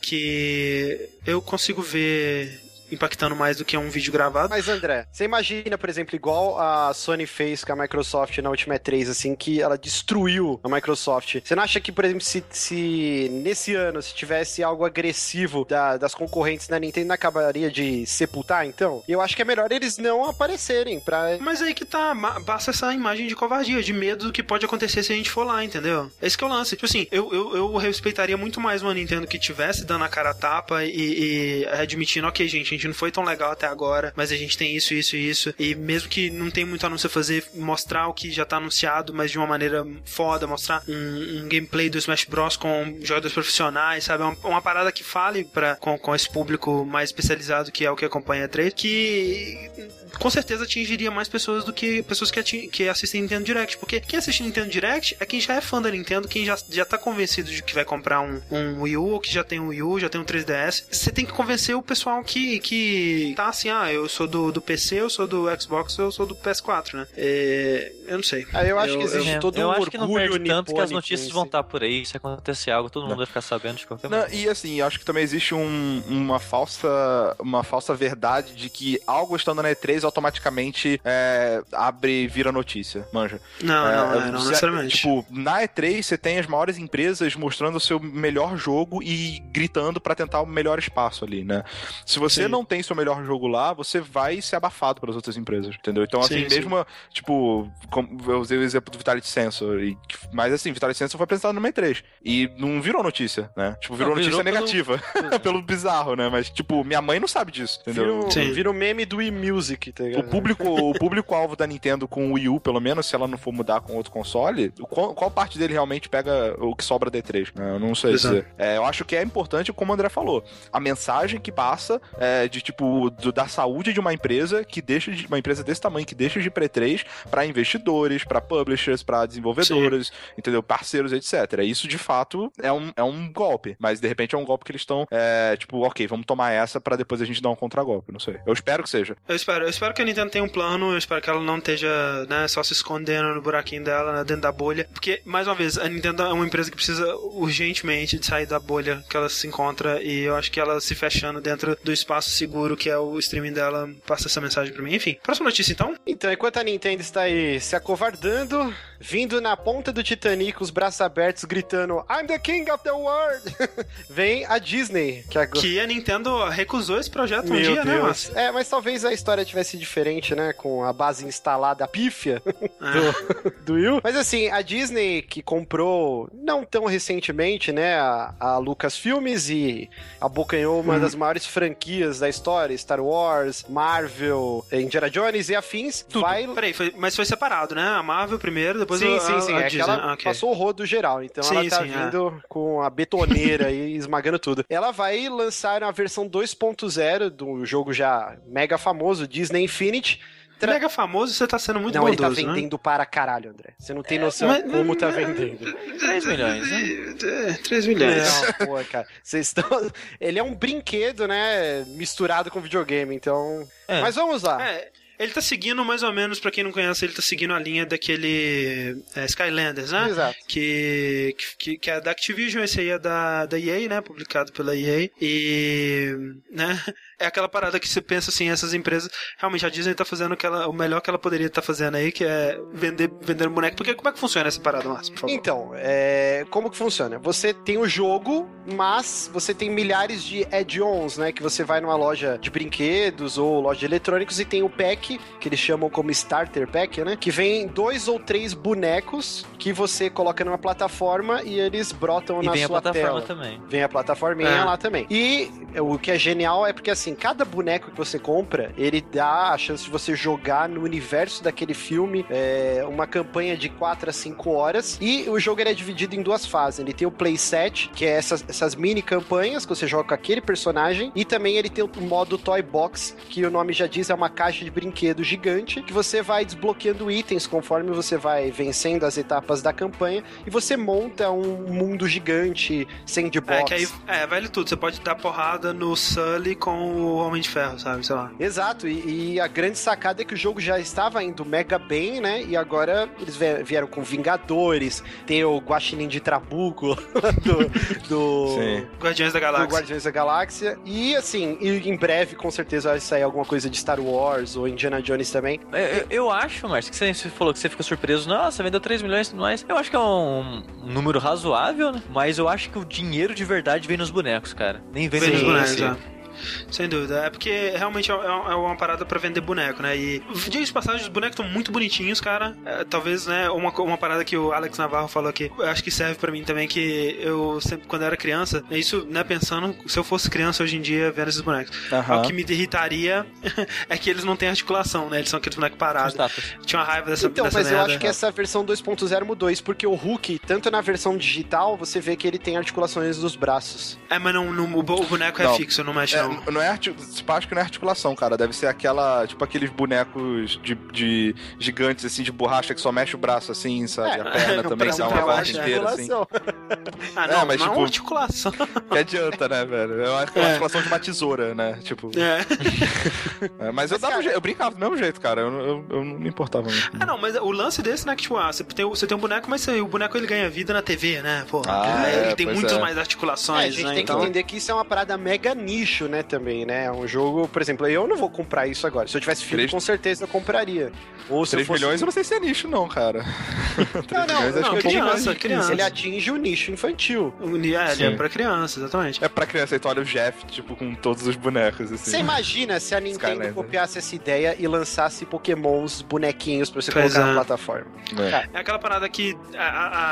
que eu consigo ver impactando mais do que um vídeo gravado. Mas André, você imagina, por exemplo, igual a Sony fez com a Microsoft na última E três, assim, que ela destruiu a Microsoft. Você não acha que, por exemplo, se, se nesse ano, se tivesse algo agressivo da, das concorrentes da Nintendo, não acabaria de sepultar, então? E eu acho que é melhor eles não aparecerem pra... Mas aí que tá, basta essa imagem de covardia, de medo do que pode acontecer se a gente for lá, entendeu? Esse que é o lance. Tipo assim, eu, eu, eu respeitaria muito mais uma Nintendo que tivesse dando a cara a tapa e, e admitindo, ok, gente, a gente não foi tão legal até agora, mas a gente tem isso, isso e isso, e mesmo que não tem muito anúncio a fazer, mostrar o que já tá anunciado, mas de uma maneira foda, mostrar um, um gameplay do Smash Bros com jogadores profissionais, sabe? Uma, uma parada que fale pra, com, com esse público mais especializado que é o que acompanha a E três, que com certeza atingiria mais pessoas do que pessoas que, ati- que assistem Nintendo Direct, porque quem assiste Nintendo Direct é quem já é fã da Nintendo, quem já, já tá convencido de que vai comprar um, um Wii U, ou que já tem um Wii U, já tem um três D S. Você tem que convencer o pessoal que, que tá assim, ah, eu sou do, do P C, eu sou do Xbox, eu sou do P S quatro, né? É, eu não sei. Ah, eu acho Eu- que existe É, todo eu um acho que não orgulho perde tanto que as nipônico notícias em vão si. estar por aí. Se acontecer algo, todo mundo vai ficar sabendo de qualquer Não, maneira. e assim, acho que também existe um- uma falsa uma falsa verdade de que algo estando na E três automaticamente é, abre e vira notícia, manja. Não, É, não, é, não você- necessariamente. Tipo, na E três você tem as maiores empresas mostrando o seu melhor jogo e gritando pra tentar o melhor espaço ali, né? Se você Sim. não tem seu melhor jogo lá, você vai ser abafado pelas outras empresas, entendeu? Então, assim, Sim, sim. mesmo, tipo, como eu usei o exemplo do Vitality Sensor, e, mas assim, Vitality Sensor foi apresentado no E três e não virou notícia, né? Tipo, virou Não, virou notícia pelo- negativa, pelo bizarro, né? Mas, tipo, minha mãe não sabe disso, entendeu? Vira, Sim. o- vira o meme do Wii Music, tá ligado? O público, o público-alvo da Nintendo com o Wii U, pelo menos, se ela não for mudar com outro console, qual, qual parte dele realmente pega o que sobra da E três? Eu não sei Exato. dizer. É, eu acho que é importante, como o André falou, a mensagem que passa é, de, tipo, do- da saúde de uma empresa que deixa de, uma empresa desse tamanho, que deixa de ir pra E três pra investidores, pra publishers, pra desenvolvedores, entendeu? Parceiros, etcétera. Isso, de fato, é um, é um golpe, mas, de repente, é um golpe que eles estão, é, tipo, ok, vamos tomar essa pra depois a gente dar um contragolpe, não sei. Eu espero que seja. Eu espero, eu espero que a Nintendo tenha um plano, eu espero que ela não esteja, né, só se escondendo no buraquinho dela, né, dentro da bolha, porque, mais uma vez, a Nintendo é uma empresa que precisa urgentemente de sair da bolha que ela se encontra, e eu acho que ela se fechando dentro do espaço seguro que é o streaming dela, passa essa mensagem pra mim. Enfim, próxima notícia então. Então, enquanto a Nintendo está aí se acovardando, vindo na ponta do Titanic, os braços abertos, gritando I'm the king of the world, vem a Disney, que agora... Que a Nintendo recusou esse projeto um Meu dia, né, Deus. Márcio? É, mas talvez a história tivesse diferente, né? Com a base instalada pífia É. do, do Will. Mas assim, a Disney que comprou, não tão recentemente, né? A, a Lucasfilmes e abocanhou uma Uhum. das maiores franquias da história, Star Wars, Marvel, Indiana Jones e afins, vai... Peraí, foi- mas foi separado, né? A Marvel primeiro, depois Sim, a, sim, sim. a, a É que Disney. ela Ah, ok. passou o rodo geral. Então Sim, ela tá sim, é. vindo com a betoneira aí, esmagando tudo. Ela vai lançar a versão dois ponto zero do jogo já mega famoso, Disney Infinity. Tra- Mega famoso, você tá sendo muito Não, ele tá bondoso, né? vendendo para caralho, André. Você não tem noção mas- como tá vendendo. três milhões, né? três milhões. Não, pô, cara. Vocês estão. Ele é um brinquedo, né? Misturado com videogame, então. É. Mas vamos lá. É, ele tá seguindo mais ou menos, pra quem não conhece, ele tá seguindo a linha daquele é, Skylanders, né? Exato. Que, que, que é da Activision, esse aí é da, da E A, né? Publicado pela E A. E, né? É aquela parada que você pensa assim, essas empresas, realmente a Disney tá fazendo aquela, o melhor que ela poderia estar fazendo aí, que é vender, vender boneco. Porque como é que funciona essa parada, Márcio, por favor? Então, é... como que funciona? Você tem o jogo mas você tem milhares de add-ons, né? Que você vai numa loja de brinquedos ou loja de eletrônicos e tem o pack, que eles chamam como Starter Pack, né? Que vem dois ou três bonecos que você coloca numa plataforma e eles brotam e na vem sua a plataforma tela. também. Vem a plataforminha É. lá também. E o que é genial é porque, assim, cada boneco que você compra, ele dá a chance de você jogar no universo daquele filme é, uma campanha de quatro a cinco horas. E o jogo ele é dividido em duas fases. Ele tem o playset, que é essas, essas mini campanhas que você joga com aquele personagem. E também ele tem o modo Toy Box, que o nome já diz, é uma caixa de brinquedo gigante, que você vai desbloqueando itens conforme você vai vencendo as etapas da campanha. E você monta um mundo gigante, sandbox. É, que aí é, vale tudo. Você pode dar porrada no Sully com o Homem de Ferro, sabe? Sei lá. Exato, e, e a grande sacada é que o jogo já estava indo mega bem, né? E agora eles vie- vieram com Vingadores, tem o Guaxinim de Trabuco do, do, Sim. Guardiões da do Galáxia. Guardiões da Galáxia. E assim, e em breve com certeza vai sair alguma coisa de Star Wars ou Indiana Jones também. Eu, eu, eu acho, Márcio, que você falou que você fica surpreso. Nossa, vendeu três milhões e tudo mais. Eu acho que é um, um número razoável, né? Mas eu acho que o dinheiro de verdade vem nos bonecos, cara. Nem vem Vem nos nos bonecos, bonecos. é. Sem dúvida. É porque realmente é é uma parada pra vender boneco, né? E, diga de passagem, os bonecos estão muito bonitinhos, cara. É, talvez, né, uma, uma parada que o Alex Navarro falou aqui, eu acho que serve pra mim também, que eu sempre, quando eu era criança, isso, né, pensando, se eu fosse criança hoje em dia, vendo esses bonecos, Aham. o que me irritaria é que eles não têm articulação, né? Eles são aqueles bonecos parados. Tinha uma raiva dessa, Então, dessa mas eu merda. acho que essa versão dois ponto zero mudou isso, porque o Hulk, tanto na versão digital, você vê que ele tem articulações nos braços. É, mas não, não- o bo- o boneco é Não. fixo, não mexe, É, não. não é arti... acho que não é articulação, cara. Deve ser aquela, tipo aqueles bonecos de, de gigantes, assim, de borracha que só mexe o braço, assim, sabe? É, a perna não também, parece dá um uma trabalho, barra né? inteira, assim. Ah, É, não, mas, mas é tipo- uma articulação. Que adianta, né, velho? É uma É. articulação de uma tesoura, né? Tipo. É. É, mas eu Mas, dava cara- um jeito, eu brincava do mesmo jeito, cara. Eu, eu, eu não me importava muito. Ah, não, mas o lance desse, né, que tipo, ah, você tem, você tem um boneco, mas você- o boneco ele ganha vida na T V, né? Pô, Ah, ele é, tem pois muito é. mais É, a articulações, gente né? tem Então, que entender que isso é uma parada mega nicho, né, também, né? É um jogo, por exemplo, eu não vou comprar isso agora. Se eu tivesse filho, Três- com certeza eu compraria. Ou se eu três fosse... milhões eu não sei se é nicho, não, cara. Não, não, milhões não, acho que é um não, pouco criança, mais de criança. Ele atinge o nicho infantil. o- é, ele é Sim. pra criança, exatamente. É pra criança, aí tu olha o Jeff, tipo, com todos os bonecos, assim. Você imagina se a Nintendo Skylander. copiasse essa ideia e lançasse pokémons, bonequinhos pra você Pois colocar é. na plataforma? É. É aquela parada que a-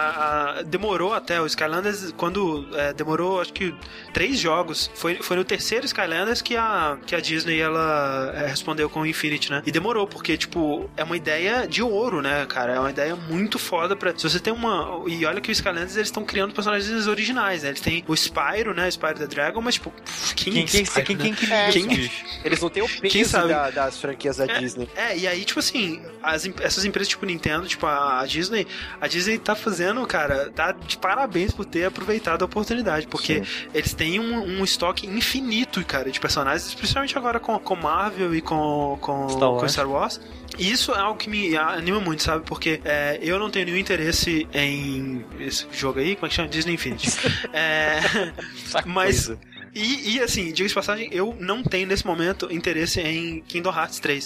a- a- demorou até o Skylanders, quando é, demorou, acho que três jogos, foi, foi no terceiro Skylanders que a, que a Disney, ela é, respondeu com o Infinity, né? E demorou, porque, tipo, é uma ideia de ouro, né, cara? É uma ideia muito foda pra... Se você tem uma... E olha que o Skylanders, eles estão criando personagens originais, né? Eles têm o Spyro, né? Spyro the Dragon, mas, tipo, quem Quem, quem, Spyro, quem, né? quem, quem, É, quem, quem- Eles não têm o Quem peso sabe? da- das franquias da Disney. É, e aí, tipo assim, as, em- essas empresas tipo Nintendo, tipo a, a Disney, a Disney tá fazendo, cara, tá de parabéns por ter aproveitado a oportunidade, porque eles têm um, um estoque infinito, cara, de personagens, especialmente agora com, com Marvel e com, com, Star Wars. com Star Wars. E isso é algo que me anima muito, sabe? Porque é, eu não tenho nenhum interesse em esse jogo aí, como é que chama? Disney Infinity. É, mas... coisa. E, e assim, diga de passagem, eu não tenho nesse momento interesse em Kingdom Hearts três.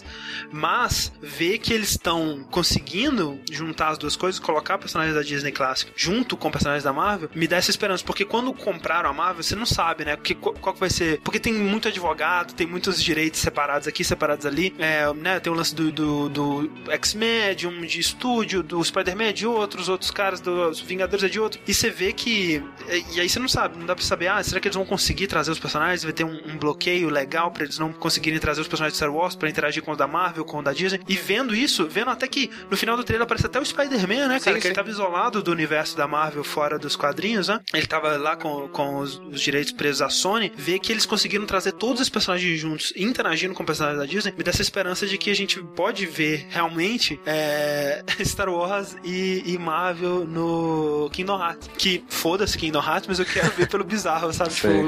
Mas ver que eles estão conseguindo juntar as duas coisas, colocar personagens da Disney clássica junto com personagens da Marvel, me dá essa esperança. Porque quando compraram a Marvel, você não sabe, né? Que, qual, qual que vai ser. Porque tem muito advogado, tem muitos direitos separados aqui, separados ali. É, né, tem o lance do, do, do X-Men, de um de estúdio, do Spider-Man é de outros, outros caras dos Vingadores é de outro. E você vê que. E aí você não sabe, não dá pra saber, ah, será que eles vão conseguir trazer os personagens, vai ter um, um bloqueio legal pra eles não conseguirem trazer os personagens de Star Wars pra interagir com os da Marvel, com o da Disney, e vendo isso, vendo até que no final do trailer aparece até o Spider-Man, né, cara, Sim, que sim. ele tava isolado do universo da Marvel fora dos quadrinhos, né, ele tava lá com, com os, os direitos presos à Sony, ver que eles conseguiram trazer todos os personagens juntos, interagindo com personagens da Disney, me dá essa esperança de que a gente pode ver realmente é, Star Wars e, e Marvel no Kingdom Hearts, que foda-se Kingdom Hearts, mas eu quero ver pelo bizarro, sabe, Sei. tipo,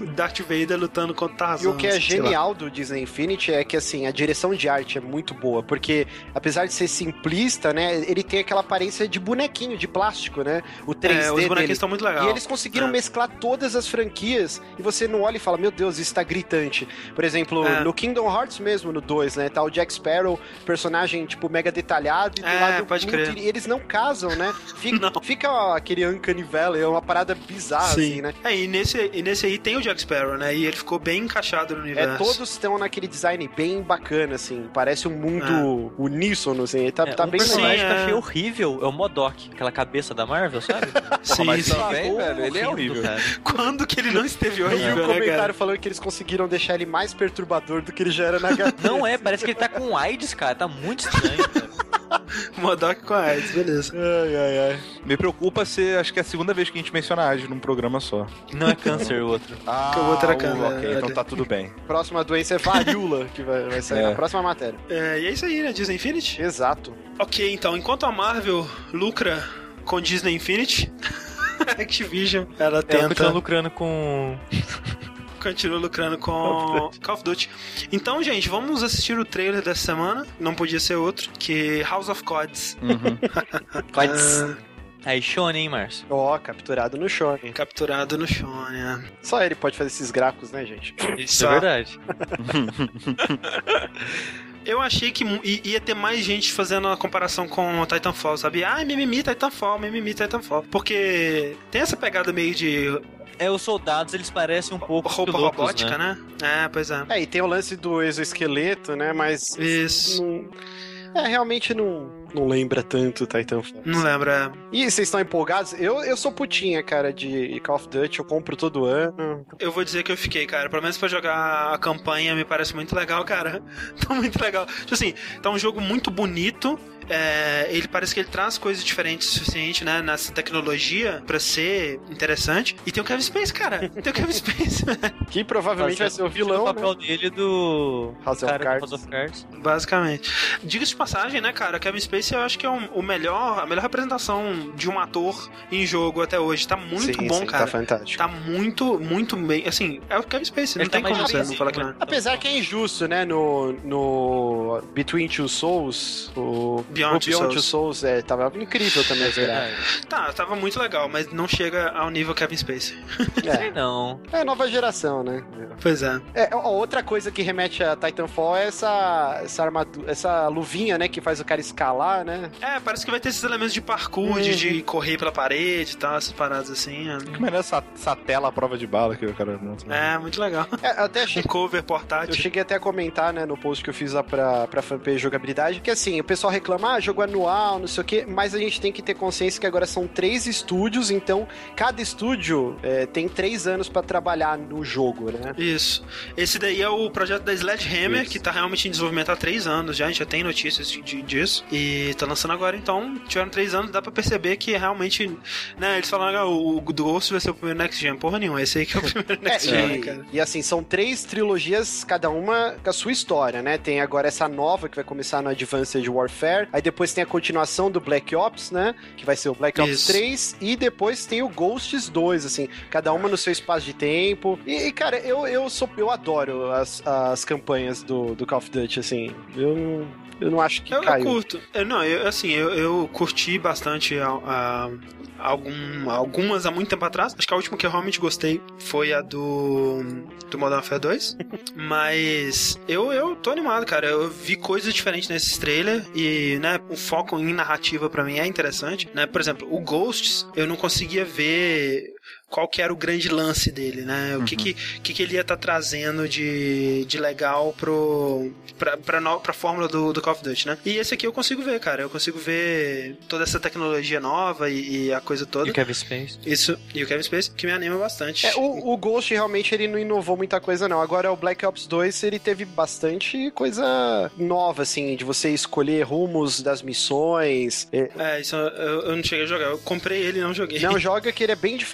Darth Vader lutando contra Tarzan. E o que é sei genial lá. do Disney Infinity é que, assim, a direção de arte é muito boa, porque apesar de ser simplista, né, ele tem aquela aparência de bonequinho, de plástico, né? O três D É, os bonequinhos dele. estão muito legais. E eles conseguiram É. mesclar todas as franquias e você não olha e fala, meu Deus, isso tá gritante. Por exemplo, É. no Kingdom Hearts mesmo, no dois, né, tá o Jack Sparrow, personagem, tipo, mega detalhado, e do É, lado pode Pluto, crer. e eles não casam, né? Fica, Não. fica ó, aquele Uncanny Valley, é uma parada bizarra, assim, né? É, e nesse, e nesse aí tem o Jack Sparrow, né? E ele ficou bem encaixado no universo. É, todos estão naquele design bem bacana, assim. Parece um mundo uníssono, assim. Tá, É, tá um bem personagem Sim, que eu é. achei horrível é o Modok, aquela cabeça da Marvel, sabe? Sim, mas sim. também, velho, ele é horrível. Cara. Quando que ele não esteve E horrível, o né, comentário cara? falando que eles conseguiram deixar ele mais perturbador do que ele já era na H Q. Não é, parece que ele tá com AIDS, cara. Tá muito estranho, cara. Modok com a AIDS, beleza. Ai, ai, ai. Me preocupa ser, acho que é a segunda vez que a gente menciona a AIDS num programa só. Não é câncer o outro. Ah, o outro era uh, câmera, ok, olha. então tá tudo bem. Próxima doença é varíola, que vai, vai sair É. na próxima matéria. É, e é isso aí, né? Disney Infinity? Exato. Ok, então, enquanto a Marvel lucra com Disney Infinity, a Activision, ela Ela tenta... continua lucrando com... continua lucrando com Call of Duty. Então, gente, vamos assistir o trailer dessa semana. Não podia ser outro, que House of Cards. Uhum. Ah, Aí, Shonen, hein, Márcio? Ó, capturado no shopping. capturado no Shonen. Só ele pode fazer esses gráficos, né, gente? Isso Só. é verdade. Eu achei que mu- i- ia ter mais gente fazendo a comparação com Titanfall, sabe? Ah, mimimi, Titanfall, mimimi, Titanfall. Porque tem essa pegada meio de É, os soldados, eles parecem um pouco os roupa pilotos, robótica, né? né? É, pois é. É, e tem o lance do exoesqueleto, né, mas... Isso. Não, é, realmente não, não lembra tanto Titanfall. Não lembro, é. E vocês estão empolgados? Eu, eu sou putinha, cara, de Call of Duty, eu compro todo ano. Eu vou dizer que eu fiquei, cara. Pelo menos pra jogar a campanha me parece muito legal, cara. Tá muito legal. Tipo assim, tá um jogo muito bonito. É, ele parece que ele traz coisas diferentes o suficiente, né, nessa tecnologia pra ser interessante. E tem o Kevin Space, cara. Tem o Kevin Space, Que provavelmente vai ser o vilão, o né? papel dele do House of cara do Cards. House of Cards. basicamente. Diga-se de passagem, né, cara? Kevin Space eu acho que é um- o melhor, a melhor representação de um ator em jogo até hoje. Tá muito Sim, bom, sim, cara. Tá fantástico. Tá muito, muito bem. Assim, é o Kevin Space. Não Ele tá tem mais como você não jovem, falar que né? não. Apesar que é injusto, né? No, no Between Two Souls, o Beyond o Two Beyond Souls. Two Souls é, tava incrível também as gráficas. Tá, tava muito legal, mas não chega ao nível Kevin Space. Sei não. É, é nova geração, né? Pois é. É, ó, outra coisa que remete a Titanfall é essa, essa armadura, essa luvinha, né? Que faz o cara escalar, né? É, parece que vai ter esses elementos de parkour, de, de correr pela parede e tal, essas paradas assim. Como é essa, essa tela à prova de bala que o cara monta? É, é muito legal. É, até Um achei. cover Eu portátil. cheguei até a comentar, né, no post que eu fiz lá pra, pra fanpage jogabilidade, que assim, o pessoal reclama, ah, jogo anual, não sei o quê, mas a gente tem que ter consciência que agora são três estúdios, então cada estúdio é, tem três anos pra trabalhar no jogo, né? Isso. Esse daí é o projeto da Sledgehammer, Isso. que tá realmente em desenvolvimento há três anos já, a gente já tem notícias de- de- disso. E tá lançando agora, então, tiveram três anos, dá pra perceber que realmente, né, eles falaram, ah, o, o do Ghost vai ser o primeiro Next Gen. Porra nenhuma, esse aí que é o primeiro É, Next Gen, né, e, cara? e assim, são três trilogias, cada uma com a sua história, né? Tem agora essa nova que vai começar no Advanced Warfare, aí depois tem a continuação do Black Ops, né? Que vai ser o Black Ops Isso. três, e depois tem o Ghosts dois, assim, cada uma no seu espaço de tempo. E, e, cara, eu, eu, sou, eu adoro as, as campanhas do, do Call of Duty, assim, eu não, eu não acho que Eu, eu caiu. curto. Eu, não, eu, assim, eu, eu curti bastante a, a- algum, algumas há muito tempo atrás. Acho que a última que eu realmente gostei foi a do, do Modern Warfare dois. Mas eu, eu tô animado, cara. Eu vi coisas diferentes nesses trailers e, né, o foco em narrativa pra mim é interessante, né? Por exemplo, o Ghosts, eu não conseguia ver qual que era o grande lance dele, né? O que, que, que, que ele ia estar trazendo de, de legal pro, pra, pra, no, pra fórmula do, do Call of Duty, né? E esse aqui eu consigo ver, cara. Eu consigo ver toda essa tecnologia nova e, e a coisa toda. E o Kevin Space. Isso, e o Kevin Space, que me anima bastante. É, o, o Ghost realmente ele não inovou muita coisa, não. Agora o Black Ops dois ele teve bastante coisa nova, assim, de você escolher rumos das missões. É, É, isso eu, eu não cheguei a jogar. Eu comprei ele e não joguei. não, joga que ele é bem diferente, assim.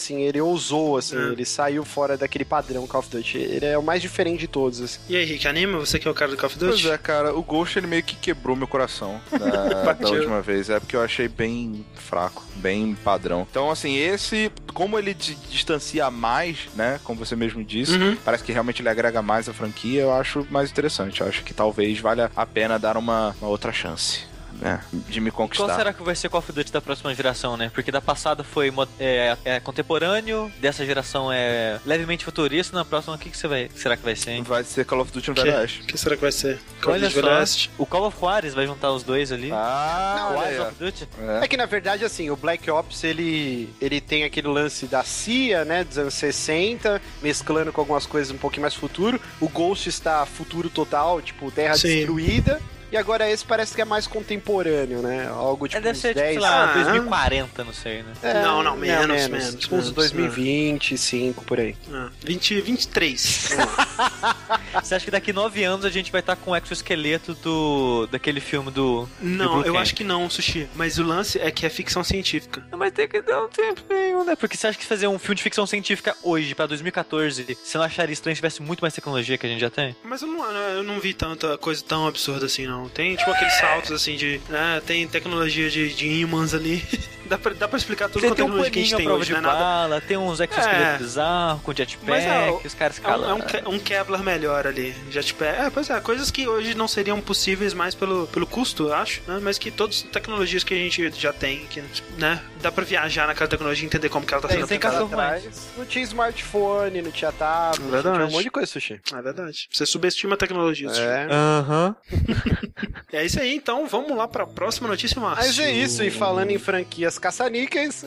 assim, ele ousou, assim, É. ele saiu fora daquele padrão Call of Duty. Ele é o mais diferente de todos, assim. E aí, Rick, anima? Você que é o cara do Call of Pois Duty? é, cara, o Ghost ele meio que quebrou meu coração da, da Bateu. última vez. É porque eu achei bem fraco, bem padrão. Então, assim, esse, como ele se distancia mais, né, como você mesmo disse, Uhum. parece que realmente ele agrega mais a franquia, eu acho mais interessante. Eu acho que talvez valha a pena dar uma, uma outra chance, né, de me Qual conquistar. será que vai ser Call of Duty da próxima geração, né? Porque da passada foi mo- é, é contemporâneo, dessa geração é levemente futurista, na próxima o que, que você vai, será que vai ser, hein? Vai ser Call of Duty no Que- Velho Oeste. O que será que vai ser? Call of Olha Duty Velho só, Oeste? o Call of Juarez vai juntar os dois ali. Ah, o olha Wars aí, of Duty. ó. É que, na verdade, assim, o Black Ops, ele, ele tem aquele lance da C I A, né, dos anos sessenta, mesclando com algumas coisas um pouquinho mais futuro. O Ghost está futuro total, tipo, terra Sim. destruída. E agora esse parece que é mais contemporâneo, né? Algo É, tipo deve uns ser, tipo, dez... sei lá, Ah. dois mil e quarenta, não sei, né? É, Não, não, menos, menos, Tipo uns menos, dois mil e vinte e cinco, por aí. Ah, vinte, vinte e três. Vamos lá. Você acha que daqui nove anos a gente vai estar com o exoesqueleto do, daquele filme do... Não, do eu Blue acho que não, Sushi. Mas o lance é que é ficção científica. Não, mas tem que dar um tempo nenhum, né? Porque você acha que fazer um filme de ficção científica hoje, pra dois mil e quatorze, você não acharia estranho se tivesse muito mais tecnologia que a gente já tem? Mas eu não, eu não vi tanta coisa tão absurda assim, não. Tem, tipo, aqueles saltos, assim, de... né, tem tecnologia de, de ímãs ali. dá, pra, dá pra explicar tudo Você com a tem um tecnologia que a gente paninho à tem prova hoje, de não é nada... bala, tem uns exoesqueletos É. bizarros, com jetpack, Mas é, os caras É um, escalam. é um, Ke- um Kevlar melhor ali. Já tipo, é, pois é, coisas que hoje não seriam possíveis mais pelo, pelo custo, eu acho, né? Mas que todas as tecnologias que a gente já tem, que, né? Dá pra viajar naquela tecnologia e entender como que ela tá Tem- sendo tem aplicada. cachorro mais. Não tinha smartphone, não tinha tablet, É verdade. tinha um monte de coisa, Sushi. É verdade. Você subestima a tecnologia. Sushi. É. Aham. É isso aí, então vamos lá pra próxima notícia, Márcio. Mas é isso, e falando em franquias caça-níqueis,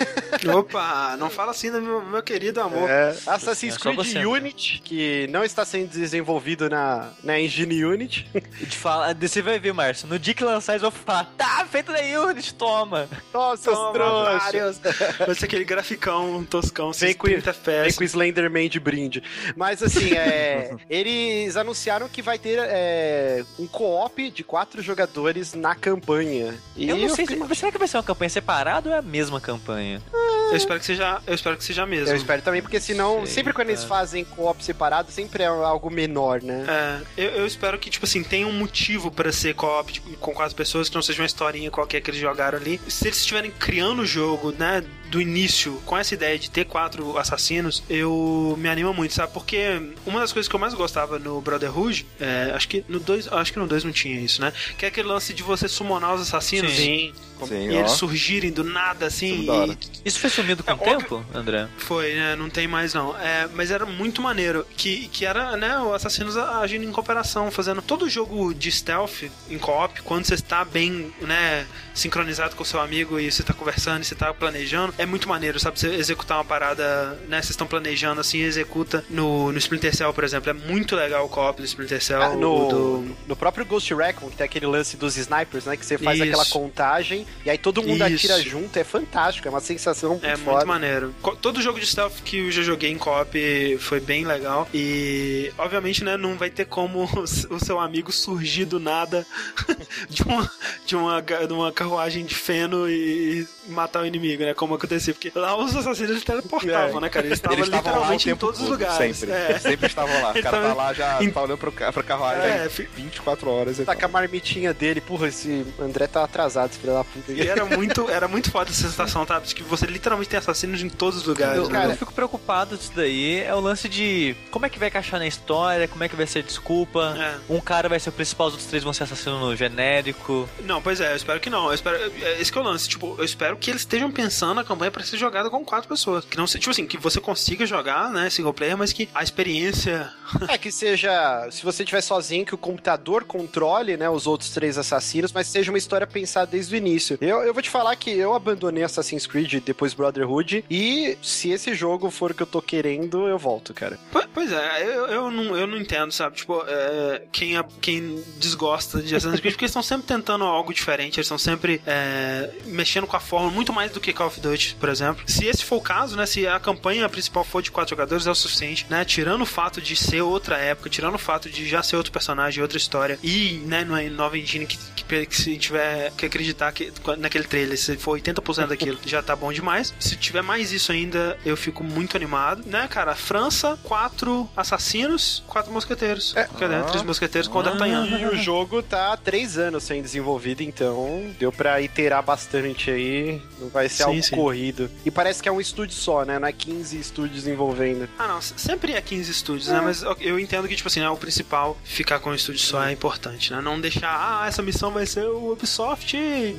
Opa, não fala assim do meu, meu querido amor. é, Assassin's É só Creed você, Unity, que não está sendo desenvolvido na, na engine Unity. E te fala, você vai ver, Márcio, no dia que lançar eles vão falar, tá, feito da Unity, toma. Nossa, Toma, os trouxas. vários. Vai ser aquele graficão toscão, Vem com, trinta vem F P S. com o Slenderman de brinde. Mas assim, é, eles anunciaram que vai ter é, um co-op de quatro jogadores na campanha. E Eu não sei, fiquei- se, será que vai ser uma campanha separada ou é a mesma campanha? Eu espero que seja, eu espero que seja mesmo. Eu espero também, porque senão, Sei, sempre quando eles cara. fazem co-op separado, sempre é algo menor, né? É, eu, eu espero que, tipo assim, tenha um motivo pra ser co-op tipo, com quatro pessoas, que não seja uma historinha qualquer que eles jogaram ali. Se eles estiverem criando o jogo, né, do início, com essa ideia de ter quatro assassinos, eu me animo muito, sabe? Porque uma das coisas que eu mais gostava no Brotherhood, é, acho que no dois, acho que no dois não tinha isso, né? Que é aquele lance de você summonar os assassinos. Sim. Sim, E ó. eles surgirem do nada, assim. Isso é da hora. e- Isso foi sumido com É, o tempo, André? Foi, né? Não tem mais, não. É, mas era muito maneiro. Que, que era, né, o assassinos agindo em cooperação, fazendo todo jogo de stealth em co-op, quando você está bem, né, sincronizado com o seu amigo e você está conversando e você está planejando, é muito maneiro, sabe? Você executar uma parada, né? Vocês estão planejando assim e executa no, no Splinter Cell, por exemplo. É muito legal o co-op do Splinter Cell. Ah, no, o do... no próprio Ghost Recon, que tem aquele lance dos snipers, né? Que você faz Isso. aquela contagem e aí todo mundo Isso. atira junto. É fantástico, é uma sensação muito É foda. muito maneiro. Co- Todo jogo de stealth que eu já joguei em co-op foi bem legal. E, obviamente, né, não vai ter como o s- o seu amigo surgir do nada de uma, de uma, ga- de uma carruagem de feno e matar o inimigo, né? Como acontecia. Porque lá os assassinos eles teleportavam, É. né, cara? Eles estavam Eles estavam lá o literalmente em tempo todos os todo, lugares. sempre. É. Sempre estavam lá. O cara Então, tá lá já, em- tá olhando pro, ca- pra carruagem É, é, fi- vinte e quatro horas. e Tá tal. com a marmitinha dele. Porra, esse André tá atrasado, esse filho da puta. E era muito, era muito foda essa sensação, tá? De que você literalmente tem assassinos em todos os lugares. Eu, né? cara. eu fico preocupado disso daí. É o lance de como é que vai encaixar na história, como é que vai ser desculpa. É. Um cara vai ser o principal, os outros três vão ser assassino no genérico. Não, pois é, eu espero que não. Eu espero, é, esse que é o lance. Tipo, eu espero que eles estejam pensando a campanha pra ser jogada com quatro pessoas. Que não se, tipo assim, que você consiga jogar, né, single player, mas que a experiência. É que seja, se você estiver sozinho, que o computador controle, né, os outros três assassinos, mas seja uma história pensada desde o início. Eu, eu vou te falar que eu abandonei Assassin's Creed depois Brotherhood, e se esse jogo for o que eu tô querendo, eu volto, cara. Po- Pois é, eu, eu, não, eu não entendo, sabe? Tipo, é, quem, a- quem desgosta de Assassin's Creed, porque eles estão sempre tentando algo diferente, eles estão sempre é, mexendo com a fórmula, muito mais do que Call of Duty, por exemplo. Se esse for o caso, né? Se a campanha principal for de quatro jogadores, é o suficiente, né? Tirando o fato de ser outra época, tirando o fato de já ser outro personagem, outra história, e, né, numa nova engine que, que, que se tiver que acreditar que naquele trailer, se for oitenta por cento daquilo, já tá bom demais. se tiver mais isso ainda, eu fico muito animado, né, cara? França, quatro assassinos, quatro mosqueteiros. É. Cadê? Ah. Três mosqueteiros com o D'Artagnan. E o jogo tá há três anos sendo desenvolvido, então deu pra iterar bastante aí. Não vai ser Sim, algo sim. corrido. E parece que é um estúdio só, né? Não é quinze estúdios envolvendo. Ah, não, sempre é quinze estúdios, né? Mas eu- eu entendo que, tipo assim, né, o principal, ficar com um estúdio só é importante, né? Não deixar, ah, essa missão vai ser o Ubisoft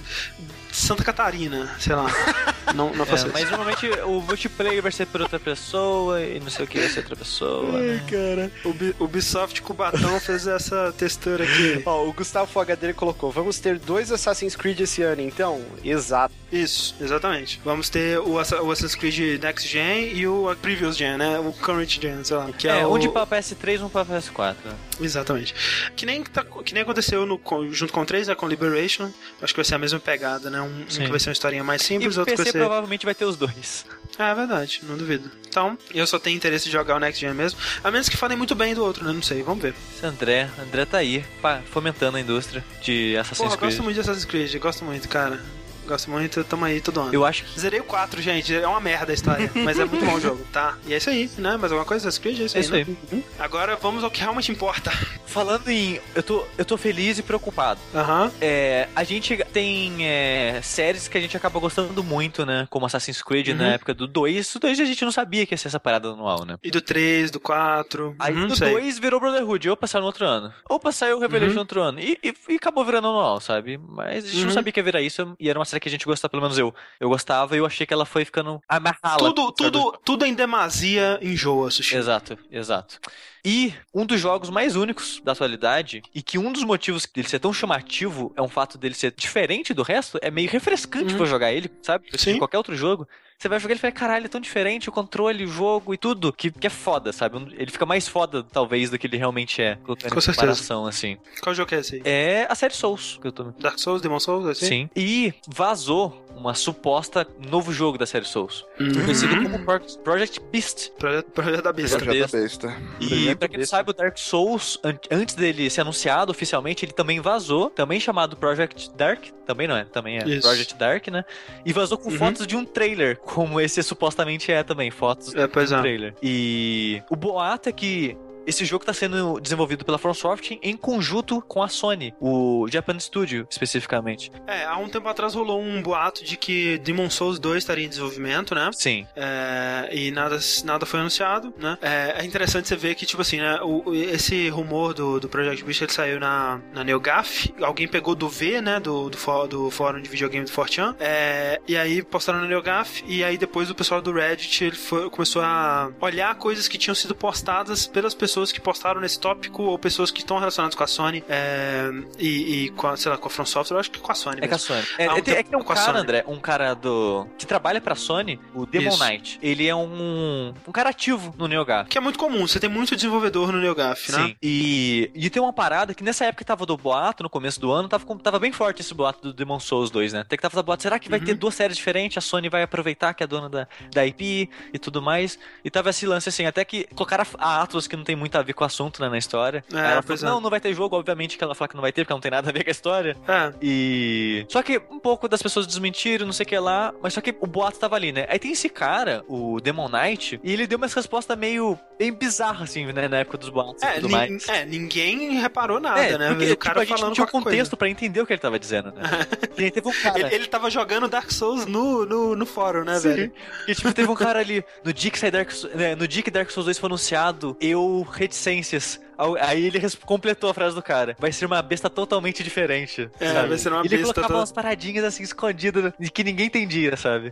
Santa Catarina, sei lá. Não, não É, faça mas isso. normalmente o multiplayer vai ser por outra pessoa e não sei o que vai ser outra pessoa. Ai, Né? cara. Ubi- Ubisoft Cubatão fez essa textura aqui. Ó, o Gustavo Fogadeiro dele colocou: vamos ter dois Assassin's Creed esse ano, então? Exato. Isso, exatamente. Vamos ter o, Assa- o Assassin's Creed Next Gen e o Previous Gen, né? O Current Gen, sei lá. Que é, É, o... um de pra P S três, um pra P S quatro. Exatamente. Que nem, tá- que nem aconteceu no, com- junto com o três, né, com Liberation. Acho que vai ser a mesma pegada, né? Um, um Sim. que vai ser uma historinha mais E simples, o outro P C vai ser... provavelmente vai ter os dois. Ah, é verdade, não duvido. Então, eu só tenho interesse de jogar o Next Gen mesmo. A menos que falem muito bem do outro, né? Não sei, vamos ver. Esse André, André tá aí, pá, fomentando a indústria de Assassin's Porra, eu Creed. gosto muito de Assassin's Creed, gosto muito, cara. Gosto muito, tamo aí todo ano. Eu acho que Zerei o quatro, gente. É uma merda a história. Mas é muito bom o jogo, tá? E é isso aí, né? Mais alguma coisa? Assassin's Creed? É isso É aí, isso né? Uhum. Agora vamos ao que realmente importa. falando em... Eu tô, eu tô feliz e preocupado. Aham. É, a gente tem é, séries que a gente acaba gostando muito, né? Como Assassin's Creed Uhum. na época do dois. O dois a gente não sabia que ia ser essa parada anual, né? E do três, do quatro. Aí uhum, do sei. dois virou Brotherhood, ou passar no outro ano. Ou passar o Revelation no outro ano. E, e, e acabou virando anual, sabe? Mas a gente Uhum. não sabia que ia virar isso. E era uma série que a gente gostava, pelo menos eu. Eu gostava e eu achei que ela foi ficando amarrada. Tudo, tudo, tudo em demasia enjoa, Sushi. Exato, exato. E um dos jogos mais únicos da atualidade, e que um dos motivos dele ser tão chamativo é um fato dele ser diferente do resto, é meio refrescante Uhum. pra jogar ele, sabe? Sim. De qualquer outro jogo. Você vai jogar ele e fala, caralho, é tão diferente o controle, o jogo e tudo, que, que é foda, sabe? Ele fica mais foda, talvez, do que ele realmente é. Colocando Com em certeza. comparação, assim. Qual jogo que é esse aí? É a série Souls que eu tô... Dark Souls, Demon Souls, assim? Sim. E vazou uma suposta novo jogo da série Souls. Uhum. Conhecido como Pro- Project Beast. Projeto, projeto da Besta. Projeto- Projeto besta. E Projeto pra quem não besta. sabe, o Dark Souls, an- antes dele ser anunciado oficialmente, ele também vazou, também chamado Project Dark, também não é, também é Isso. Project Dark, né? E vazou com Uhum. fotos de um trailer, como esse supostamente é também, fotos É, pois de um é. trailer. E o boato é que esse jogo está sendo desenvolvido pela From Software em conjunto com a Sony, o Japan Studio, especificamente. É, há um tempo atrás rolou um boato de que Demon Souls dois estaria em desenvolvimento, né? Sim. É, e nada, nada foi anunciado, né? É, é interessante você ver que, tipo assim, né? O, o- esse rumor do, do Project Beast, ele saiu na, na NeoGAF. Alguém pegou do V, né? Do, do, fó- do fórum de videogame do quatro chan. É, e aí postaram na NeoGAF. E aí depois o pessoal do Reddit ele foi, começou a olhar coisas que tinham sido postadas pelas pessoas que postaram nesse tópico ou pessoas que estão relacionadas com a Sony é, e, e com a, sei lá, com a From Software. Eu acho que com a Sony É mesmo. com a Sony. É, Há um é, tem- é que tem um tempo com a cara, Sony. André, um cara do. que trabalha pra Sony, o Demon Isso. Knight. Ele é um. um cara ativo no NeoGAF. Que é muito comum, você tem muito desenvolvedor no NeoGAF, né? Sim. E, e tem uma parada que nessa época que tava do boato, no começo do ano, tava, com- tava bem forte esse boato do Demon Souls dois, né? Até que tava do boato, será que vai Uhum. ter duas séries diferentes? A Sony vai aproveitar que é dona da, da I P e tudo mais. E tava esse lance assim, até que colocaram a, a Atlas, que não tem muito a ver com o assunto, né, na história. É, Aí ela pois falou, é. não, não vai ter jogo, obviamente que ela fala que não vai ter, porque não tem nada a ver com a história. É. E. Só que um pouco das pessoas desmentiram, não sei o que lá, mas só que o boato tava ali, né? Aí tem esse cara, o Demon Knight, e ele deu uma resposta meio bem bizarra, assim, né, na época dos boatos e É, tudo nin- mais. é, ninguém reparou nada, É, né? porque o tipo, cara a gente não falando tinha um qualquer contexto coisa. pra entender o que ele tava dizendo, né? E aí teve um cara... Ele, ele tava jogando Dark Souls no, no, no fórum, né, Sim. velho? E tipo, teve um cara ali, no dia que sai Dark, Sou- né, no dia que Dark Souls dois foi anunciado, eu, reticências. Aí ele res- completou a frase do cara. Vai ser uma besta totalmente diferente. É, sabe? vai ser uma ele besta colocava toda- umas paradinhas assim, escondidas, que ninguém entendia, sabe?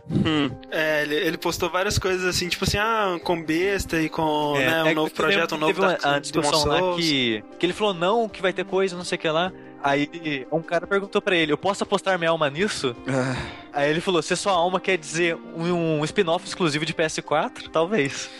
É, ele, ele postou várias coisas assim, tipo assim, ah, com besta e com né, um é, novo teve- projeto, um novo teve uma, Dark a Demon discussão lá Souls. que, que ele falou não, que vai ter coisa, não sei o que lá. Aí um cara perguntou pra ele, eu posso apostar minha alma nisso? Aí ele falou, se sua alma quer dizer um, um spin-off exclusivo de P S quatro? Talvez.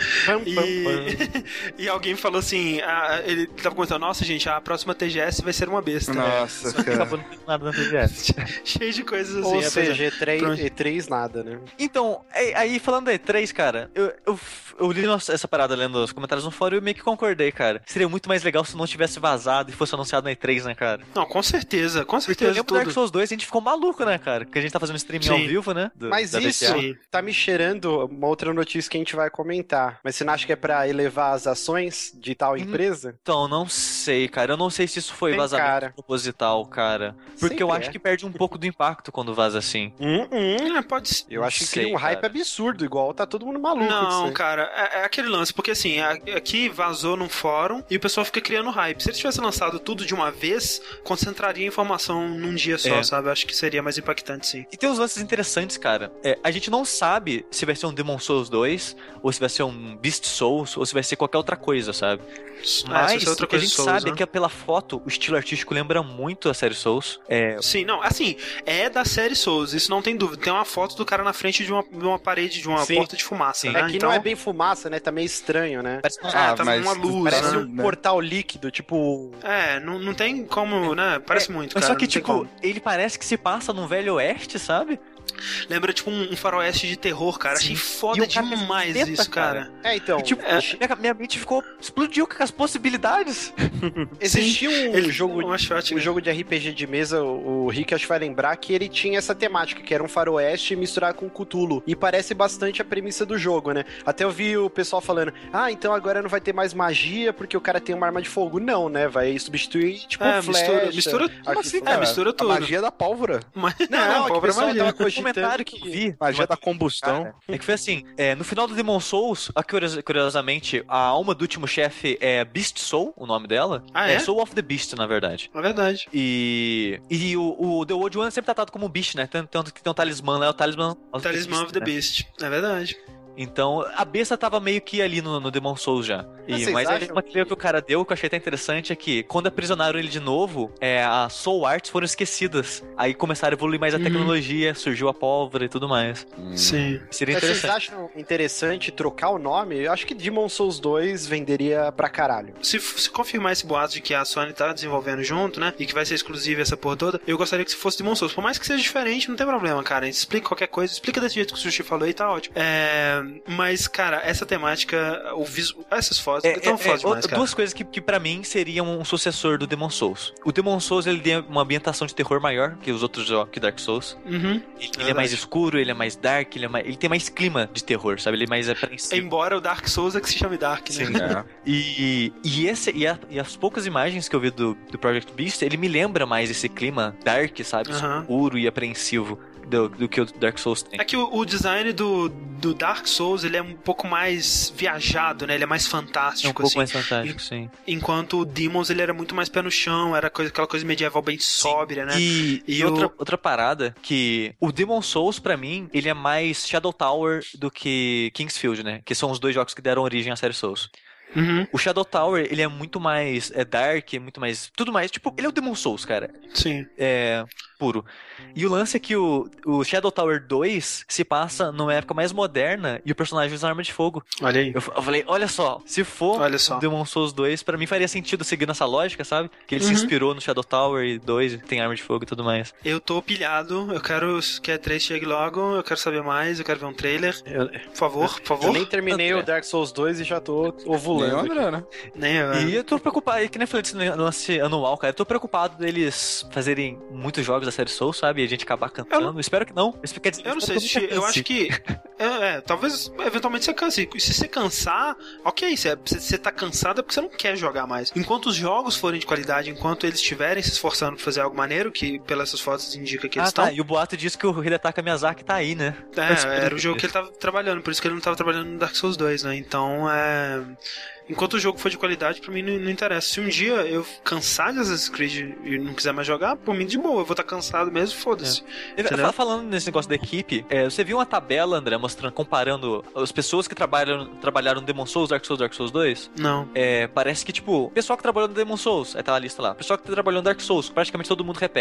e... e alguém falou assim, a, ele tava comentando, nossa gente, a próxima T G S vai ser uma besta. Nossa, né? cara. Acabou não tendo nada na T G S. Cheio de coisas assim. Ou seja, E três, Pronto. E três nada, né? Então, aí, aí falando da E três, cara, eu, eu, eu li nossa- essa parada lendo os comentários no fórum e eu meio que concordei, cara. Seria muito mais legal se não tivesse vazado e fosse anunciado na E três, né, cara? Não, com certeza, com Porque eu certeza lembro do Dark tudo. Souls dois, a gente ficou maluco, né, cara? Porque a gente tá fazendo streaming ao Sim. vivo, né? do- Mas da isso V T A. Sim. tá me cheirando uma outra notícia que a gente vai comentar. Mas você não acha que é pra elevar as ações de tal empresa? Então, não sei, cara. Eu não sei se isso foi Tem vazamento cara. proposital, cara. Porque Sempre eu acho é. que perde um pouco do impacto quando vaza assim. Hum, hum. É, pode ser. Eu acho que sei, cria um hype cara. absurdo, igual tá todo mundo maluco. disso Não, aí. cara, é, é aquele lance, porque assim, a- aqui vazou num fórum e o pessoal fica criando hype. Se eles tivessem lançado tudo de uma vez, concentraria a informação num dia só, É. sabe? Acho que seria mais impactante, sim. E tem uns lances interessantes, cara. É, a gente não sabe se vai ser um Demon Souls dois, ou se vai ser um Beast Souls, ou se vai ser qualquer outra coisa, sabe? Ah, se Mas fosse outra o que a coisa gente Souls, sabe né? é que pela foto, o estilo artístico lembra muito a série Souls. É, Sim, não, assim, é da série Souls, isso não tem dúvida. Tem uma foto do cara na frente de uma, de uma parede, de uma Sim. porta de fumaça, Sim. né? É que então, não é bem fumaça, né? Tá meio estranho, né? parece uma- É, Ah, tá mas uma luz, Parece né? um portal líquido, tipo... É, não, não tem como, né? Parece muito, Mas cara. só que, não tem tipo, como. ele parece que se passa num velho oeste, sabe? Lembra, tipo, um, um faroeste de terror, cara. Sim. Achei E foda o cara demais tenta, isso, cara. cara. É, então... E, tipo, é. minha, minha mente ficou... Explodiu com as possibilidades. Existia um Ele- jogo... um shot, Um né? jogo de R P G de mesa, o o Rick acho que vai lembrar que ele tinha essa temática, que era um faroeste misturado com Cthulhu. E parece bastante a premissa do jogo, né? Até eu vi o pessoal falando, ah, então agora não vai ter mais magia porque o cara tem uma arma de fogo. Não, né? Vai substituir, tipo, É, flecha. mistura, mistura, arco e assim, fogo. é, mistura A tudo. magia da pólvora. Mas, Não, é, não, a que o pobre pessoal magia. tava O cogitando comentário que eu vi... Magia da combustão. Cara, é que foi assim, é, no final do Demon Souls, a curios- curiosamente, a alma do último chefe é Beast Soul, o nome dela. Ah, é? Soul of the Beast, na verdade. É verdade. E, e o, o The Old One é sempre tratado como Beast, né? Tanto, tanto que tem um talismã lá, é o talismã of Talisman of the né? Beast. É verdade. Então, a besta tava meio que ali no, no Demon Souls já. E, Mas vocês mas aí acham uma teoria que o cara deu, que eu achei até interessante, é que quando aprisionaram ele de novo, é, as Soul Arts foram esquecidas. Aí começaram a evoluir mais a Uhum. tecnologia, surgiu a pólvora e tudo mais. Sim. Seria Mas vocês interessante. acham interessante trocar o nome? Eu acho que Demon Souls dois venderia pra caralho. Se, se confirmar esse boato de que a Sony tá desenvolvendo junto, né? E que vai ser exclusiva essa porra toda, eu gostaria que se fosse Demon Souls. Por mais que seja diferente, não tem problema, cara. A gente explica qualquer coisa, explica desse jeito que o Sushi falou e tá ótimo. É, mas, cara, essa temática, o visu... essas fotos, É, estão é, fodas é, demais, cara. duas coisas que, que para mim seriam um sucessor do Demon Souls. O Demon Souls ele tem uma ambientação de terror maior que os outros jogos, que Dark Souls. Uhum. Ele, É ele é mais verdade. escuro, ele é mais dark, ele, é mais- ele tem mais clima de terror, sabe? Ele é mais apreensivo. Embora o Dark Souls é que se chame Dark, né? Sim. É. E, e, esse, e, a- e as poucas imagens que eu vi do, do Project Beast, ele me lembra mais esse clima dark, sabe? Aham. Escuro e apreensivo do, do que o Dark Souls tem. É que o, o design do, do Dark Souls, ele é um pouco mais viajado, né? Ele é mais É um fantástico, pouco assim. mais fantástico, sim. Enquanto o Demons, ele era muito mais pé no chão, era coisa, aquela coisa medieval bem sóbria, né? E, E e o- outra, outra parada, que o Demon Souls, pra mim, ele é mais Shadow Tower do que Kingsfield, né? Que são os dois jogos que deram origem à série Souls. Uhum, O Shadow Tower, ele é muito mais é dark, é muito mais... Tudo mais, tipo, ele é o Demon Souls, cara. sim. É... puro. E o lance é que o, o Shadow Tower dois se passa numa época mais moderna e o personagem usa arma de fogo. Olha aí. Eu, f- eu falei, olha só, se for Olha só. o Demon Souls dois, pra mim faria sentido seguir nessa lógica, sabe? Que ele se Uhum. inspirou no Shadow Tower dois, tem arma de fogo e tudo mais. Eu tô pilhado, eu quero que a três chegue logo, eu quero saber mais, eu quero ver um trailer. Eu, Por favor, por favor. eu nem terminei André. o Dark Souls dois e já tô Nem ovulando. o aqui. André, né? Nem eu. E eu tô preocupado, que nem eu falei desse lance anual, cara. Eu tô preocupado deles fazerem muitos jogos da série Souls, sabe? E a gente acabar cantando. Espero que não. Isso quer dizer, Eu não sei, espero que se, eu nunca acho canse. que. É, é, talvez eventualmente você canse. Se você cansar, ok, você, você tá cansado é porque você não quer jogar mais. Enquanto os jogos forem de qualidade, enquanto eles estiverem se esforçando pra fazer algo maneiro, que pelas essas fotos indica que eles Ah, estão. tá. E o boato diz que o Hidetaka Miyazaki tá aí, né? É, era o jogo que ele tava trabalhando, por isso que ele não tava trabalhando no Dark Souls dois, né? Então, é. Enquanto o jogo for de qualidade, pra mim não, não interessa. Se um dia eu cansar de Assassin's Creed e não quiser mais jogar, por mim de boa, eu vou estar cansado mesmo, foda-se. Eu- Entendeu? Falando nesse negócio da equipe, é, você viu uma tabela, André, mostrando, comparando as pessoas que trabalham, trabalharam no Demon Souls, Dark Souls, Dark Souls dois? Não. É, parece que, tipo, o pessoal que trabalhou no Demon Souls, aí tá a lista lá. O pessoal que trabalhou no Dark Souls, praticamente todo mundo repete.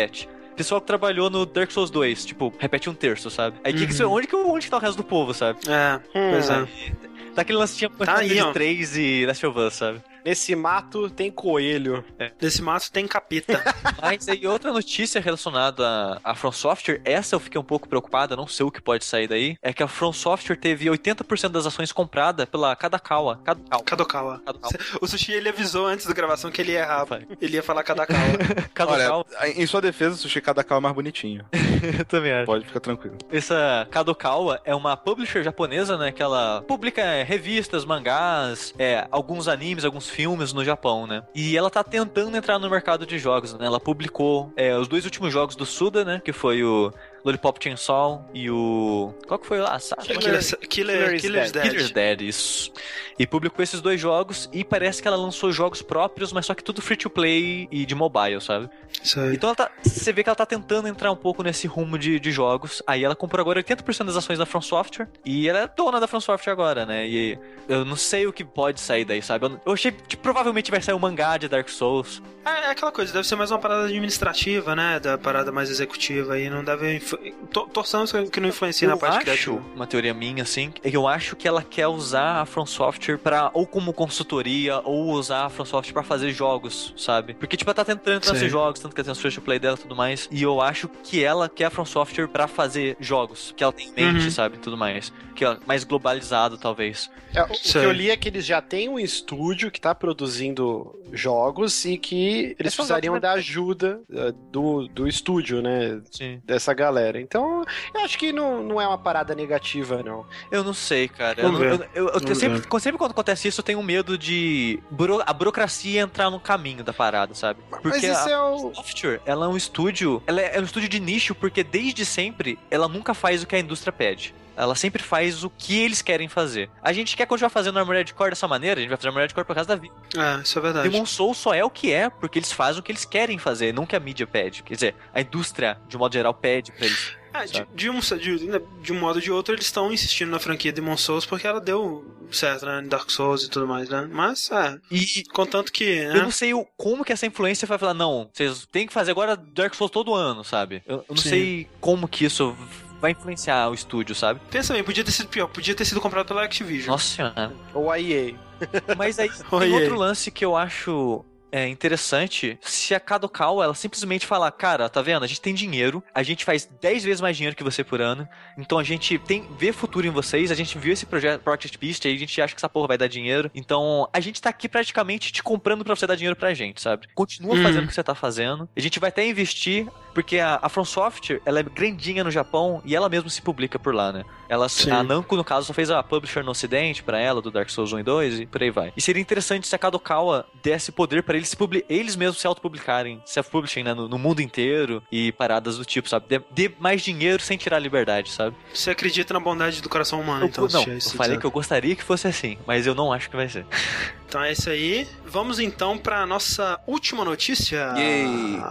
pessoal que trabalhou no Dark Souls dois, tipo, repete um terço, sabe? Aí, que que isso, onde, que, onde que tá o resto do povo, sabe? É, pois é. Daquele lance tinha Tá aí, ó. três e Last of Us, sabe? Nesse mato tem coelho. Nesse mato tem capeta. Mas aí outra notícia relacionada à, à From Software, essa eu fiquei um pouco preocupada, não sei o que pode sair daí, é que a From Software teve oitenta por cento das ações compradas pela Kadokawa. Kadokawa. Kadokawa. Kadokawa. O Sushi, ele avisou antes da gravação que ele ia errar. Ele ia falar Kadokawa. Kadokawa. Olha, em sua defesa, o Sushi Kadokawa é mais bonitinho. Eu também acho. Pode ficar tranquilo. Essa Kadokawa é uma publisher japonesa, né, que ela publica é, revistas, mangás, é, alguns animes, alguns filmes no Japão. Né? E ela tá tentando entrar no mercado de jogos, né? Ela publicou é, os dois últimos jogos do Suda, né? Que foi o Lollipop Chainsaw e o... Qual que foi lá? Killer, Killer, Killer, Killer's Dead. Killer's Dead, isso. E publicou esses dois jogos e parece que ela lançou jogos próprios, mas só que tudo free to play e de mobile, sabe? Isso aí. Então ela tá, você vê que ela tá tentando entrar um pouco nesse rumo de, de jogos. Aí ela comprou agora oitenta por cento das ações da From Software e ela é dona da From Software agora, né? E eu não sei o que pode sair daí, sabe? Eu, eu achei que provavelmente vai sair um mangá de Dark Souls. É, é aquela coisa, deve ser mais uma parada administrativa, né? Da parada mais executiva aí, não deve... Influ... Torçamos que não influencia na parte criativa. Eu acho, uma teoria minha, assim, é que eu acho que ela quer usar a From Software pra, ou como consultoria, ou usar a From Software pra fazer jogos, sabe? Porque, tipo, ela tá tentando entrar nesses jogos, tanto que ela tem os free to play dela e tudo mais, e eu acho que ela quer a From Software pra fazer jogos, que ela tem em mente, uhum. sabe? Tudo mais. Que é mais globalizado, talvez. É, o que eu li é que eles já têm um estúdio que tá produzindo jogos e que eles precisariam da ajuda uh, do, do estúdio, né? Sim. Dessa galera. Então, eu acho que não, não é uma parada negativa, não. Eu não sei, cara. Eu, não, eu, eu, eu, eu sempre, sempre quando acontece isso, eu tenho medo de buro, a burocracia entrar no caminho da parada, sabe? Porque Mas isso a é o... Software, ela é um estúdio, ela é um estúdio de nicho, porque desde sempre ela nunca faz o que a indústria pede. Ela sempre faz o que eles querem fazer. A gente quer continuar fazendo Armored Core dessa maneira, a gente vai fazer Armored Core por causa da vida. É, isso é verdade. Demon Souls só é o que é, porque eles fazem o que eles querem fazer, não o que a mídia pede. Quer dizer, a indústria, de modo geral, pede pra eles. É, de, de, um, de, de um modo ou de outro, eles estão insistindo na franquia Demon Souls porque ela deu certo, né? Dark Souls e tudo mais, né? Mas, é. E, contanto que. Né? Eu não sei o, como que essa influência vai falar, não, vocês têm que fazer agora Dark Souls todo ano, sabe? Eu, eu não Sim. sei como que isso vai influenciar o estúdio, sabe? Pensa bem, podia ter sido pior, podia ter sido comprado pela Activision. Nossa senhora. Ou a E A. Mas aí tem outro lance que eu acho é interessante, se a Kadokawa, ela simplesmente falar, cara, tá vendo? A gente tem dinheiro, a gente faz dez vezes mais dinheiro que você por ano, então a gente tem, vê futuro em vocês, a gente viu esse projeto Project Beast, aí a gente acha que essa porra vai dar dinheiro, então a gente tá aqui praticamente te comprando pra você dar dinheiro pra gente, sabe? Continua hum. fazendo o que você tá fazendo, a gente vai até investir, porque a, a From Software, ela é grandinha no Japão e ela mesma se publica por lá, né? Ela, a Namco, no caso, só fez a publisher no ocidente pra ela, do Dark Souls um e dois, e por aí vai. E seria interessante se a Kadokawa desse poder pra eles se publi- eles mesmos se autopublicarem, self-publishing, né? No, no mundo inteiro e paradas do tipo, sabe? Dê, dê mais dinheiro sem tirar a liberdade, sabe? Você acredita na bondade do coração humano, eu, então? Não, é eu falei que eu gostaria que fosse assim, mas eu não acho que vai ser. Então é isso aí. Vamos então pra nossa última notícia. Yay!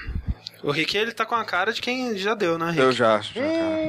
O Rick, ele tá com a cara de quem já deu, né, Rick? Eu já, já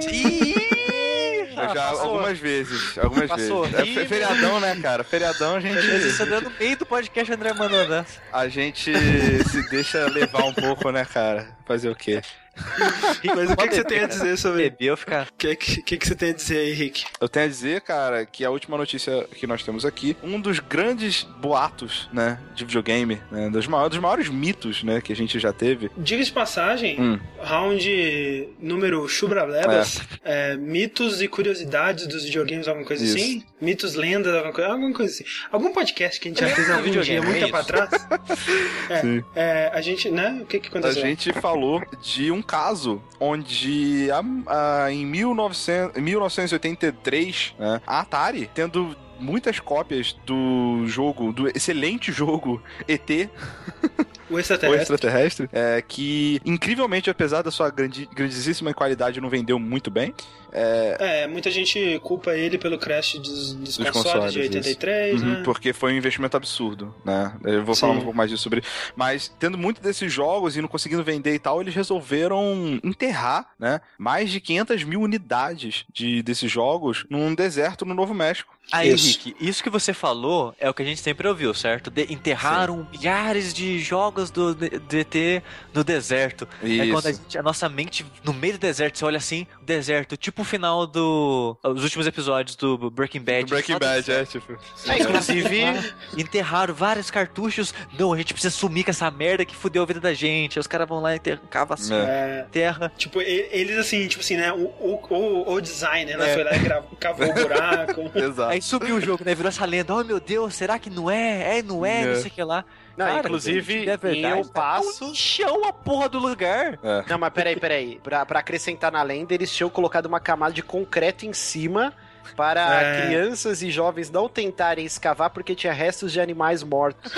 cara. Eu já, Passou. algumas vezes, algumas Passou. vezes. É feriadão, né, cara? Feriadão a gente... Você tá no meio do podcast, André mandou dessa. A gente se deixa levar um pouco, né, cara? Fazer o quê? Mas o que, que você tem a dizer sobre... Beber, eu ficar... O que, que, que, que você tem a dizer aí, Rick? Eu tenho a dizer, cara, que a última notícia que nós temos aqui, um dos grandes boatos, né, de videogame, né, dos maiores, dos maiores mitos, né, que a gente já teve. Diga de passagem, hum. round número Chubrablebas, é. É, mitos e curiosidades dos videogames, alguma coisa isso. assim? Mitos, lendas, alguma coisa, alguma coisa assim. Algum podcast que a gente já fez algum dia, muito tempo atrás. É, é, a gente, né, o que que aconteceu? A gente falou de um caso onde a, a, em mil novecentos e oitenta e três, né, a Atari, tendo muitas cópias do jogo, do excelente jogo E T O extraterrestre. O extraterrestre. É, que, incrivelmente, apesar da sua grandi, grandíssima qualidade, não vendeu muito bem. É, é muita gente culpa ele pelo crash dos, dos, dos consoles, consoles de oitenta e três, uhum, né? Porque foi um investimento absurdo, né? Eu vou Sim. falar um pouco mais disso sobre... Mas, tendo muito desses jogos e não conseguindo vender e tal, eles resolveram enterrar, né? Mais de quinhentas mil unidades de, desses jogos num deserto no Novo México. Aí, Isso. Rick, isso que você falou é o que a gente sempre ouviu, certo? De enterraram Sim. milhares de jogos do D T no deserto. Isso. É quando a, gente, a nossa mente, no meio do deserto, você olha assim, deserto, tipo o final do... Os últimos episódios do Breaking Bad. Do Breaking Bad, é, tipo... É, inclusive... Enterraram vários cartuchos. Não, a gente precisa sumir com essa merda que fudeu a vida da gente. Aí os caras vão lá e cavam assim, é. terra. Tipo, eles assim, tipo assim, né? O, o, o designer, né? É. Foi lá e gravou, cavou o buraco. Exato. Aí subiu o jogo, né? Virou essa lenda. Oh, meu Deus, será que não é? É, não é, é. não sei o que lá. Não, cara, inclusive, gente, é verdade, eu passo... É um lixão a porra do lugar. É. Não, mas peraí, peraí. Pra, pra acrescentar na lenda, eles tinham colocado uma camada de concreto em cima... para é. crianças e jovens não tentarem escavar porque tinha restos de animais mortos.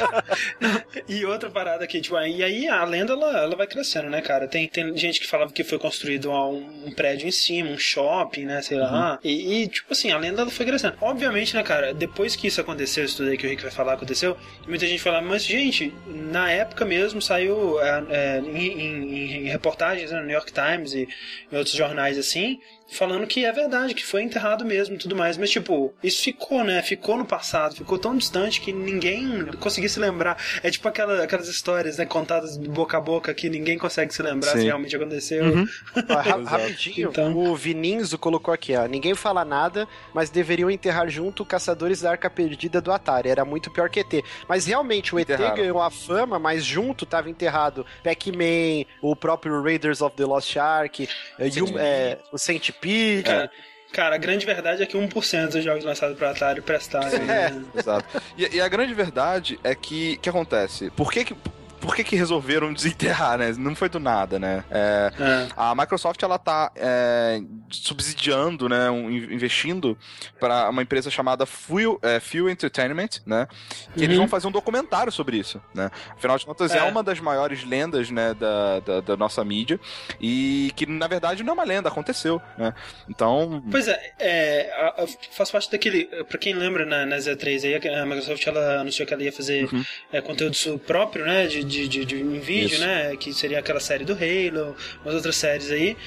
E outra parada aqui, tipo, e aí a lenda ela, ela vai crescendo, né, cara? Tem, tem gente que falava que foi construído um, um prédio em cima, um shopping, né, sei lá. Uhum. E, e, tipo assim, a lenda ela foi crescendo. Obviamente, né, cara, depois que isso aconteceu, isso tudo aí que o Rick vai falar aconteceu, muita gente fala, mas, gente, na época mesmo saiu é, é, em, em, em reportagens, né, no New York Times e em outros jornais assim, falando que é verdade, que foi enterrado mesmo e tudo mais, mas tipo, isso ficou, né, ficou no passado, ficou tão distante que ninguém conseguia se lembrar. É tipo aquela, aquelas histórias, né, contadas de boca a boca que ninguém consegue se lembrar Sim. se realmente aconteceu. Uhum. Ó, rapidinho, então... o Vininzo colocou aqui, ó, ninguém fala nada, mas deveriam enterrar junto Caçadores da Arca Perdida do Atari, era muito pior que E T. Mas realmente, o Enterraram. E T ganhou a fama, mas junto tava enterrado Pac-Man, o próprio Raiders of the Lost Ark, o, é, o Centipede. É. Cara, a grande verdade é que um por cento dos jogos lançados para Atari prestaram. É, exato. E, e a grande verdade é que, que acontece? Por que que... Por que que resolveram desenterrar, né? Não foi do nada, né? É, é. A Microsoft, ela tá é, subsidiando, né? Um, investindo para uma empresa chamada Fuel, é, Fuel Entertainment, né? Que uhum. eles vão fazer um documentário sobre isso, né? Afinal de contas, é, é uma das maiores lendas, né? Da, da, da nossa mídia e que, na verdade, não é uma lenda, aconteceu, né? Então... Pois é, é a, a, faz parte daquele... Pra quem lembra, na, na Z três aí, a Microsoft, ela anunciou que ela ia fazer uhum. é, conteúdo próprio, né? De, de De, de, de, em vídeo, Isso. né? Que seria aquela série do Halo, umas outras séries aí.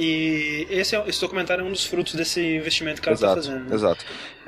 E esse, esse documentário é um dos frutos desse investimento que ela está fazendo. Né? Exato.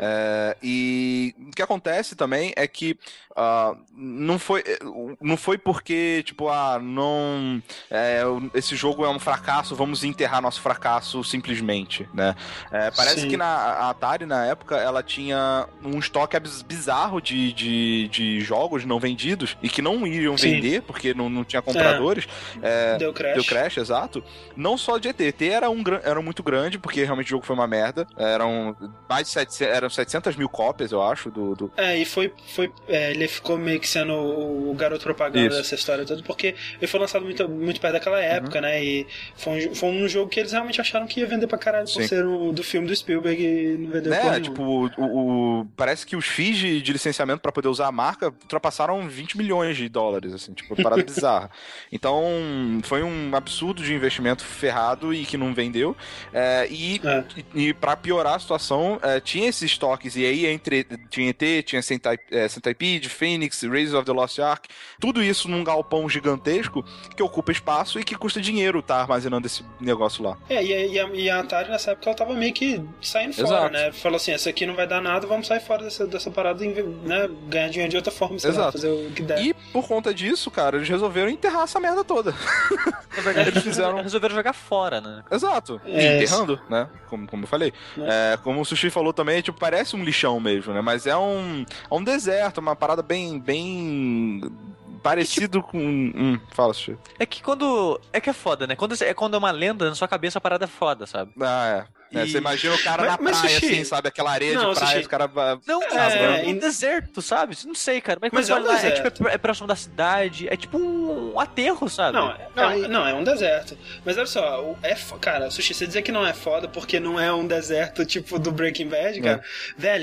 É, e o que acontece também é que uh, não, foi, não foi porque, tipo, ah, não, é, esse jogo é um fracasso, vamos enterrar nosso fracasso simplesmente, né? É, parece Sim. que na, a Atari, na época, ela tinha um estoque bizarro de, de, de jogos não vendidos e que não iriam Sim. vender porque não, não tinha compradores. É. É, deu crash. Deu crash, exato. Não só de E T. E T era, um, era muito grande, porque realmente o jogo foi uma merda. Eram mais de setecentos, eram setecentas mil cópias, eu acho, do... do... É, e foi... foi é, ele ficou meio que sendo o, o garoto propaganda Isso. dessa história toda, porque ele foi lançado muito, muito perto daquela época, uhum. né? E foi um, foi um jogo que eles realmente acharam que ia vender pra caralho Sim. por ser o, do filme do Spielberg e não vendeu né? Tipo, o, o, o, parece que os fees de, de licenciamento pra poder usar a marca ultrapassaram vinte milhões de dólares, assim, tipo, parada bizarra. Então, foi um absurdo de investimento ferrado e que não vendeu. É, e, é. e, e pra piorar a situação, é, tinha esses estoques, e aí entre, tinha E T, tinha Centipede, Phoenix, Raiders of the Lost Ark, tudo isso num galpão gigantesco que ocupa espaço e que custa dinheiro tá armazenando esse negócio lá. É, e, e, a, e a Atari nessa época ela tava meio que saindo fora, Exato. né? Falou assim, essa aqui não vai dar nada, vamos sair fora dessa, dessa parada e né, ganhar dinheiro de outra forma, sei lá, fazer o que der. E por conta disso, cara, eles resolveram enterrar essa merda toda. Na verdade, eles fizeram... resolveram jogar fora, né? Exato. É, enterrando, né? Como, como eu falei. É. É, como o Sushi falou também, tipo, parece um lixão mesmo, né? Mas é um, é um deserto, uma parada bem... bem... parecido é que... com... Hum, fala, Sushi. É que quando... É que é foda, né? Quando é, quando é uma lenda, na sua cabeça a parada é foda, sabe? Ah, é. É, e... Você imagina o cara mas, na praia, sushi... assim, sabe? Aquela areia não, de praia, sushi... os caras... Não, é, é, é um deserto, sabe? Não sei, cara. Mas, mas é, um lá, é, tipo, é próximo da cidade, é tipo um, um aterro, sabe? Não, é, não, é, não, é um deserto. Mas olha só, é, cara, Sushi, você dizer que não é foda porque não é um deserto tipo do Breaking Bad, cara, é. velho,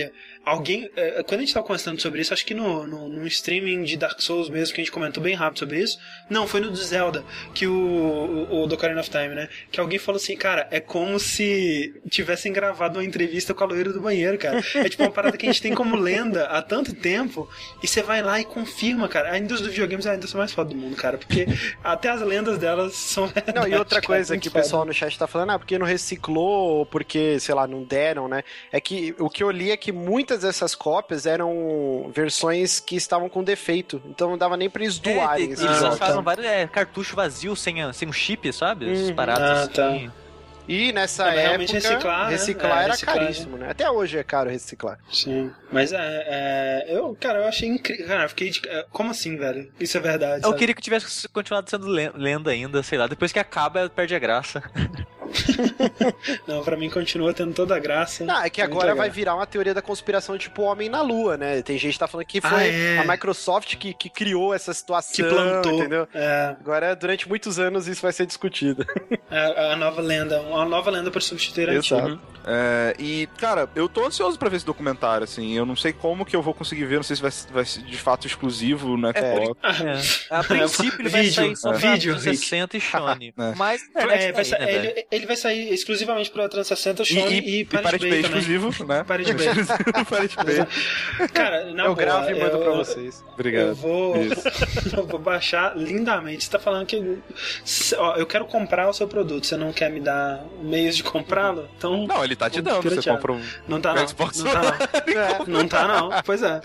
alguém, é, quando a gente tava conversando sobre isso, acho que no, no, no streaming de Dark Souls mesmo, que a gente comentou bem rápido sobre isso, não, foi no do Zelda, que o, o, o do Ocarina of Time, né, que alguém falou assim, cara, é como se tivessem gravado uma entrevista com a loira do banheiro, cara. É tipo uma parada que a gente tem como lenda há tanto tempo, e você vai lá e confirma, cara. A indústria dos videogames é a indústria mais foda do mundo, cara, porque até as lendas delas são verdade. Não, e outra cara, coisa que o foda. pessoal no chat tá falando, ah, porque não reciclou, ou porque, sei lá, não deram, né? É que o que eu li é que muitas dessas cópias eram versões que estavam com defeito, então não dava nem pra eles doarem É, esses eles Ah, jogos. lançaram tá. vários é, cartucho vazio sem, a- sem um chip, sabe? Essas Uhum. paradas Ah, assim. tá. E nessa É, mas época, realmente reciclar, né? reciclar É, era reciclar, caríssimo, né? Até hoje é caro reciclar. Sim, mas é, é, eu, cara, eu achei incrível, cara, eu fiquei de, é, como assim, velho? Isso é verdade, Eu sabe? queria que tivesse continuado sendo len- lenda ainda, sei lá. Depois que acaba, perde a graça. Não, pra mim continua tendo toda a graça. Não, é que Muito agora legal. vai virar uma teoria da conspiração tipo Homem na Lua, né? Tem gente que tá falando que Ah, foi é. a Microsoft que, que criou essa situação, Que plantou, entendeu? é, Agora, durante muitos anos, isso vai ser discutido. a, a nova lenda, uma nova lenda pra substituir a Exato. antiga. É, e, cara, eu tô ansioso pra ver esse documentário, assim. Eu não sei como que eu vou conseguir ver, não sei se vai, vai ser de fato exclusivo, né? É, Xbox. É. A princípio ele vai Vídeo, sair só é. pra Vídeo, trezentos e sessenta e Sony. É. Mas É, vai sa- né, velho? ele, ele vai sair exclusivamente pra trezentos e sessenta, E, Sony e, e, e Pirate Pirate Bay Bay também. exclusivo, né? Pirate Bay. Pirate Bay. Cara, na eu boa, gravo e mando eu, pra vocês. Obrigado. Eu vou, Isso. eu vou baixar lindamente. Você tá falando que se- ó, eu quero comprar o seu produto, você não quer me dar meios de comprá-lo? Então. Não, ele tá te vamos dando, você piratear. compra um Não tá não. Xbox Não tá não. Não tá não. Pois é.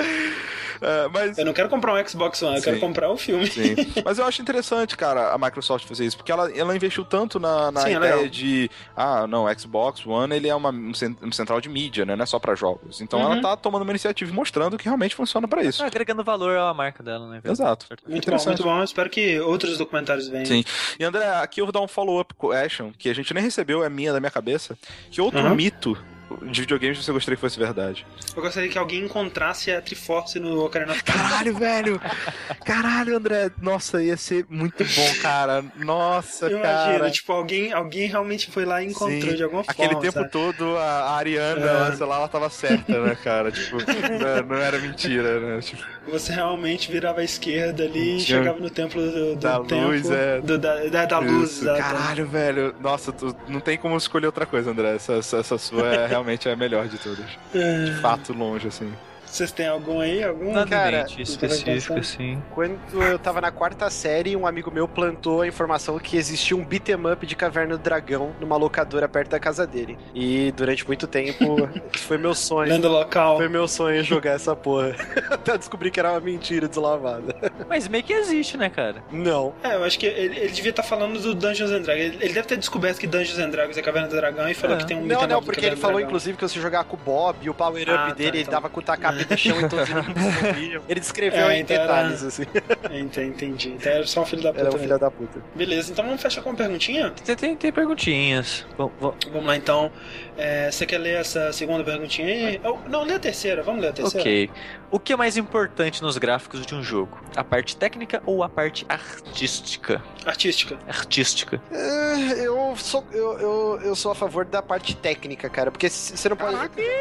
É, mas... Eu não quero comprar um Xbox One, eu Sim. quero comprar o filme. Sim. Mas eu acho interessante, cara, a Microsoft fazer isso, porque ela, ela investiu tanto na, na Sim, é ideia legal. de, ah, não, Xbox One, ele é uma, um, cen- um central de mídia, né, não é só pra jogos. Então Uhum. ela tá tomando uma iniciativa e mostrando que realmente funciona pra isso. Ah, agregando valor à marca dela, né? velho? Exato. Muito bom, muito bom. Eu espero que outros documentários venham. Sim. E André, aqui eu vou dar um follow-up question, que a gente nem recebeu, é minha, da minha cabeça. Que outro Uhum. mito de videogames você gostaria que fosse verdade? Eu gostaria que alguém encontrasse a Triforce no Ocarina of Time. Caralho, velho! Caralho, André! Nossa, ia ser muito bom, cara. Nossa, Imagina, cara. tipo, alguém, alguém realmente foi lá e encontrou Sim. de alguma Aquele forma. tempo sabe? todo, a a Ariana, É. ela, sei lá, ela tava certa, né, cara? Tipo, não, não era mentira, né? Tipo, Você realmente virava à esquerda ali e Tinha- chegava no templo do, do da templo, luz, é. do- da, da, da luz, isso. exato. Caralho, velho. Nossa, tu, não tem como escolher outra coisa, André. Essa, essa, essa sua é realmente a melhor de todas. É. De fato, longe, assim. Vocês têm algum aí? Algum? Nada Cara, em mente específico, assim. Quando eu tava na quarta série, um amigo meu plantou a informação que existia um beat 'em up de Caverna do Dragão numa locadora perto da casa dele. E durante muito tempo, foi meu sonho. Lenda local. Foi meu sonho jogar essa porra. Até eu descobri que era uma mentira deslavada. Mas meio que existe, né, cara? Não. É, eu acho que ele, ele devia estar falando do Dungeons and Dragons. Ele, ele deve ter descoberto que Dungeons and Dragons é Caverna do Dragão e falou É. que tem um Não, beat'em não, up do porque Caverna ele do falou, Dragão. inclusive, que você jogar com o Bob e o power up Ah, tá, dele, ele então. dava com o tacape no chão e todos os inimigos morriam. Ele descreveu É, em então era- detalhes, assim. Entendi, entendi. Então era só um filho da puta. Era um mesmo. filho da puta. Beleza, então vamos fechar com uma perguntinha? Tem, tem, tem perguntinhas. Bom, bom, Vamos lá então. É, você quer ler essa segunda perguntinha aí? Oh, não, lê a terceira. Vamos ler a terceira? ok. O que é mais importante nos gráficos de um jogo? A parte técnica ou a parte artística? Artística. Artística. É, eu, sou, eu, eu, eu sou a favor da parte técnica, cara, porque c- você não pode...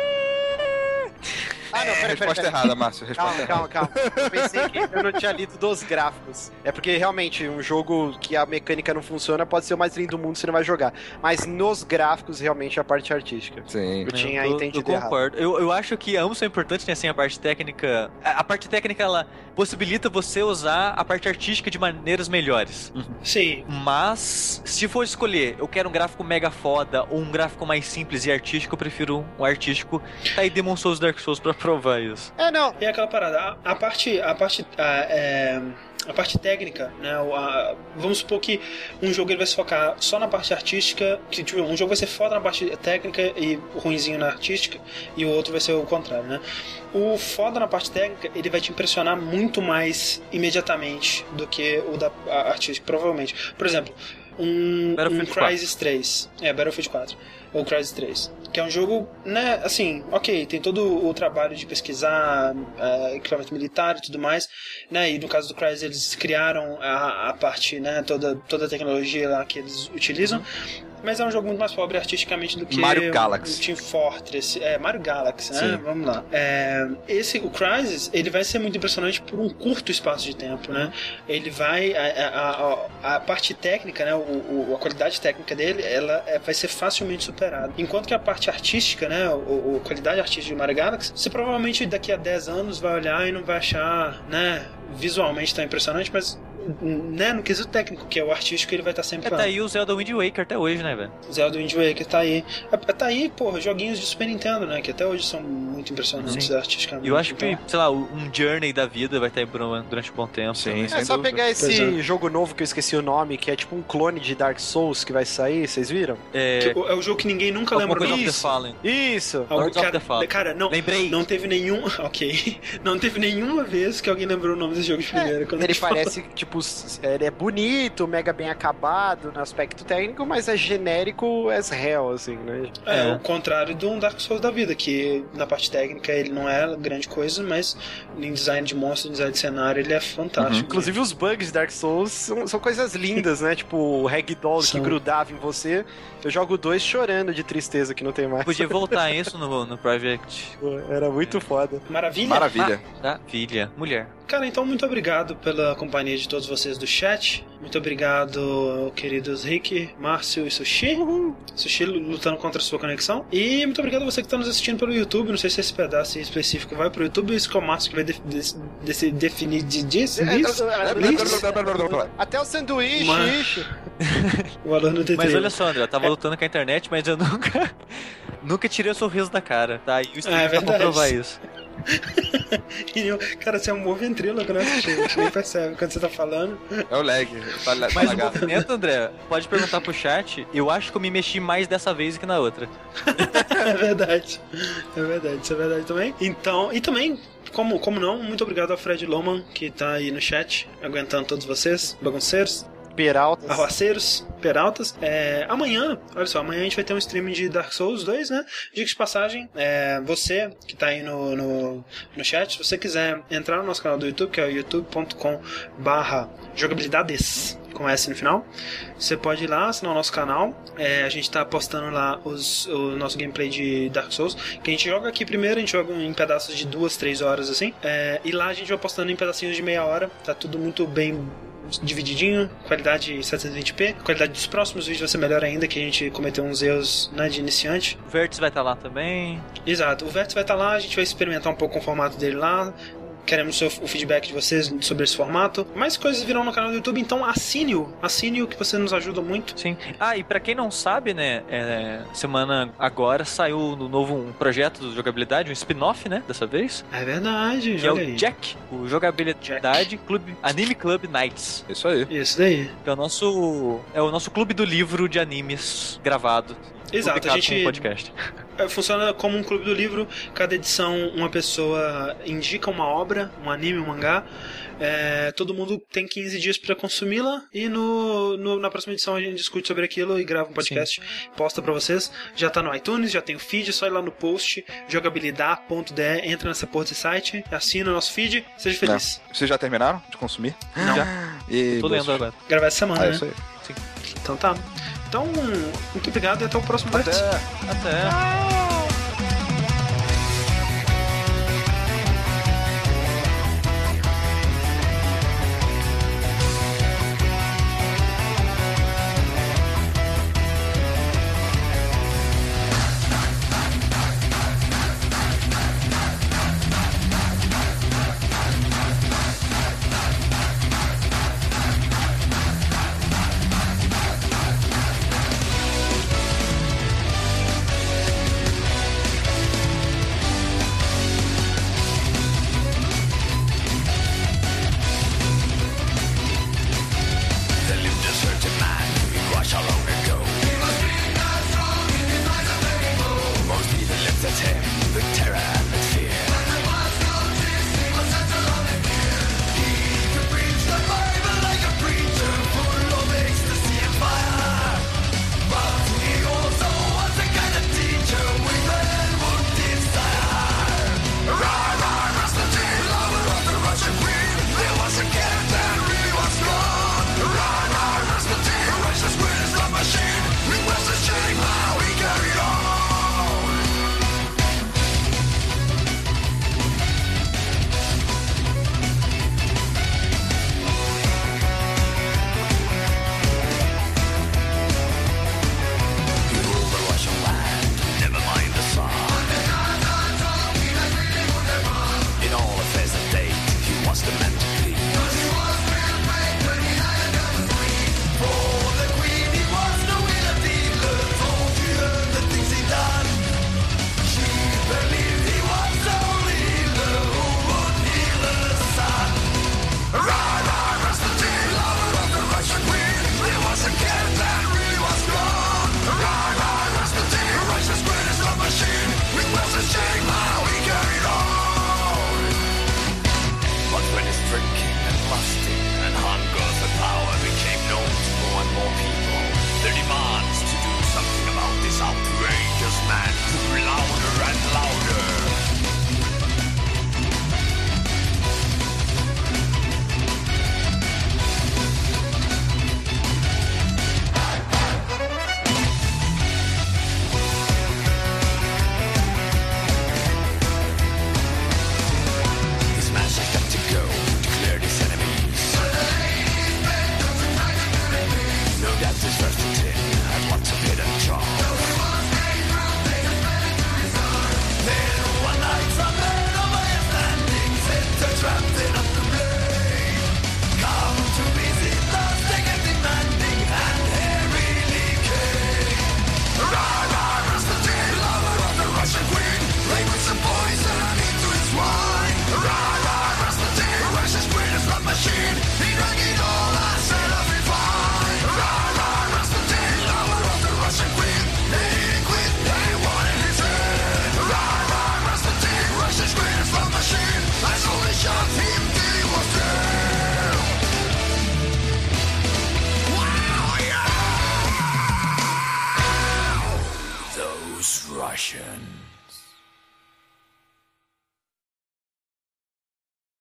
Ah, não, É, peraí, peraí, resposta peraí. errada, Márcio. Resposta Calma, errada. calma, calma. Eu pensei que eu não tinha lido dos gráficos. É porque realmente um jogo que a mecânica não funciona pode ser o mais lindo do mundo, você não vai jogar. Mas nos gráficos, realmente, a parte artística. Sim. Eu tinha eu, entendido eu errado. concordo. Eu, eu acho que ambos são importantes, né? Assim, a parte técnica. A, a parte técnica, ela possibilita você usar a parte artística de maneiras melhores. Sim. Mas, se for escolher, eu quero um gráfico mega foda ou um gráfico mais simples e artístico, eu prefiro um artístico. Tá aí Demon Souls Dark Souls pra provar isso. É, não. E aquela parada, a, a parte, a parte, a, é, a parte técnica, né? o- a- vamos supor que um jogo ele vai se focar só na parte artística, que tipo, um jogo vai ser foda na parte técnica e ruinzinho na artística, e o outro vai ser o contrário, né? O foda na parte técnica, ele vai te impressionar muito mais imediatamente do que o da a- artística, provavelmente. Por exemplo, um, um Battlefield Crysis três, é, Battlefield quatro, ou Crysis três, que é um jogo, né, assim, ok, tem todo o trabalho de pesquisar uh, equipamento militar e tudo mais, né, e no caso do Crysis eles criaram a, a parte, né, toda, toda a tecnologia lá que eles utilizam, mas é um jogo muito mais pobre artisticamente do que Mario Galaxy. o Team Fortress. É, Mario Galaxy, né? Sim. Vamos lá. É, esse, o Crysis, ele vai ser muito impressionante por um curto espaço de tempo, né? Ele vai... A, a, a, a parte técnica, né? O, o, a qualidade técnica dele, ela é, vai ser facilmente superada. Enquanto que a parte artística, né? O, a qualidade artística de Mario Galaxy, você provavelmente daqui a dez anos vai olhar e não vai achar, né? Visualmente tão impressionante, mas né, no quesito técnico, que é o artístico, ele vai estar sempre É, tá aí o Zelda Wind Waker até hoje, né, velho? Zelda Wind Waker tá aí. É, tá aí, porra, joguinhos de Super Nintendo, né? Que até hoje são muito impressionantes Sim. artisticamente. E eu acho então. que, sei lá, um Journey da vida vai estar aí durante um bom tempo. Sim, também. sem É só dúvida. pegar esse Pois é. jogo novo que eu esqueci o nome, que é tipo um clone de Dark Souls que vai sair, vocês viram? É, Que é o jogo que ninguém nunca alguma lembra o coisa nome. of the Fallen. Isso! Algo- Lords of cara, the Fallen. cara, não, Lembrei. não teve nenhum. Ok. Não teve nenhuma vez que alguém lembrou o nome desse jogo de primeira. quando a Ele gente falou. parece, tipo, ele é bonito, mega bem acabado no aspecto técnico, mas é genérico as hell, assim, né? É, É. o contrário de um Dark Souls da vida, que na parte técnica ele não é grande coisa, mas em design de monstro, em design de cenário, ele é fantástico. Inclusive os bugs de Dark Souls são, são coisas lindas, né? Tipo o Ragdoll que São. grudava em você. Eu jogo dois chorando de tristeza que não tem mais. Podia voltar isso no, no Project. Pô, era muito foda. Maravilha? Maravilha. Tá? Filha, mulher. Cara, então muito obrigado pela companhia de todos vocês do chat. Muito obrigado, queridos Rick, Márcio e Sushi. Sushi lutando contra a sua conexão. E muito obrigado a você que está nos assistindo pelo YouTube. Não sei se esse pedaço específico vai pro YouTube ou isso que é o Márcio que vai de- de- de- definir de disso. disso. Até o sanduíche, Mas- ixi. O valor no T T. Mas olha só, André, eu tava lutando com a internet, mas eu nunca. Nunca tirei o sorriso da cara, tá? E o Steve Ah, é pra verdade. comprovar isso. E eu- Cara, você é um bom ventríloco, né? Sushi? A gente nem percebe quando você tá falando. É o lag. Tá, tá Mas o lagado. movimento, André, pode perguntar pro chat, eu acho que eu me mexi mais dessa vez que na outra. É verdade. É verdade, isso é verdade também. Então, e também, como, como não, muito obrigado ao Fred Loman, que tá aí no chat, aguentando todos vocês, bagunceiros, Peralta. arruaceiros, peraltas. É, amanhã, olha só, amanhã a gente vai ter um streaming de Dark Souls dois, né? Diga de passagem, é, você que tá aí no, no, no chat, se você quiser entrar no nosso canal do YouTube, que é o youtube ponto com barra jogabilidades, com S no final, você pode ir lá, assinar o nosso canal. É, a gente tá postando lá os, o nosso gameplay de Dark Souls, que a gente joga aqui primeiro, a gente joga em pedaços de duas, três horas assim, é, e lá a gente vai postando em pedacinhos de meia hora, tá tudo muito bem divididinho, qualidade setecentos e vinte p. A qualidade dos próximos vídeos vai ser melhor ainda, que a gente cometeu uns erros, né, de iniciante. O Vértice vai estar lá também. Exato, o Vértice vai estar lá, a gente vai experimentar um pouco com o formato dele lá. Queremos o feedback de vocês sobre esse formato. Mais coisas virão no canal do YouTube, então assine-o. Assine-o, que você nos ajuda muito. Sim. Ah, e pra quem não sabe, né, é, semana agora saiu no novo um projeto do Jogabilidade, um spin-off, né, dessa vez. É verdade, Que é olha o aí. Jack, o Jogabilidade Clube, Anime Club Nights. Isso aí. Isso daí. Que é o nosso, é o nosso clube do livro de animes gravado. Exato, a publicado gente como podcast. é, funciona como um clube do livro. Cada edição uma pessoa indica uma obra, um anime, um mangá. É, todo mundo tem quinze dias para consumi-la e no, no- na próxima edição a gente discute sobre aquilo e grava um podcast, posta pra vocês. Já tá no iTunes, já tem o feed, é só ir lá no post jogabilidade ponto d e, entra nessa porra desse site, assina o nosso feed, seja feliz. Vocês já terminaram de consumir? Não. Já. E Tô boa lendo sorte. agora. Gravar essa semana, Ah, né? isso aí. Então tá. Então, muito obrigado e até o próximo Até. Vértice. Até.